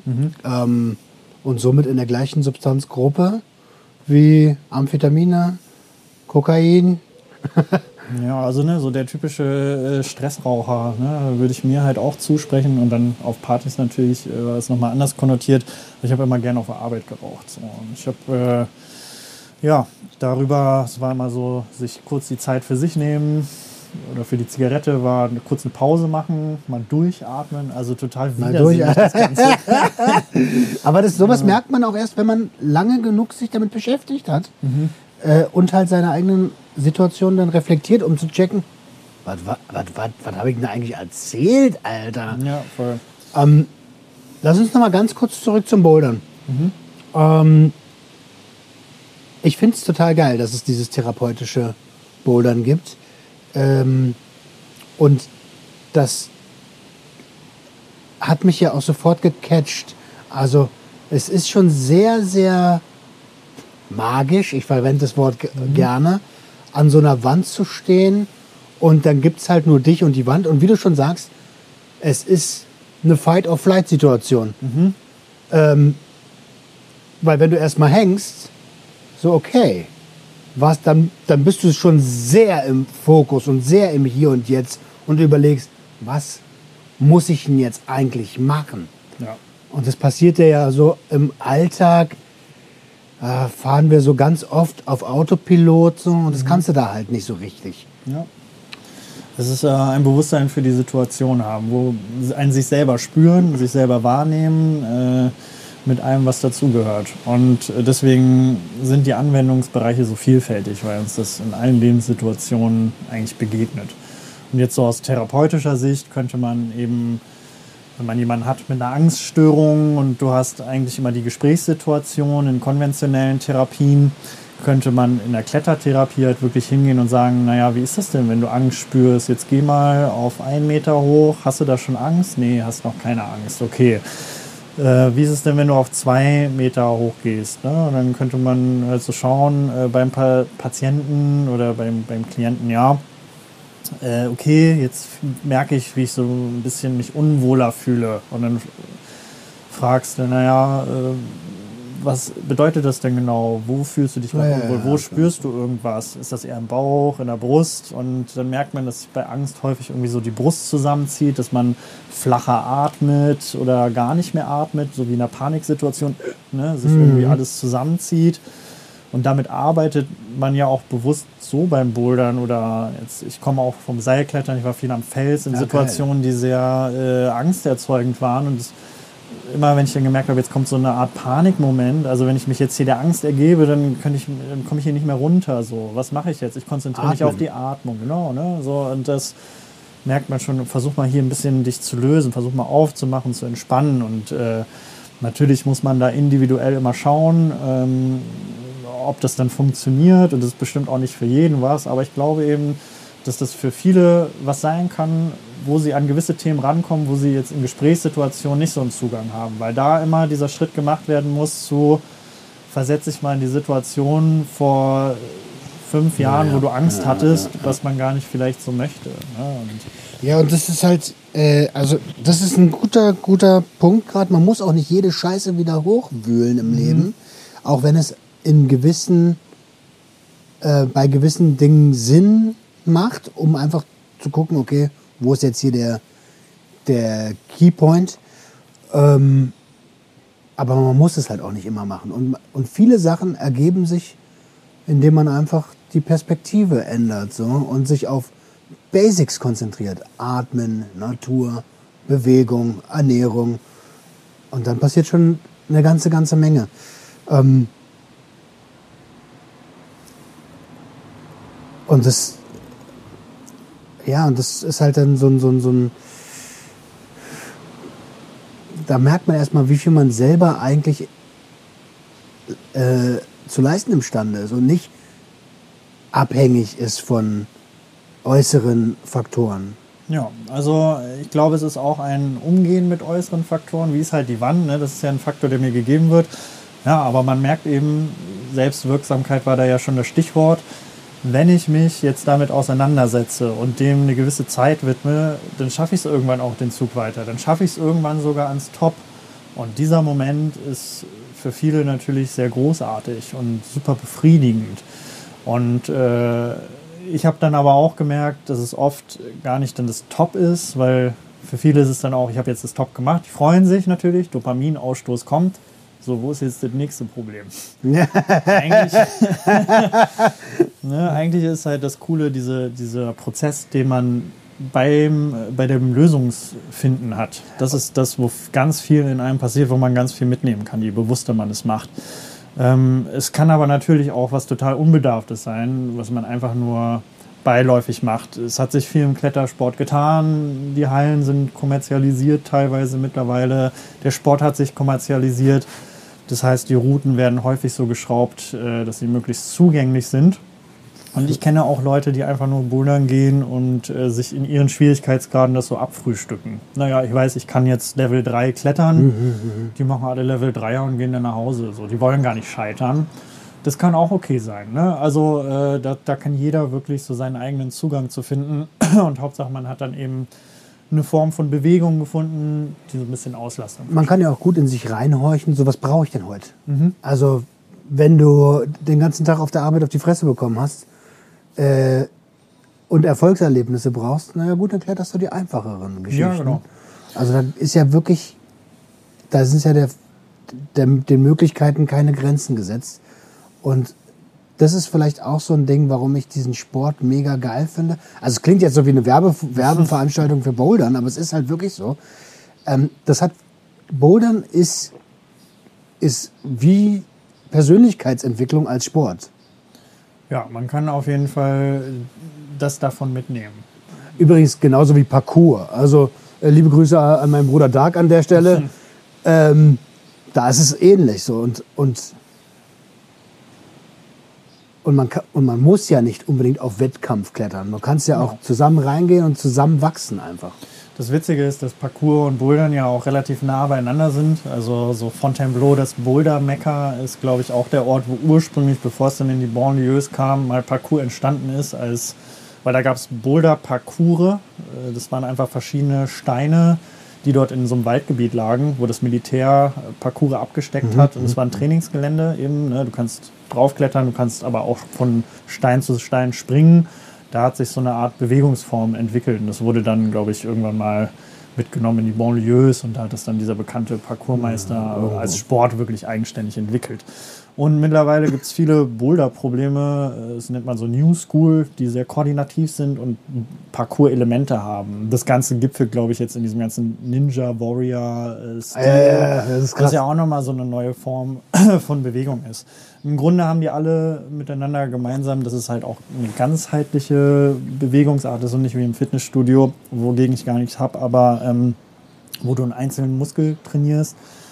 Und somit in der gleichen Substanzgruppe wie Amphetamine, Kokain Ja, also ne, so der typische Stressraucher, ne, würde ich mir halt auch zusprechen und dann auf Partys natürlich war es nochmal anders konnotiert. Ich habe immer gerne auf der Arbeit geraucht. So. Und ich habe darüber, es war immer so, sich kurz die Zeit für sich nehmen oder für die Zigarette war eine kurze Pause machen, mal durchatmen, also total widersinnig das Ganze. Aber sowas merkt man auch erst, wenn man lange genug sich damit beschäftigt hat und halt seine eigenen Situationen dann reflektiert, um zu checken, was habe ich denn eigentlich erzählt, Alter? Ja, voll. Lass uns noch mal ganz kurz zurück zum Bouldern. Ich finde es total geil, dass es dieses therapeutische Bouldern gibt. Und das hat mich ja auch sofort gecatcht. Also es ist schon sehr, sehr magisch, ich verwende das Wort gerne, an so einer Wand zu stehen und dann gibt es halt nur dich und die Wand. Und wie du schon sagst, es ist eine Fight-or-Flight-Situation. Weil wenn du erstmal hängst, so okay, dann bist du schon sehr im Fokus und sehr im Hier und Jetzt und du überlegst, was muss ich denn jetzt eigentlich machen? Ja. Und das passiert ja so im Alltag, fahren wir so ganz oft auf Autopilot so, und das kannst du da halt nicht so richtig. Ja. Es ist ein Bewusstsein für die Situation haben, wo ein sich selber spüren, sich selber wahrnehmen, mit allem, was dazugehört. Und deswegen sind die Anwendungsbereiche so vielfältig, weil uns das in allen Lebenssituationen eigentlich begegnet. Und jetzt so aus therapeutischer Sicht könnte man eben, wenn man jemanden hat mit einer Angststörung und du hast eigentlich immer die Gesprächssituation in konventionellen Therapien, könnte man in der Klettertherapie halt wirklich hingehen und sagen, naja, wie ist das denn, wenn du Angst spürst? Jetzt geh mal auf 1 Meter hoch, hast du da schon Angst? Nee, hast noch keine Angst, okay. Wie ist es denn, wenn du auf 2 Meter hoch gehst? Ne? Und dann könnte man halt so schauen, beim Patienten oder beim Klienten, ja, okay, jetzt merke ich, wie ich so ein bisschen mich unwohler fühle. Und dann fragst du, naja, was bedeutet das denn genau? Wo fühlst du dich unwohl? Wo spürst du irgendwas? Ist das eher im Bauch, in der Brust? Und dann merkt man, dass sich bei Angst häufig irgendwie so die Brust zusammenzieht, dass man flacher atmet oder gar nicht mehr atmet, so wie in einer Paniksituation, ne, sich irgendwie alles zusammenzieht. Und damit arbeitet man ja auch bewusst so beim Bouldern oder jetzt, ich komme auch vom Seilklettern, ich war viel am Fels in Situationen, die sehr angsterzeugend waren und immer wenn ich dann gemerkt habe, jetzt kommt so eine Art Panikmoment, also wenn ich mich jetzt hier der Angst ergebe, dann komme ich hier nicht mehr runter. So, was mache ich jetzt? Ich konzentriere mich auf die Atmung, genau, ne? So, und das merkt man schon, versuch mal hier ein bisschen dich zu lösen, versuch mal aufzumachen, zu entspannen und natürlich muss man da individuell immer schauen, ob das dann funktioniert und das ist bestimmt auch nicht für jeden was, aber ich glaube eben, dass das für viele was sein kann, wo sie an gewisse Themen rankommen, wo sie jetzt in Gesprächssituationen nicht so einen Zugang haben, weil da immer dieser Schritt gemacht werden muss zu, versetze ich mal in die Situation vor 5 Jahren, wo du Angst hattest, was man gar nicht vielleicht so möchte. Ja, und das ist halt, also das ist ein guter Punkt gerade. Man muss auch nicht jede Scheiße wieder hochwühlen im Leben, auch wenn es in bei gewissen Dingen Sinn macht, um einfach zu gucken, okay, wo ist jetzt hier der Keypoint? Aber man muss es halt auch nicht immer machen. Und viele Sachen ergeben sich, indem man einfach die Perspektive ändert so, und sich auf Basics konzentriert. Atmen, Natur, Bewegung, Ernährung. Und dann passiert schon eine ganze Menge. Und das ist halt dann so ein da merkt man erstmal, wie viel man selber eigentlich zu leisten imstande ist und nicht abhängig ist von äußeren Faktoren. Ja, also ich glaube, es ist auch ein Umgehen mit äußeren Faktoren, wie ist halt die Wand, ne? Das ist ja ein Faktor, der mir gegeben wird. Ja, aber man merkt eben, Selbstwirksamkeit war da ja schon das Stichwort. Wenn ich mich jetzt damit auseinandersetze und dem eine gewisse Zeit widme, dann schaffe ich es irgendwann auch den Zug weiter. Dann schaffe ich es irgendwann sogar ans Top. Und dieser Moment ist für viele natürlich sehr großartig und super befriedigend. Und ich habe dann aber auch gemerkt, dass es oft gar nicht dann das Top ist, weil für viele ist es dann auch, ich habe jetzt das Top gemacht, die freuen sich natürlich, Dopaminausstoß kommt. So, wo ist jetzt das nächste Problem? Eigentlich ist halt das Coole, dieser Prozess, den man bei dem Lösungsfinden hat. Das ist das, wo ganz viel in einem passiert, wo man ganz viel mitnehmen kann, je bewusster man es macht. Es kann aber natürlich auch was total Unbedarftes sein, was man einfach nur beiläufig macht. Es hat sich viel im Klettersport getan. Die Hallen sind kommerzialisiert teilweise mittlerweile. Der Sport hat sich kommerzialisiert. Das heißt, die Routen werden häufig so geschraubt, dass sie möglichst zugänglich sind. Und ich kenne auch Leute, die einfach nur bouldern gehen und sich in ihren Schwierigkeitsgraden das so abfrühstücken. Naja, ich weiß, ich kann jetzt Level 3 klettern. Die machen alle Level 3er und gehen dann nach Hause. So, die wollen gar nicht scheitern. Das kann auch okay sein. Ne? Also da kann jeder wirklich so seinen eigenen Zugang zu finden. Und Hauptsache, man hat dann eben eine Form von Bewegung gefunden, die so ein bisschen Auslastung. Man kann ja auch gut in sich reinhorchen, so was brauche ich denn heute? Also wenn du den ganzen Tag auf der Arbeit auf die Fresse bekommen hast und Erfolgserlebnisse brauchst, naja gut, dann kletterst du die einfacheren Geschichten. Ja, genau. Also da ist ja wirklich, da sind ja den Möglichkeiten keine Grenzen gesetzt. Und das ist vielleicht auch so ein Ding, warum ich diesen Sport mega geil finde. Also es klingt jetzt so wie eine Werbeveranstaltung für Bouldern, aber es ist halt wirklich so. Bouldern ist wie Persönlichkeitsentwicklung als Sport. Ja, man kann auf jeden Fall das davon mitnehmen. Übrigens genauso wie Parkour. Also liebe Grüße an meinen Bruder Dark an der Stelle. Da ist es ähnlich so. Und man muss ja nicht unbedingt auf Wettkampf klettern. Man kann es ja auch zusammen reingehen und zusammen wachsen einfach. Das Witzige ist, dass Parkour und Bouldern ja auch relativ nah beieinander sind. Also so Fontainebleau, das Boulder-Mekka, ist, glaube ich, auch der Ort, wo ursprünglich, bevor es dann in die Banlieues kam, mal Parkour entstanden ist. Weil da gab es Boulder-Parcours. Das waren einfach verschiedene Steine, die dort in so einem Waldgebiet lagen, wo das Militär Parcours abgesteckt hat. Und es war ein Trainingsgelände eben. Ne? Du kannst draufklettern, du kannst aber auch von Stein zu Stein springen. Da hat sich so eine Art Bewegungsform entwickelt. Und das wurde dann, glaube ich, irgendwann mal mitgenommen in die Banlieues. Und da hat es dann dieser bekannte Parkourmeister als Sport wirklich eigenständig entwickelt. Und mittlerweile gibt es viele Boulder-Probleme. Das nennt man so New School, die sehr koordinativ sind und Parcours-Elemente haben. Das Ganze gipfelt, glaube ich, jetzt in diesem ganzen Ninja-Warrior-Stil. Das ist krass. Was ja auch nochmal so eine neue Form von Bewegung ist. Im Grunde haben die alle miteinander gemeinsam, dass es halt auch eine ganzheitliche Bewegungsart ist und nicht wie im Fitnessstudio, wogegen ich gar nichts habe, aber wo du einen einzelnen Muskel trainierst.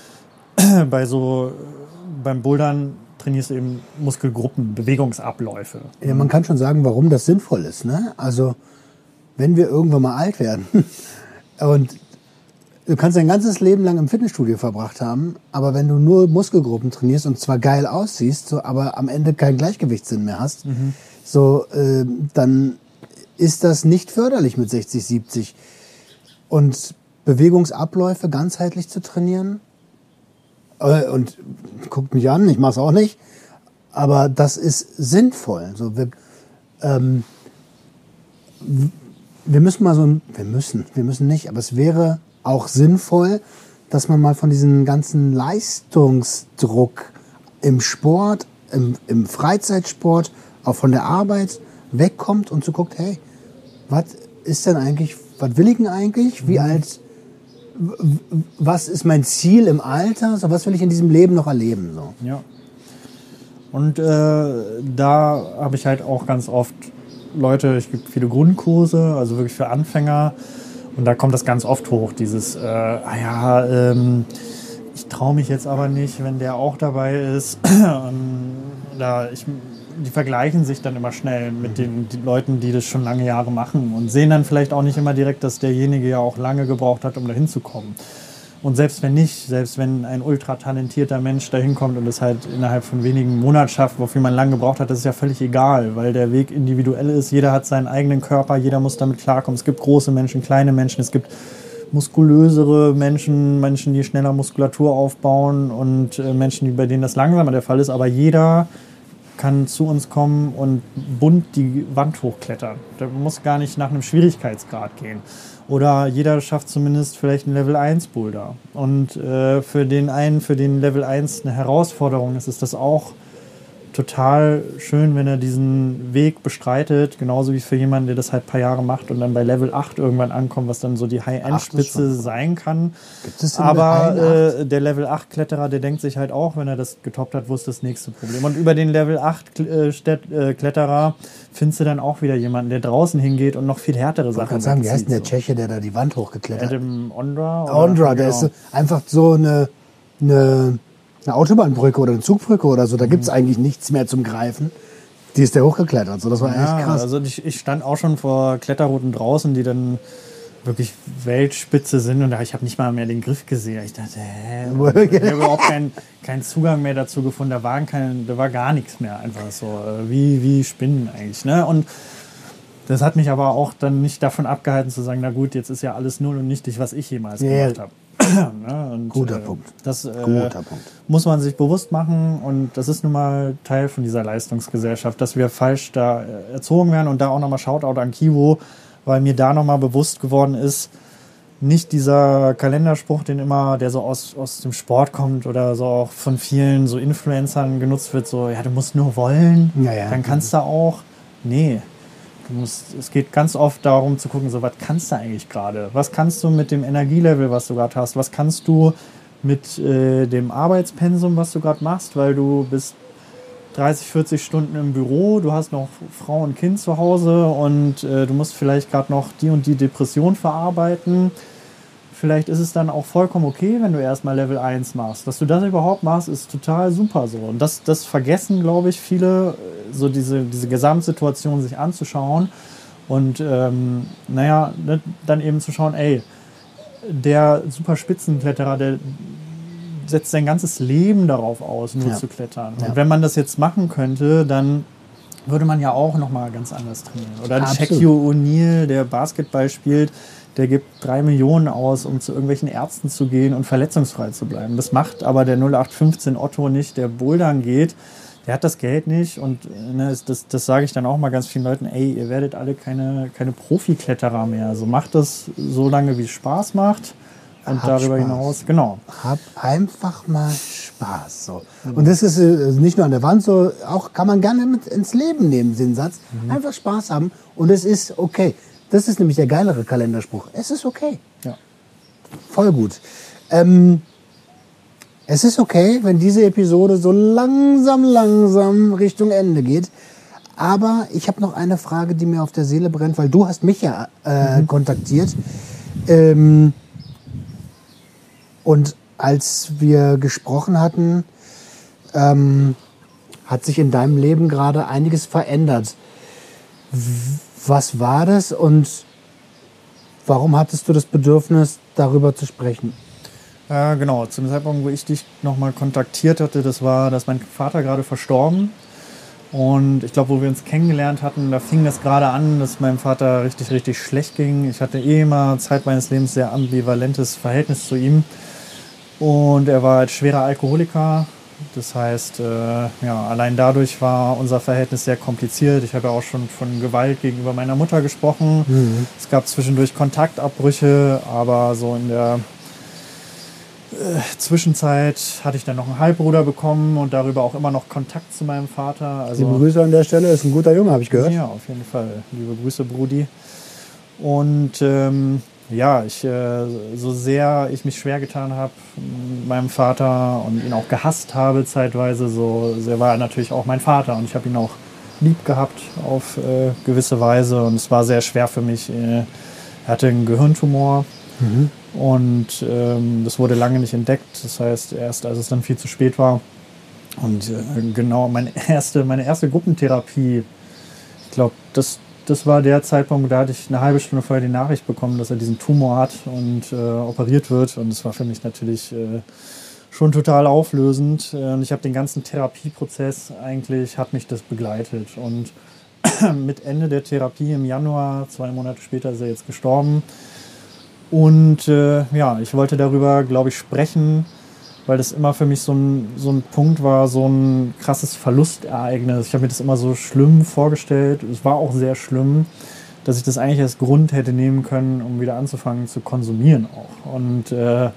Beim Bouldern trainierst du eben Muskelgruppen, Bewegungsabläufe. Ja, man kann schon sagen, warum das sinnvoll ist. Ne? Also, wenn wir irgendwann mal alt werden und du kannst dein ganzes Leben lang im Fitnessstudio verbracht haben, aber wenn du nur Muskelgruppen trainierst und zwar geil aussiehst, so, aber am Ende keinen Gleichgewichtssinn mehr hast, dann ist das nicht förderlich mit 60, 70. Und Bewegungsabläufe ganzheitlich zu trainieren, und guckt mich an, ich mach's auch nicht, aber das ist sinnvoll. So, wir müssen mal wir müssen nicht, aber es wäre auch sinnvoll, dass man mal von diesem ganzen Leistungsdruck im Sport, im Freizeitsport, auch von der Arbeit wegkommt und so guckt, hey, was ist denn eigentlich, was will ich denn eigentlich? Was ist mein Ziel im Alter? So, was will ich in diesem Leben noch erleben? So. Ja. Und da habe ich halt auch ganz oft Leute, ich gebe viele Grundkurse, also wirklich für Anfänger. Und da kommt das ganz oft hoch, dieses, ich traue mich jetzt aber nicht, wenn der auch dabei ist. Die vergleichen sich dann immer schnell mit den Leuten, die das schon lange Jahre machen und sehen dann vielleicht auch nicht immer direkt, dass derjenige ja auch lange gebraucht hat, um da hinzukommen. Und selbst wenn ein ultra talentierter Mensch da hinkommt und es halt innerhalb von wenigen Monaten schafft, wofür man lange gebraucht hat, das ist ja völlig egal, weil der Weg individuell ist. Jeder hat seinen eigenen Körper, jeder muss damit klarkommen. Es gibt große Menschen, kleine Menschen, es gibt muskulösere Menschen, die schneller Muskulatur aufbauen und Menschen, bei denen das langsamer der Fall ist. Aber jeder kann zu uns kommen und bunt die Wand hochklettern. Der muss gar nicht nach einem Schwierigkeitsgrad gehen. Oder jeder schafft zumindest vielleicht einen Level 1 Boulder. Und für den einen, für den Level 1 eine Herausforderung ist, ist das auch total schön, wenn er diesen Weg bestreitet, genauso wie für jemanden, der das halt ein paar Jahre macht und dann bei Level 8 irgendwann ankommt, was dann so die High-End-Spitze sein kann. Aber der Level 8-Kletterer, der denkt sich halt auch, wenn er das getoppt hat, wo ist das nächste Problem. Und über den Level 8-Kletterer findest du dann auch wieder jemanden, der draußen hingeht und noch viel härtere Sachen. Ich kann sagen, wie heißt denn der Tscheche, der da die Wand hochgeklettert hat? Adam Ondra? Ondra, der ist einfach so eine Autobahnbrücke oder eine Zugbrücke oder so, da gibt es eigentlich nichts mehr zum Greifen. Die ist der hochgeklettert, so, das war echt krass. Also ich stand auch schon vor Kletterrouten draußen, die dann wirklich Weltspitze sind und ich habe nicht mal mehr den Griff gesehen. Ich dachte, ich habe überhaupt keinen Zugang mehr dazu gefunden, da war gar nichts mehr, einfach so wie Spinnen eigentlich. Ne? Und das hat mich aber auch dann nicht davon abgehalten zu sagen, na gut, jetzt ist ja alles null und nichtig, was ich jemals gemacht habe. Ja, und, Guter Punkt. Das muss man sich bewusst machen und das ist nun mal Teil von dieser Leistungsgesellschaft, dass wir falsch da erzogen werden und da auch nochmal Shoutout an Kivo, weil mir da nochmal bewusst geworden ist, nicht dieser Kalenderspruch, der so aus dem Sport kommt oder so auch von vielen so Influencern genutzt wird, so, ja, du musst nur wollen, dann kannst du auch. Nee. Es geht ganz oft darum zu gucken, so, was kannst du eigentlich gerade? Was kannst du mit dem Energielevel, was du gerade hast? Was kannst du mit dem Arbeitspensum, was du gerade machst? Weil du bist 30, 40 Stunden im Büro, du hast noch Frau und Kind zu Hause und du musst vielleicht gerade noch die und die Depression verarbeiten. Vielleicht ist es dann auch vollkommen okay, wenn du erstmal Level 1 machst. Dass du das überhaupt machst, ist total super so. Und das vergessen, glaube ich, viele, so diese Gesamtsituation sich anzuschauen. Und dann eben zu schauen, ey, der super Spitzenkletterer, der setzt sein ganzes Leben darauf aus, nur zu klettern. Und wenn man das jetzt machen könnte, dann würde man ja auch nochmal ganz anders trainieren. Oder Shaquille O'Neal, der Basketball spielt, der gibt 3 Millionen aus, um zu irgendwelchen Ärzten zu gehen und verletzungsfrei zu bleiben. Das macht aber der 0815 Otto nicht, der bouldern geht. Der hat das Geld nicht und das sage ich dann auch mal ganz vielen Leuten, ey, ihr werdet alle keine Profikletterer mehr. Also macht das so lange, wie es Spaß macht und darüber hinaus, genau. Hab einfach mal Spaß. So. Und das ist nicht nur an der Wand so, auch kann man gerne mit ins Leben nehmen, den Satz. Einfach Spaß haben und es ist okay. Das ist nämlich der geilere Kalenderspruch. Es ist okay. Ja. Voll gut. Es ist okay, wenn diese Episode so langsam Richtung Ende geht. Aber ich habe noch eine Frage, die mir auf der Seele brennt, weil du hast mich ja kontaktiert. Und als wir gesprochen hatten, hat sich in deinem Leben gerade einiges verändert. Was war das und warum hattest du das Bedürfnis, darüber zu sprechen? Genau, zum Zeitpunkt, wo ich dich nochmal kontaktiert hatte, das war, dass mein Vater gerade verstorben. Und ich glaube, wo wir uns kennengelernt hatten, da fing das gerade an, dass meinem Vater richtig schlecht ging. Ich hatte immer Zeit meines Lebens sehr ambivalentes Verhältnis zu ihm. Und er war halt schwerer Alkoholiker. Das heißt, allein dadurch war unser Verhältnis sehr kompliziert. Ich habe ja auch schon von Gewalt gegenüber meiner Mutter gesprochen. Es gab zwischendurch Kontaktabbrüche, aber so in der Zwischenzeit hatte ich dann noch einen Halbbruder bekommen und darüber auch immer noch Kontakt zu meinem Vater. Also, liebe Grüße an der Stelle, ist ein guter Junge, habe ich gehört. Ja, auf jeden Fall. Liebe Grüße, Brudi. Und so sehr ich mich schwer getan habe mit meinem Vater und ihn auch gehasst habe zeitweise, so sehr war er natürlich auch mein Vater und ich habe ihn auch lieb gehabt auf gewisse Weise und es war sehr schwer für mich. Er hatte einen Gehirntumor und das wurde lange nicht entdeckt, das heißt erst als es dann viel zu spät war und genau meine erste Gruppentherapie, ich glaube, das war der Zeitpunkt, da hatte ich eine halbe Stunde vorher die Nachricht bekommen, dass er diesen Tumor hat und operiert wird. Und das war für mich natürlich schon total auflösend. Und ich habe den ganzen Therapieprozess eigentlich, hat mich das begleitet. Und mit Ende der Therapie im Januar, 2 Monate später, ist er jetzt gestorben. Und ich wollte darüber, glaube ich, sprechen, weil das immer für mich so ein Punkt war, so ein krasses Verlustereignis. Ich habe mir das immer so schlimm vorgestellt. Es war auch sehr schlimm, dass ich das eigentlich als Grund hätte nehmen können, um wieder anzufangen zu konsumieren auch. Und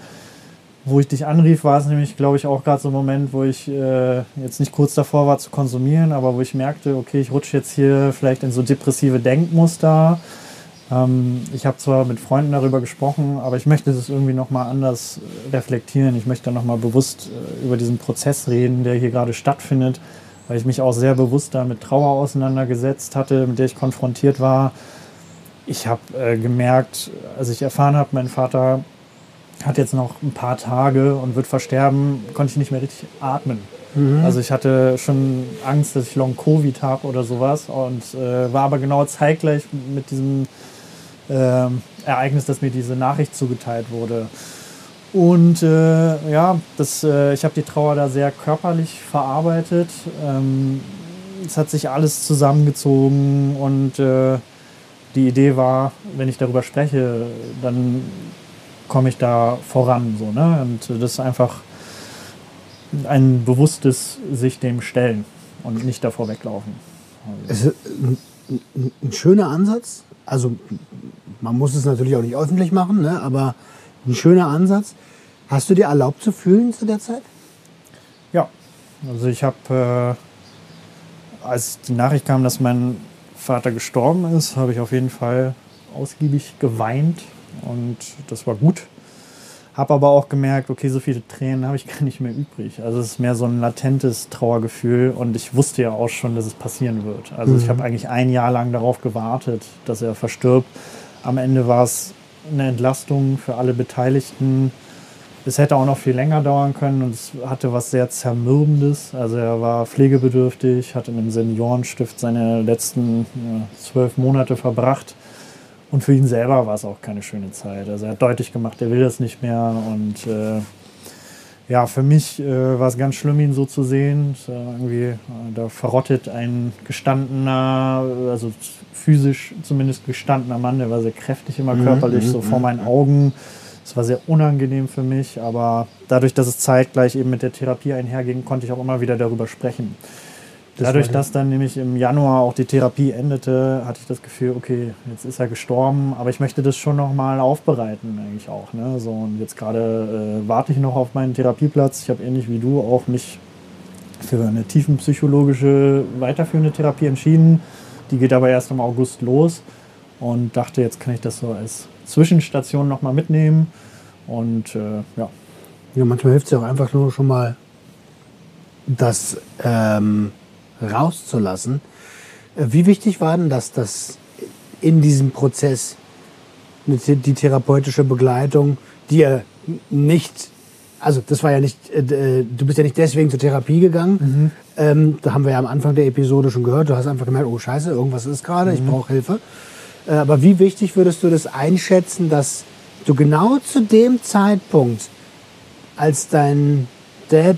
wo ich dich anrief, war es nämlich, glaube ich, auch gerade so ein Moment, wo ich jetzt nicht kurz davor war zu konsumieren, aber wo ich merkte, okay, ich rutsche jetzt hier vielleicht in so depressive Denkmuster. Ich habe zwar mit Freunden darüber gesprochen, aber ich möchte das irgendwie nochmal anders reflektieren. Ich möchte nochmal bewusst über diesen Prozess reden, der hier gerade stattfindet, weil ich mich auch sehr bewusst da mit Trauer auseinandergesetzt hatte, mit der ich konfrontiert war. Ich habe gemerkt, als ich erfahren habe, mein Vater hat jetzt noch ein paar Tage und wird versterben, konnte ich nicht mehr richtig atmen. Also ich hatte schon Angst, dass ich Long-Covid habe oder sowas und war aber genau zeitgleich mit diesem Ereignis, dass mir diese Nachricht zugeteilt wurde. Und ich habe die Trauer da sehr körperlich verarbeitet. Es hat sich alles zusammengezogen und die Idee war, wenn ich darüber spreche, dann komme ich da voran. So, ne? Und das ist einfach ein bewusstes sich dem stellen und nicht davor weglaufen. Es ist ein schöner Ansatz. Also man muss es natürlich auch nicht öffentlich machen, ne? Aber ein schöner Ansatz. Hast du dir erlaubt zu fühlen zu der Zeit? Ja, also ich habe, als die Nachricht kam, dass mein Vater gestorben ist, habe ich auf jeden Fall ausgiebig geweint und das war gut. Habe aber auch gemerkt, okay, so viele Tränen habe ich gar nicht mehr übrig. Also es ist mehr so ein latentes Trauergefühl und ich wusste ja auch schon, dass es passieren wird. Also ich habe eigentlich ein Jahr lang darauf gewartet, dass er verstirbt. Am Ende war es eine Entlastung für alle Beteiligten. Es hätte auch noch viel länger dauern können und es hatte was sehr Zermürbendes. Also er war pflegebedürftig, hat in einem Seniorenstift seine letzten 12 Monate verbracht. Und für ihn selber war es auch keine schöne Zeit. Also er hat deutlich gemacht, er will das nicht mehr. Und für mich war es ganz schlimm, ihn so zu sehen. Da verrottet ein gestandener, also physisch zumindest gestandener Mann, der war sehr kräftig immer körperlich, so vor meinen Augen. Es war sehr unangenehm für mich, aber dadurch, dass es zeitgleich eben mit der Therapie einherging, konnte ich auch immer wieder darüber sprechen. Dadurch, dass dann nämlich im Januar auch die Therapie endete, hatte ich das Gefühl, okay, jetzt ist er gestorben, aber ich möchte das schon nochmal aufbereiten eigentlich auch. Ne? So, und jetzt gerade warte ich noch auf meinen Therapieplatz. Ich habe ähnlich wie du auch mich für eine tiefenpsychologische weiterführende Therapie entschieden. Die geht aber erst im August los und dachte, jetzt kann ich das so als Zwischenstation nochmal mitnehmen. Und Ja, manchmal hilft es ja auch einfach nur schon mal, das rauszulassen. Wie wichtig war denn das in diesem Prozess, die therapeutische Begleitung, die ja nicht, also das war ja nicht, du bist ja nicht deswegen zur Therapie gegangen, da haben wir ja am Anfang der Episode schon gehört, du hast einfach gemerkt, oh Scheiße, irgendwas ist gerade, ich brauche Hilfe. Aber wie wichtig würdest du das einschätzen, dass du genau zu dem Zeitpunkt, als dein Dad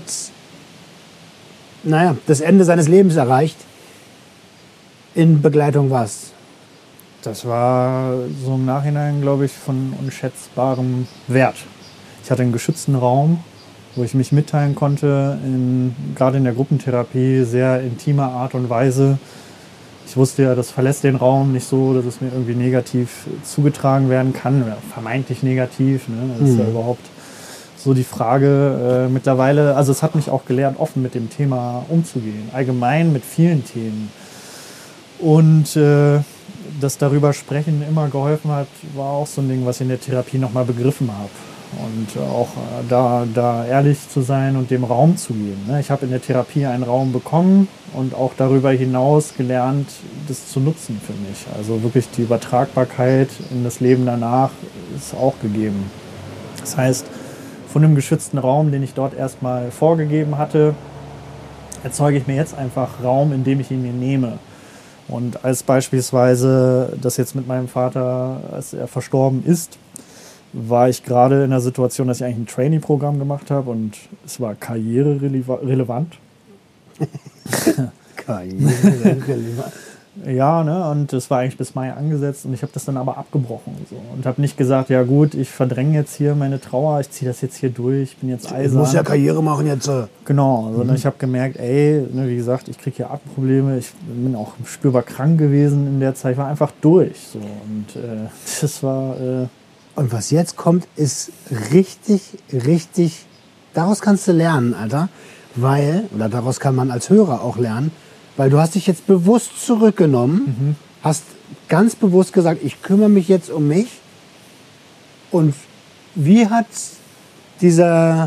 das Ende seines Lebens erreicht, in Begleitung warst? Das war so im Nachhinein, glaube ich, von unschätzbarem Wert. Ich hatte einen geschützten Raum, wo ich mich mitteilen konnte, gerade in der Gruppentherapie, sehr intimer Art und Weise. Ich wusste ja, das verlässt den Raum nicht so, dass es mir irgendwie negativ zugetragen werden kann, oder vermeintlich negativ. Ne? Das ist ja überhaupt so die Frage mittlerweile. Also es hat mich auch gelehrt, offen mit dem Thema umzugehen, allgemein mit vielen Themen. Und das darüber sprechen immer geholfen hat, war auch so ein Ding, was ich in der Therapie nochmal begriffen habe. Und auch da ehrlich zu sein und dem Raum zu geben. Ne? Ich habe in der Therapie einen Raum bekommen und auch darüber hinaus gelernt, das zu nutzen für mich. Also wirklich die Übertragbarkeit in das Leben danach ist auch gegeben. Das heißt, von einem geschützten Raum, den ich dort erstmal vorgegeben hatte, erzeuge ich mir jetzt einfach Raum, in dem ich ihn mir nehme. Und als beispielsweise das jetzt mit meinem Vater, als er verstorben ist, war ich gerade in der Situation, dass ich eigentlich ein Trainee-Programm gemacht habe und es war karriererelevant. Karriererelevant. Ja, ne, und das war eigentlich bis Mai angesetzt und ich habe das dann aber abgebrochen so, und habe nicht gesagt, ja gut, ich verdränge jetzt hier meine Trauer, ich ziehe das jetzt hier durch, ich bin jetzt eisern. Du musst ja Karriere machen jetzt. Genau, sondern ich habe gemerkt, ey, ne, wie gesagt, ich kriege hier Atemprobleme, ich bin auch spürbar krank gewesen in der Zeit, ich war einfach durch. So, und das war... Und was jetzt kommt, ist richtig, richtig, daraus kannst du lernen, Alter, oder daraus kann man als Hörer auch lernen, weil du hast dich jetzt bewusst zurückgenommen, hast ganz bewusst gesagt, ich kümmere mich jetzt um mich. Und wie hat dieser,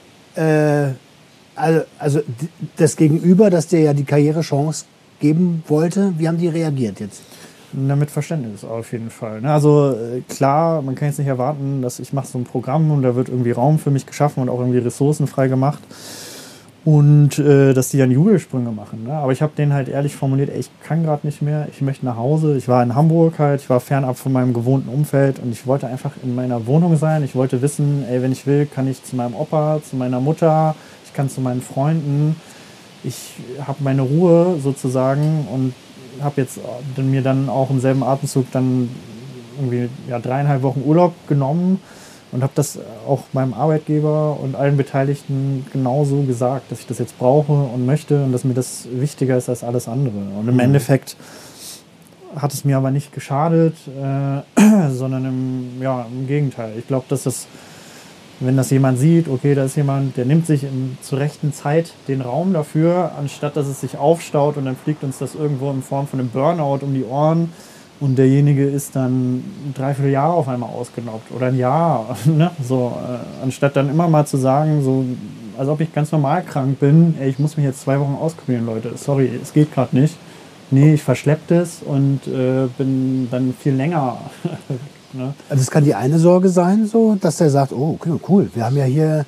also das Gegenüber, das dir ja die Karrierechance geben wollte, wie haben die reagiert jetzt? Na, mit Verständnis auf jeden Fall. Ne? Also klar, man kann jetzt nicht erwarten, dass ich mache so ein Programm und da wird irgendwie Raum für mich geschaffen und auch irgendwie Ressourcen frei gemacht. Und dass die dann Jubelsprünge machen. Ne? Aber ich habe denen halt ehrlich formuliert, ey, ich kann gerade nicht mehr, ich möchte nach Hause. Ich war in Hamburg halt, ich war fernab von meinem gewohnten Umfeld und ich wollte einfach in meiner Wohnung sein. Ich wollte wissen, ey, wenn ich will, kann ich zu meinem Opa, zu meiner Mutter, ich kann zu meinen Freunden. Ich habe meine Ruhe sozusagen und habe jetzt mir dann auch im selben Atemzug dann irgendwie 3,5 Wochen Urlaub genommen. Und habe das auch meinem Arbeitgeber und allen Beteiligten genauso gesagt, dass ich das jetzt brauche und möchte und dass mir das wichtiger ist als alles andere. Und im Endeffekt hat es mir aber nicht geschadet, sondern im Gegenteil. Ich glaube, dass das, wenn das jemand sieht, okay, da ist jemand, der nimmt sich zur rechten Zeit den Raum dafür, anstatt dass es sich aufstaut und dann fliegt uns das irgendwo in Form von einem Burnout um die Ohren. Und derjenige ist dann 3/4 Jahre auf einmal ausgenockt oder ein Jahr. Ne? So, anstatt dann immer mal zu sagen, so, als ob ich ganz normal krank bin, ey, ich muss mich jetzt 2 Wochen auskurieren, Leute. Sorry, es geht gerade nicht. Nee, ich verschleppe das und bin dann viel länger. Ne? Also das kann die eine Sorge sein, so, dass der sagt, oh, okay, cool, wir haben ja hier,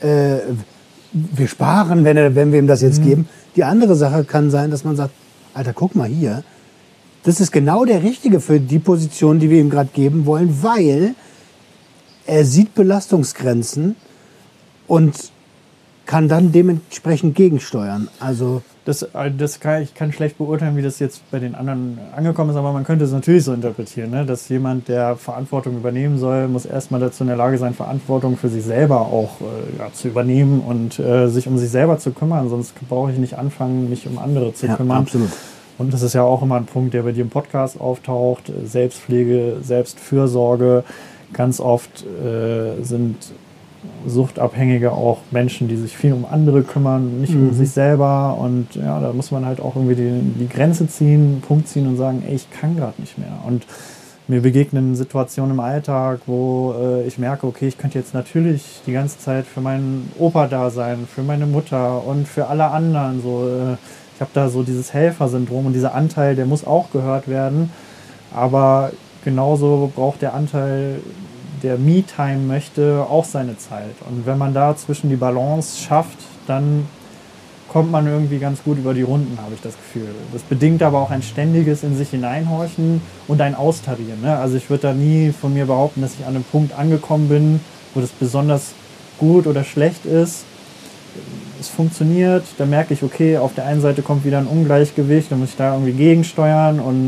wir sparen, wenn wir ihm das jetzt geben. Die andere Sache kann sein, dass man sagt, Alter, guck mal hier, das ist genau der Richtige für die Position, die wir ihm gerade geben wollen, weil er sieht Belastungsgrenzen und kann dann dementsprechend gegensteuern. Also ich kann schlecht beurteilen, wie das jetzt bei den anderen angekommen ist, aber man könnte es natürlich so interpretieren, ne? Dass jemand, der Verantwortung übernehmen soll, muss erstmal dazu in der Lage sein, Verantwortung für sich selber auch zu übernehmen und sich um sich selber zu kümmern. Sonst brauche ich nicht anfangen, mich um andere zu kümmern. Absolut. Und das ist ja auch immer ein Punkt, der bei dir im Podcast auftaucht. Selbstpflege, Selbstfürsorge. Ganz oft sind Suchtabhängige auch Menschen, die sich viel um andere kümmern, nicht um sich selber. Und ja, da muss man halt auch irgendwie die Grenze ziehen, einen Punkt ziehen und sagen, ey, ich kann gerade nicht mehr. Und mir begegnen Situationen im Alltag, wo ich merke, okay, ich könnte jetzt natürlich die ganze Zeit für meinen Opa da sein, für meine Mutter und für alle anderen. So, ich habe da so dieses Helfersyndrom und dieser Anteil, der muss auch gehört werden. Aber genauso braucht der Anteil, der Me-Time möchte, auch seine Zeit. Und wenn man da zwischen die Balance schafft, dann kommt man irgendwie ganz gut über die Runden, habe ich das Gefühl. Das bedingt aber auch ein ständiges in sich hineinhorchen und ein Austarieren. Ne? Also ich würde da nie von mir behaupten, dass ich an einem Punkt angekommen bin, wo das besonders gut oder schlecht ist. Es funktioniert, da merke ich, okay, auf der einen Seite kommt wieder ein Ungleichgewicht, da muss ich da irgendwie gegensteuern und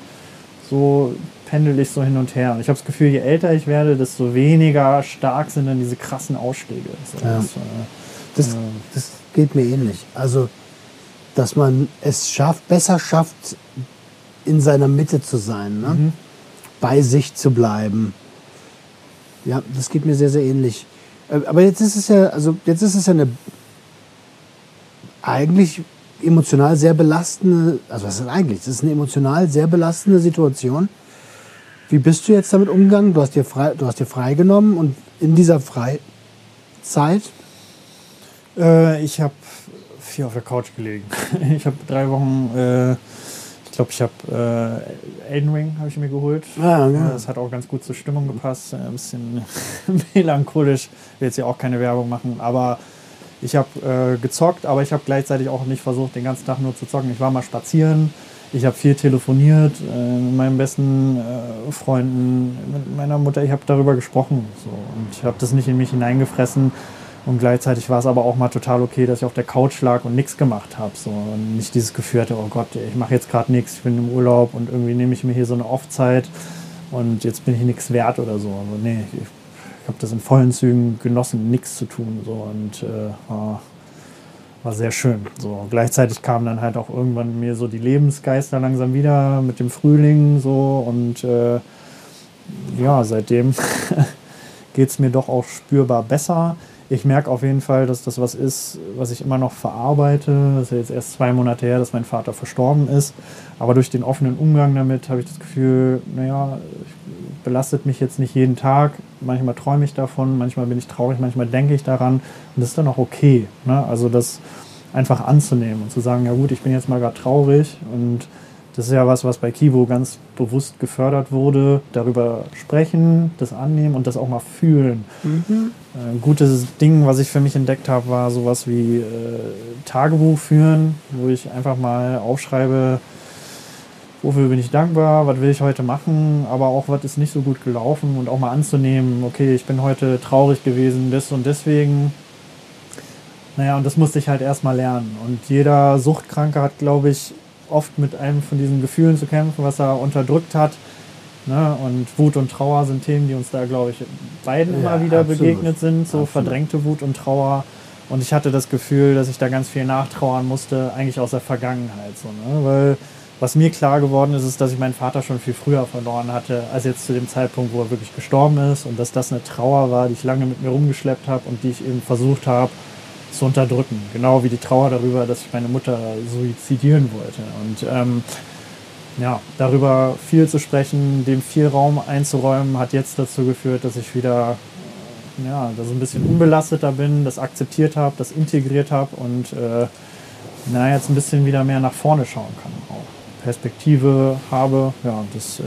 so pendel ich so hin und her. Und ich habe das Gefühl, je älter ich werde, desto weniger stark sind dann diese krassen Ausschläge. So, ja. Das geht mir ähnlich. Also, dass man es besser schafft, in seiner Mitte zu sein, ne? Bei sich zu bleiben. Ja, das geht mir sehr, sehr ähnlich. Aber jetzt ist es ja eine eigentlich emotional sehr belastende, also was ist eigentlich? Das ist eine emotional sehr belastende Situation. Wie bist du jetzt damit umgegangen? Du hast dir frei genommen und in dieser Freizeit? Ich habe viel auf der Couch gelegen. Ich habe 3 Wochen, ich habe Elden Ring habe ich mir geholt. Ja. Das hat auch ganz gut zur Stimmung gepasst. Ein bisschen melancholisch. Ich will jetzt ja auch keine Werbung machen, aber ich habe gezockt, aber ich habe gleichzeitig auch nicht versucht, den ganzen Tag nur zu zocken. Ich war mal spazieren. Ich habe viel telefoniert mit meinen besten Freunden, mit meiner Mutter. Ich habe darüber gesprochen. So. Und ich habe das nicht in mich hineingefressen. Und gleichzeitig war es aber auch mal total okay, dass ich auf der Couch lag und nichts gemacht habe. So. Und nicht dieses Gefühl hatte, oh Gott, ich mache jetzt gerade nichts, ich bin im Urlaub und irgendwie nehme ich mir hier so eine Off-Zeit und jetzt bin ich nichts wert oder so. Also nee, ich habe das in vollen Zügen genossen, nichts zu tun. So. Und war sehr schön. So. Gleichzeitig kamen dann halt auch irgendwann mir so die Lebensgeister langsam wieder mit dem Frühling so und ja, seitdem geht es mir doch auch spürbar besser. Ich merke auf jeden Fall, dass das was ist, was ich immer noch verarbeite. Das ist ja jetzt erst 2 Monate her, dass mein Vater verstorben ist. Aber durch den offenen Umgang damit habe ich das Gefühl, naja, belastet mich jetzt nicht jeden Tag. Manchmal träume ich davon, manchmal bin ich traurig, manchmal denke ich daran. Und das ist dann auch okay. Ne? Also das einfach anzunehmen und zu sagen, ja gut, ich bin jetzt mal gerade traurig. Und das ist ja was bei Kivo ganz bewusst gefördert wurde. Darüber sprechen, das annehmen und das auch mal fühlen. Ein gutes Ding, was ich für mich entdeckt habe, war sowas wie Tagebuch führen, wo ich einfach mal aufschreibe, wofür bin ich dankbar, was will ich heute machen, aber auch, was ist nicht so gut gelaufen und auch mal anzunehmen, okay, ich bin heute traurig gewesen, das und deswegen. Naja, und das musste ich halt erstmal lernen. Und jeder Suchtkranke hat, glaube ich, oft mit einem von diesen Gefühlen zu kämpfen, was er unterdrückt hat. Ne? Und Wut und Trauer sind Themen, die uns da, glaube ich, beiden immer wieder begegnet sind. So verdrängte Wut und Trauer. Und ich hatte das Gefühl, dass ich da ganz viel nachtrauern musste, eigentlich aus der Vergangenheit. So, ne? Weil was mir klar geworden ist, ist, dass ich meinen Vater schon viel früher verloren hatte, als jetzt zu dem Zeitpunkt, wo er wirklich gestorben ist. Und dass das eine Trauer war, die ich lange mit mir rumgeschleppt habe und die ich eben versucht habe zu unterdrücken. Genau wie die Trauer darüber, dass ich meine Mutter suizidieren wollte. Und ja, darüber viel zu sprechen, dem viel Raum einzuräumen, hat jetzt dazu geführt, dass ich wieder da so ein bisschen unbelasteter bin, das akzeptiert habe, das integriert habe und jetzt ein bisschen wieder mehr nach vorne schauen kann. Auch Perspektive habe. Ja, das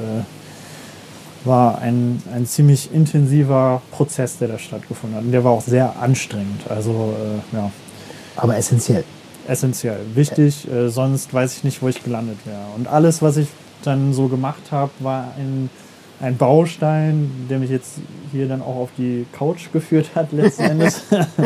war ein ziemlich intensiver Prozess, der da stattgefunden hat. Und der war auch sehr anstrengend. Also, Aber essentiell. Essentiell. Wichtig, sonst weiß ich nicht, wo ich gelandet wäre. Und alles, was ich dann so gemacht habe, war ein Baustein, der mich jetzt hier dann auch auf die Couch geführt hat, letzten Endes.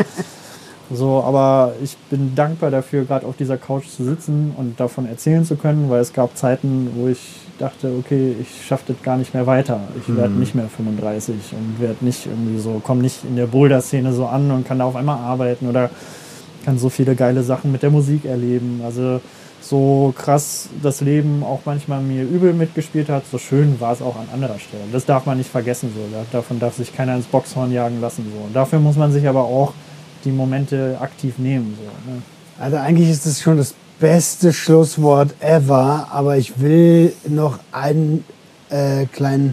So, aber ich bin dankbar dafür, gerade auf dieser Couch zu sitzen und davon erzählen zu können, weil es gab Zeiten, wo ich dachte, okay, ich schaffe das gar nicht mehr weiter. Ich werde nicht mehr 35 und werde nicht irgendwie so, komme nicht in der Boulder-Szene so an und kann da auf einmal arbeiten oder kann so viele geile Sachen mit der Musik erleben. Also so krass das Leben auch manchmal mir übel mitgespielt hat, so schön war es auch an anderer Stelle. Das darf man nicht vergessen. So. Davon darf sich keiner ins Boxhorn jagen lassen. So. Und dafür muss man sich aber auch die Momente aktiv nehmen. So, ne? Also eigentlich ist das schon das beste Schlusswort ever, aber ich will noch einen kleinen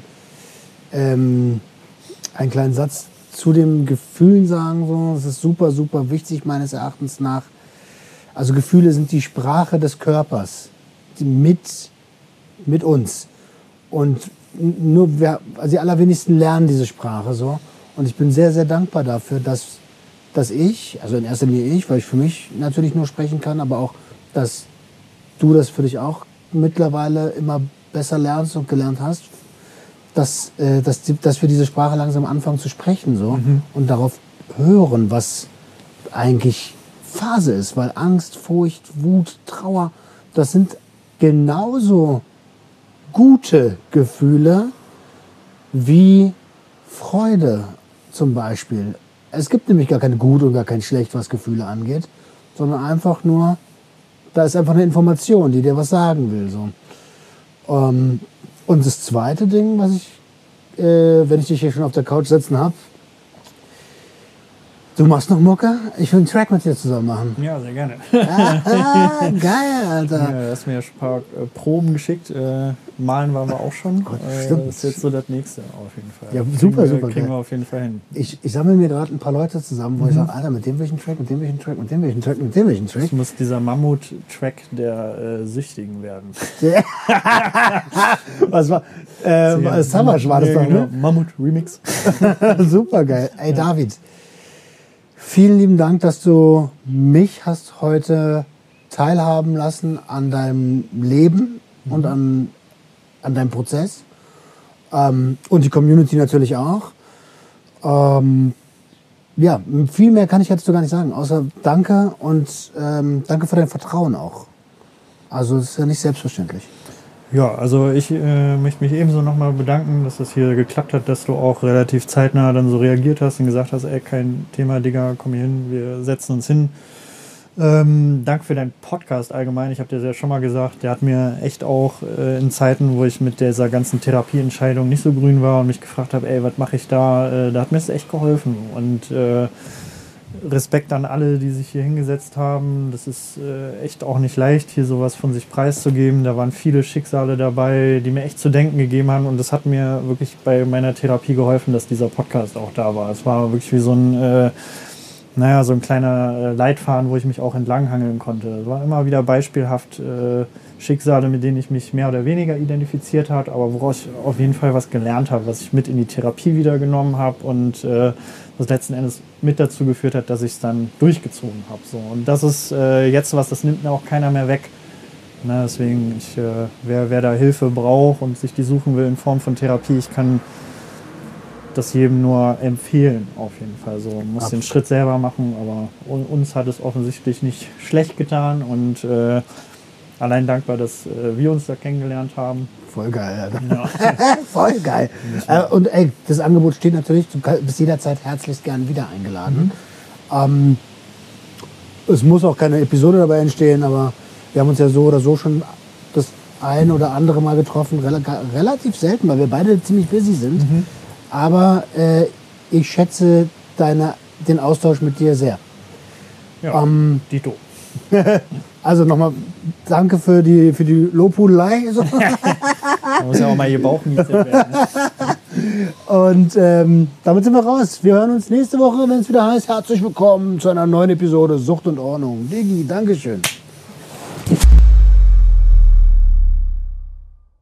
Satz zu den Gefühlen sagen. So. Das ist super, super wichtig meines Erachtens nach. Also Gefühle sind die Sprache des Körpers mit uns. Und die allerwenigsten lernen diese Sprache so. Und ich bin sehr, sehr dankbar dafür, dass ich, also in erster Linie ich, weil ich für mich natürlich nur sprechen kann, aber auch, dass du das für dich auch mittlerweile immer besser lernst und gelernt hast, dass wir diese Sprache langsam anfangen zu sprechen so, und darauf hören, was eigentlich Phase ist, weil Angst, Furcht, Wut, Trauer, das sind genauso gute Gefühle wie Freude zum Beispiel. Es gibt nämlich gar kein Gut und gar kein Schlecht, was Gefühle angeht, sondern einfach nur, da ist einfach eine Information, die dir was sagen will. So. Und das zweite Ding, was ich, wenn ich dich hier schon auf der Couch sitzen habe, du machst noch Mucke? Ich will einen Track mit dir zusammen machen. Ja, sehr gerne. Geil, Alter. Ja, du hast mir ein paar Proben geschickt. Malen waren wir auch schon. Stimmt. Das ist jetzt so das nächste auf jeden Fall. Ja, super, super. Kriegen geil. wir auf jeden Fall hin. Ich sammle mir gerade ein paar Leute zusammen, wo ich sage, Alter, mit dem will ich einen Track, mit dem will ich einen Track, mit dem will ich einen Track, mit dem will ich einen Track. Das muss dieser Mammut-Track der Süchtigen werden. Was war? Savage war das doch, ne? Mammut-Remix. Super geil. Ey, David, vielen lieben Dank, dass du mich hast heute teilhaben lassen an deinem Leben und an deinem Prozess. Und die Community natürlich auch. Ja, viel mehr kann ich dazu gar nicht sagen, außer danke und danke für dein Vertrauen auch. Also es ist ja nicht selbstverständlich. Ja, also ich möchte mich ebenso nochmal bedanken, dass das hier geklappt hat, dass du auch relativ zeitnah dann so reagiert hast und gesagt hast, ey, kein Thema, Digga, komm hier hin, wir setzen uns hin. Danke für deinen Podcast allgemein. Ich habe dir das ja schon mal gesagt, der hat mir echt auch in Zeiten, wo ich mit dieser ganzen Therapieentscheidung nicht so grün war und mich gefragt habe, ey, was mache ich da? Da hat mir das echt geholfen. Und Respekt an alle, die sich hier hingesetzt haben. Das ist echt auch nicht leicht, hier sowas von sich preiszugeben. Da waren viele Schicksale dabei, die mir echt zu denken gegeben haben. Und das hat mir wirklich bei meiner Therapie geholfen, dass dieser Podcast auch da war. Es war wirklich wie so ein so ein kleiner Leitfaden, wo ich mich auch entlanghangeln konnte. Es war immer wieder beispielhaft Schicksale, mit denen ich mich mehr oder weniger identifiziert habe, aber woraus ich auf jeden Fall was gelernt habe, was ich mit in die Therapie wieder genommen habe und was letzten Endes mit dazu geführt hat, dass ich es dann durchgezogen habe. So. Und das ist jetzt was, das nimmt mir auch keiner mehr weg. Na, deswegen, wer da Hilfe braucht und sich die suchen will in Form von Therapie, ich kann das jedem nur empfehlen, auf jeden Fall. So, man muss den Schritt selber machen, aber uns hat es offensichtlich nicht schlecht getan und allein dankbar, dass wir uns da kennengelernt haben. Voll geil, Alter. Ja. Voll geil. Und ey, das Angebot steht natürlich, du bist jederzeit herzlichst gern wieder eingeladen. Es muss auch keine Episode dabei entstehen, aber wir haben uns ja so oder so schon das ein oder andere Mal getroffen, relativ selten, weil wir beide ziemlich busy sind. Aber ich schätze den Austausch mit dir sehr. Ja, Dito. Also nochmal danke für die Lobhudelei. Man muss ja auch mal hier Bauchmiete werden. Und damit sind wir raus. Wir hören uns nächste Woche, wenn es wieder heißt, herzlich willkommen zu einer neuen Episode Sucht und Ordnung. Digi, Dankeschön.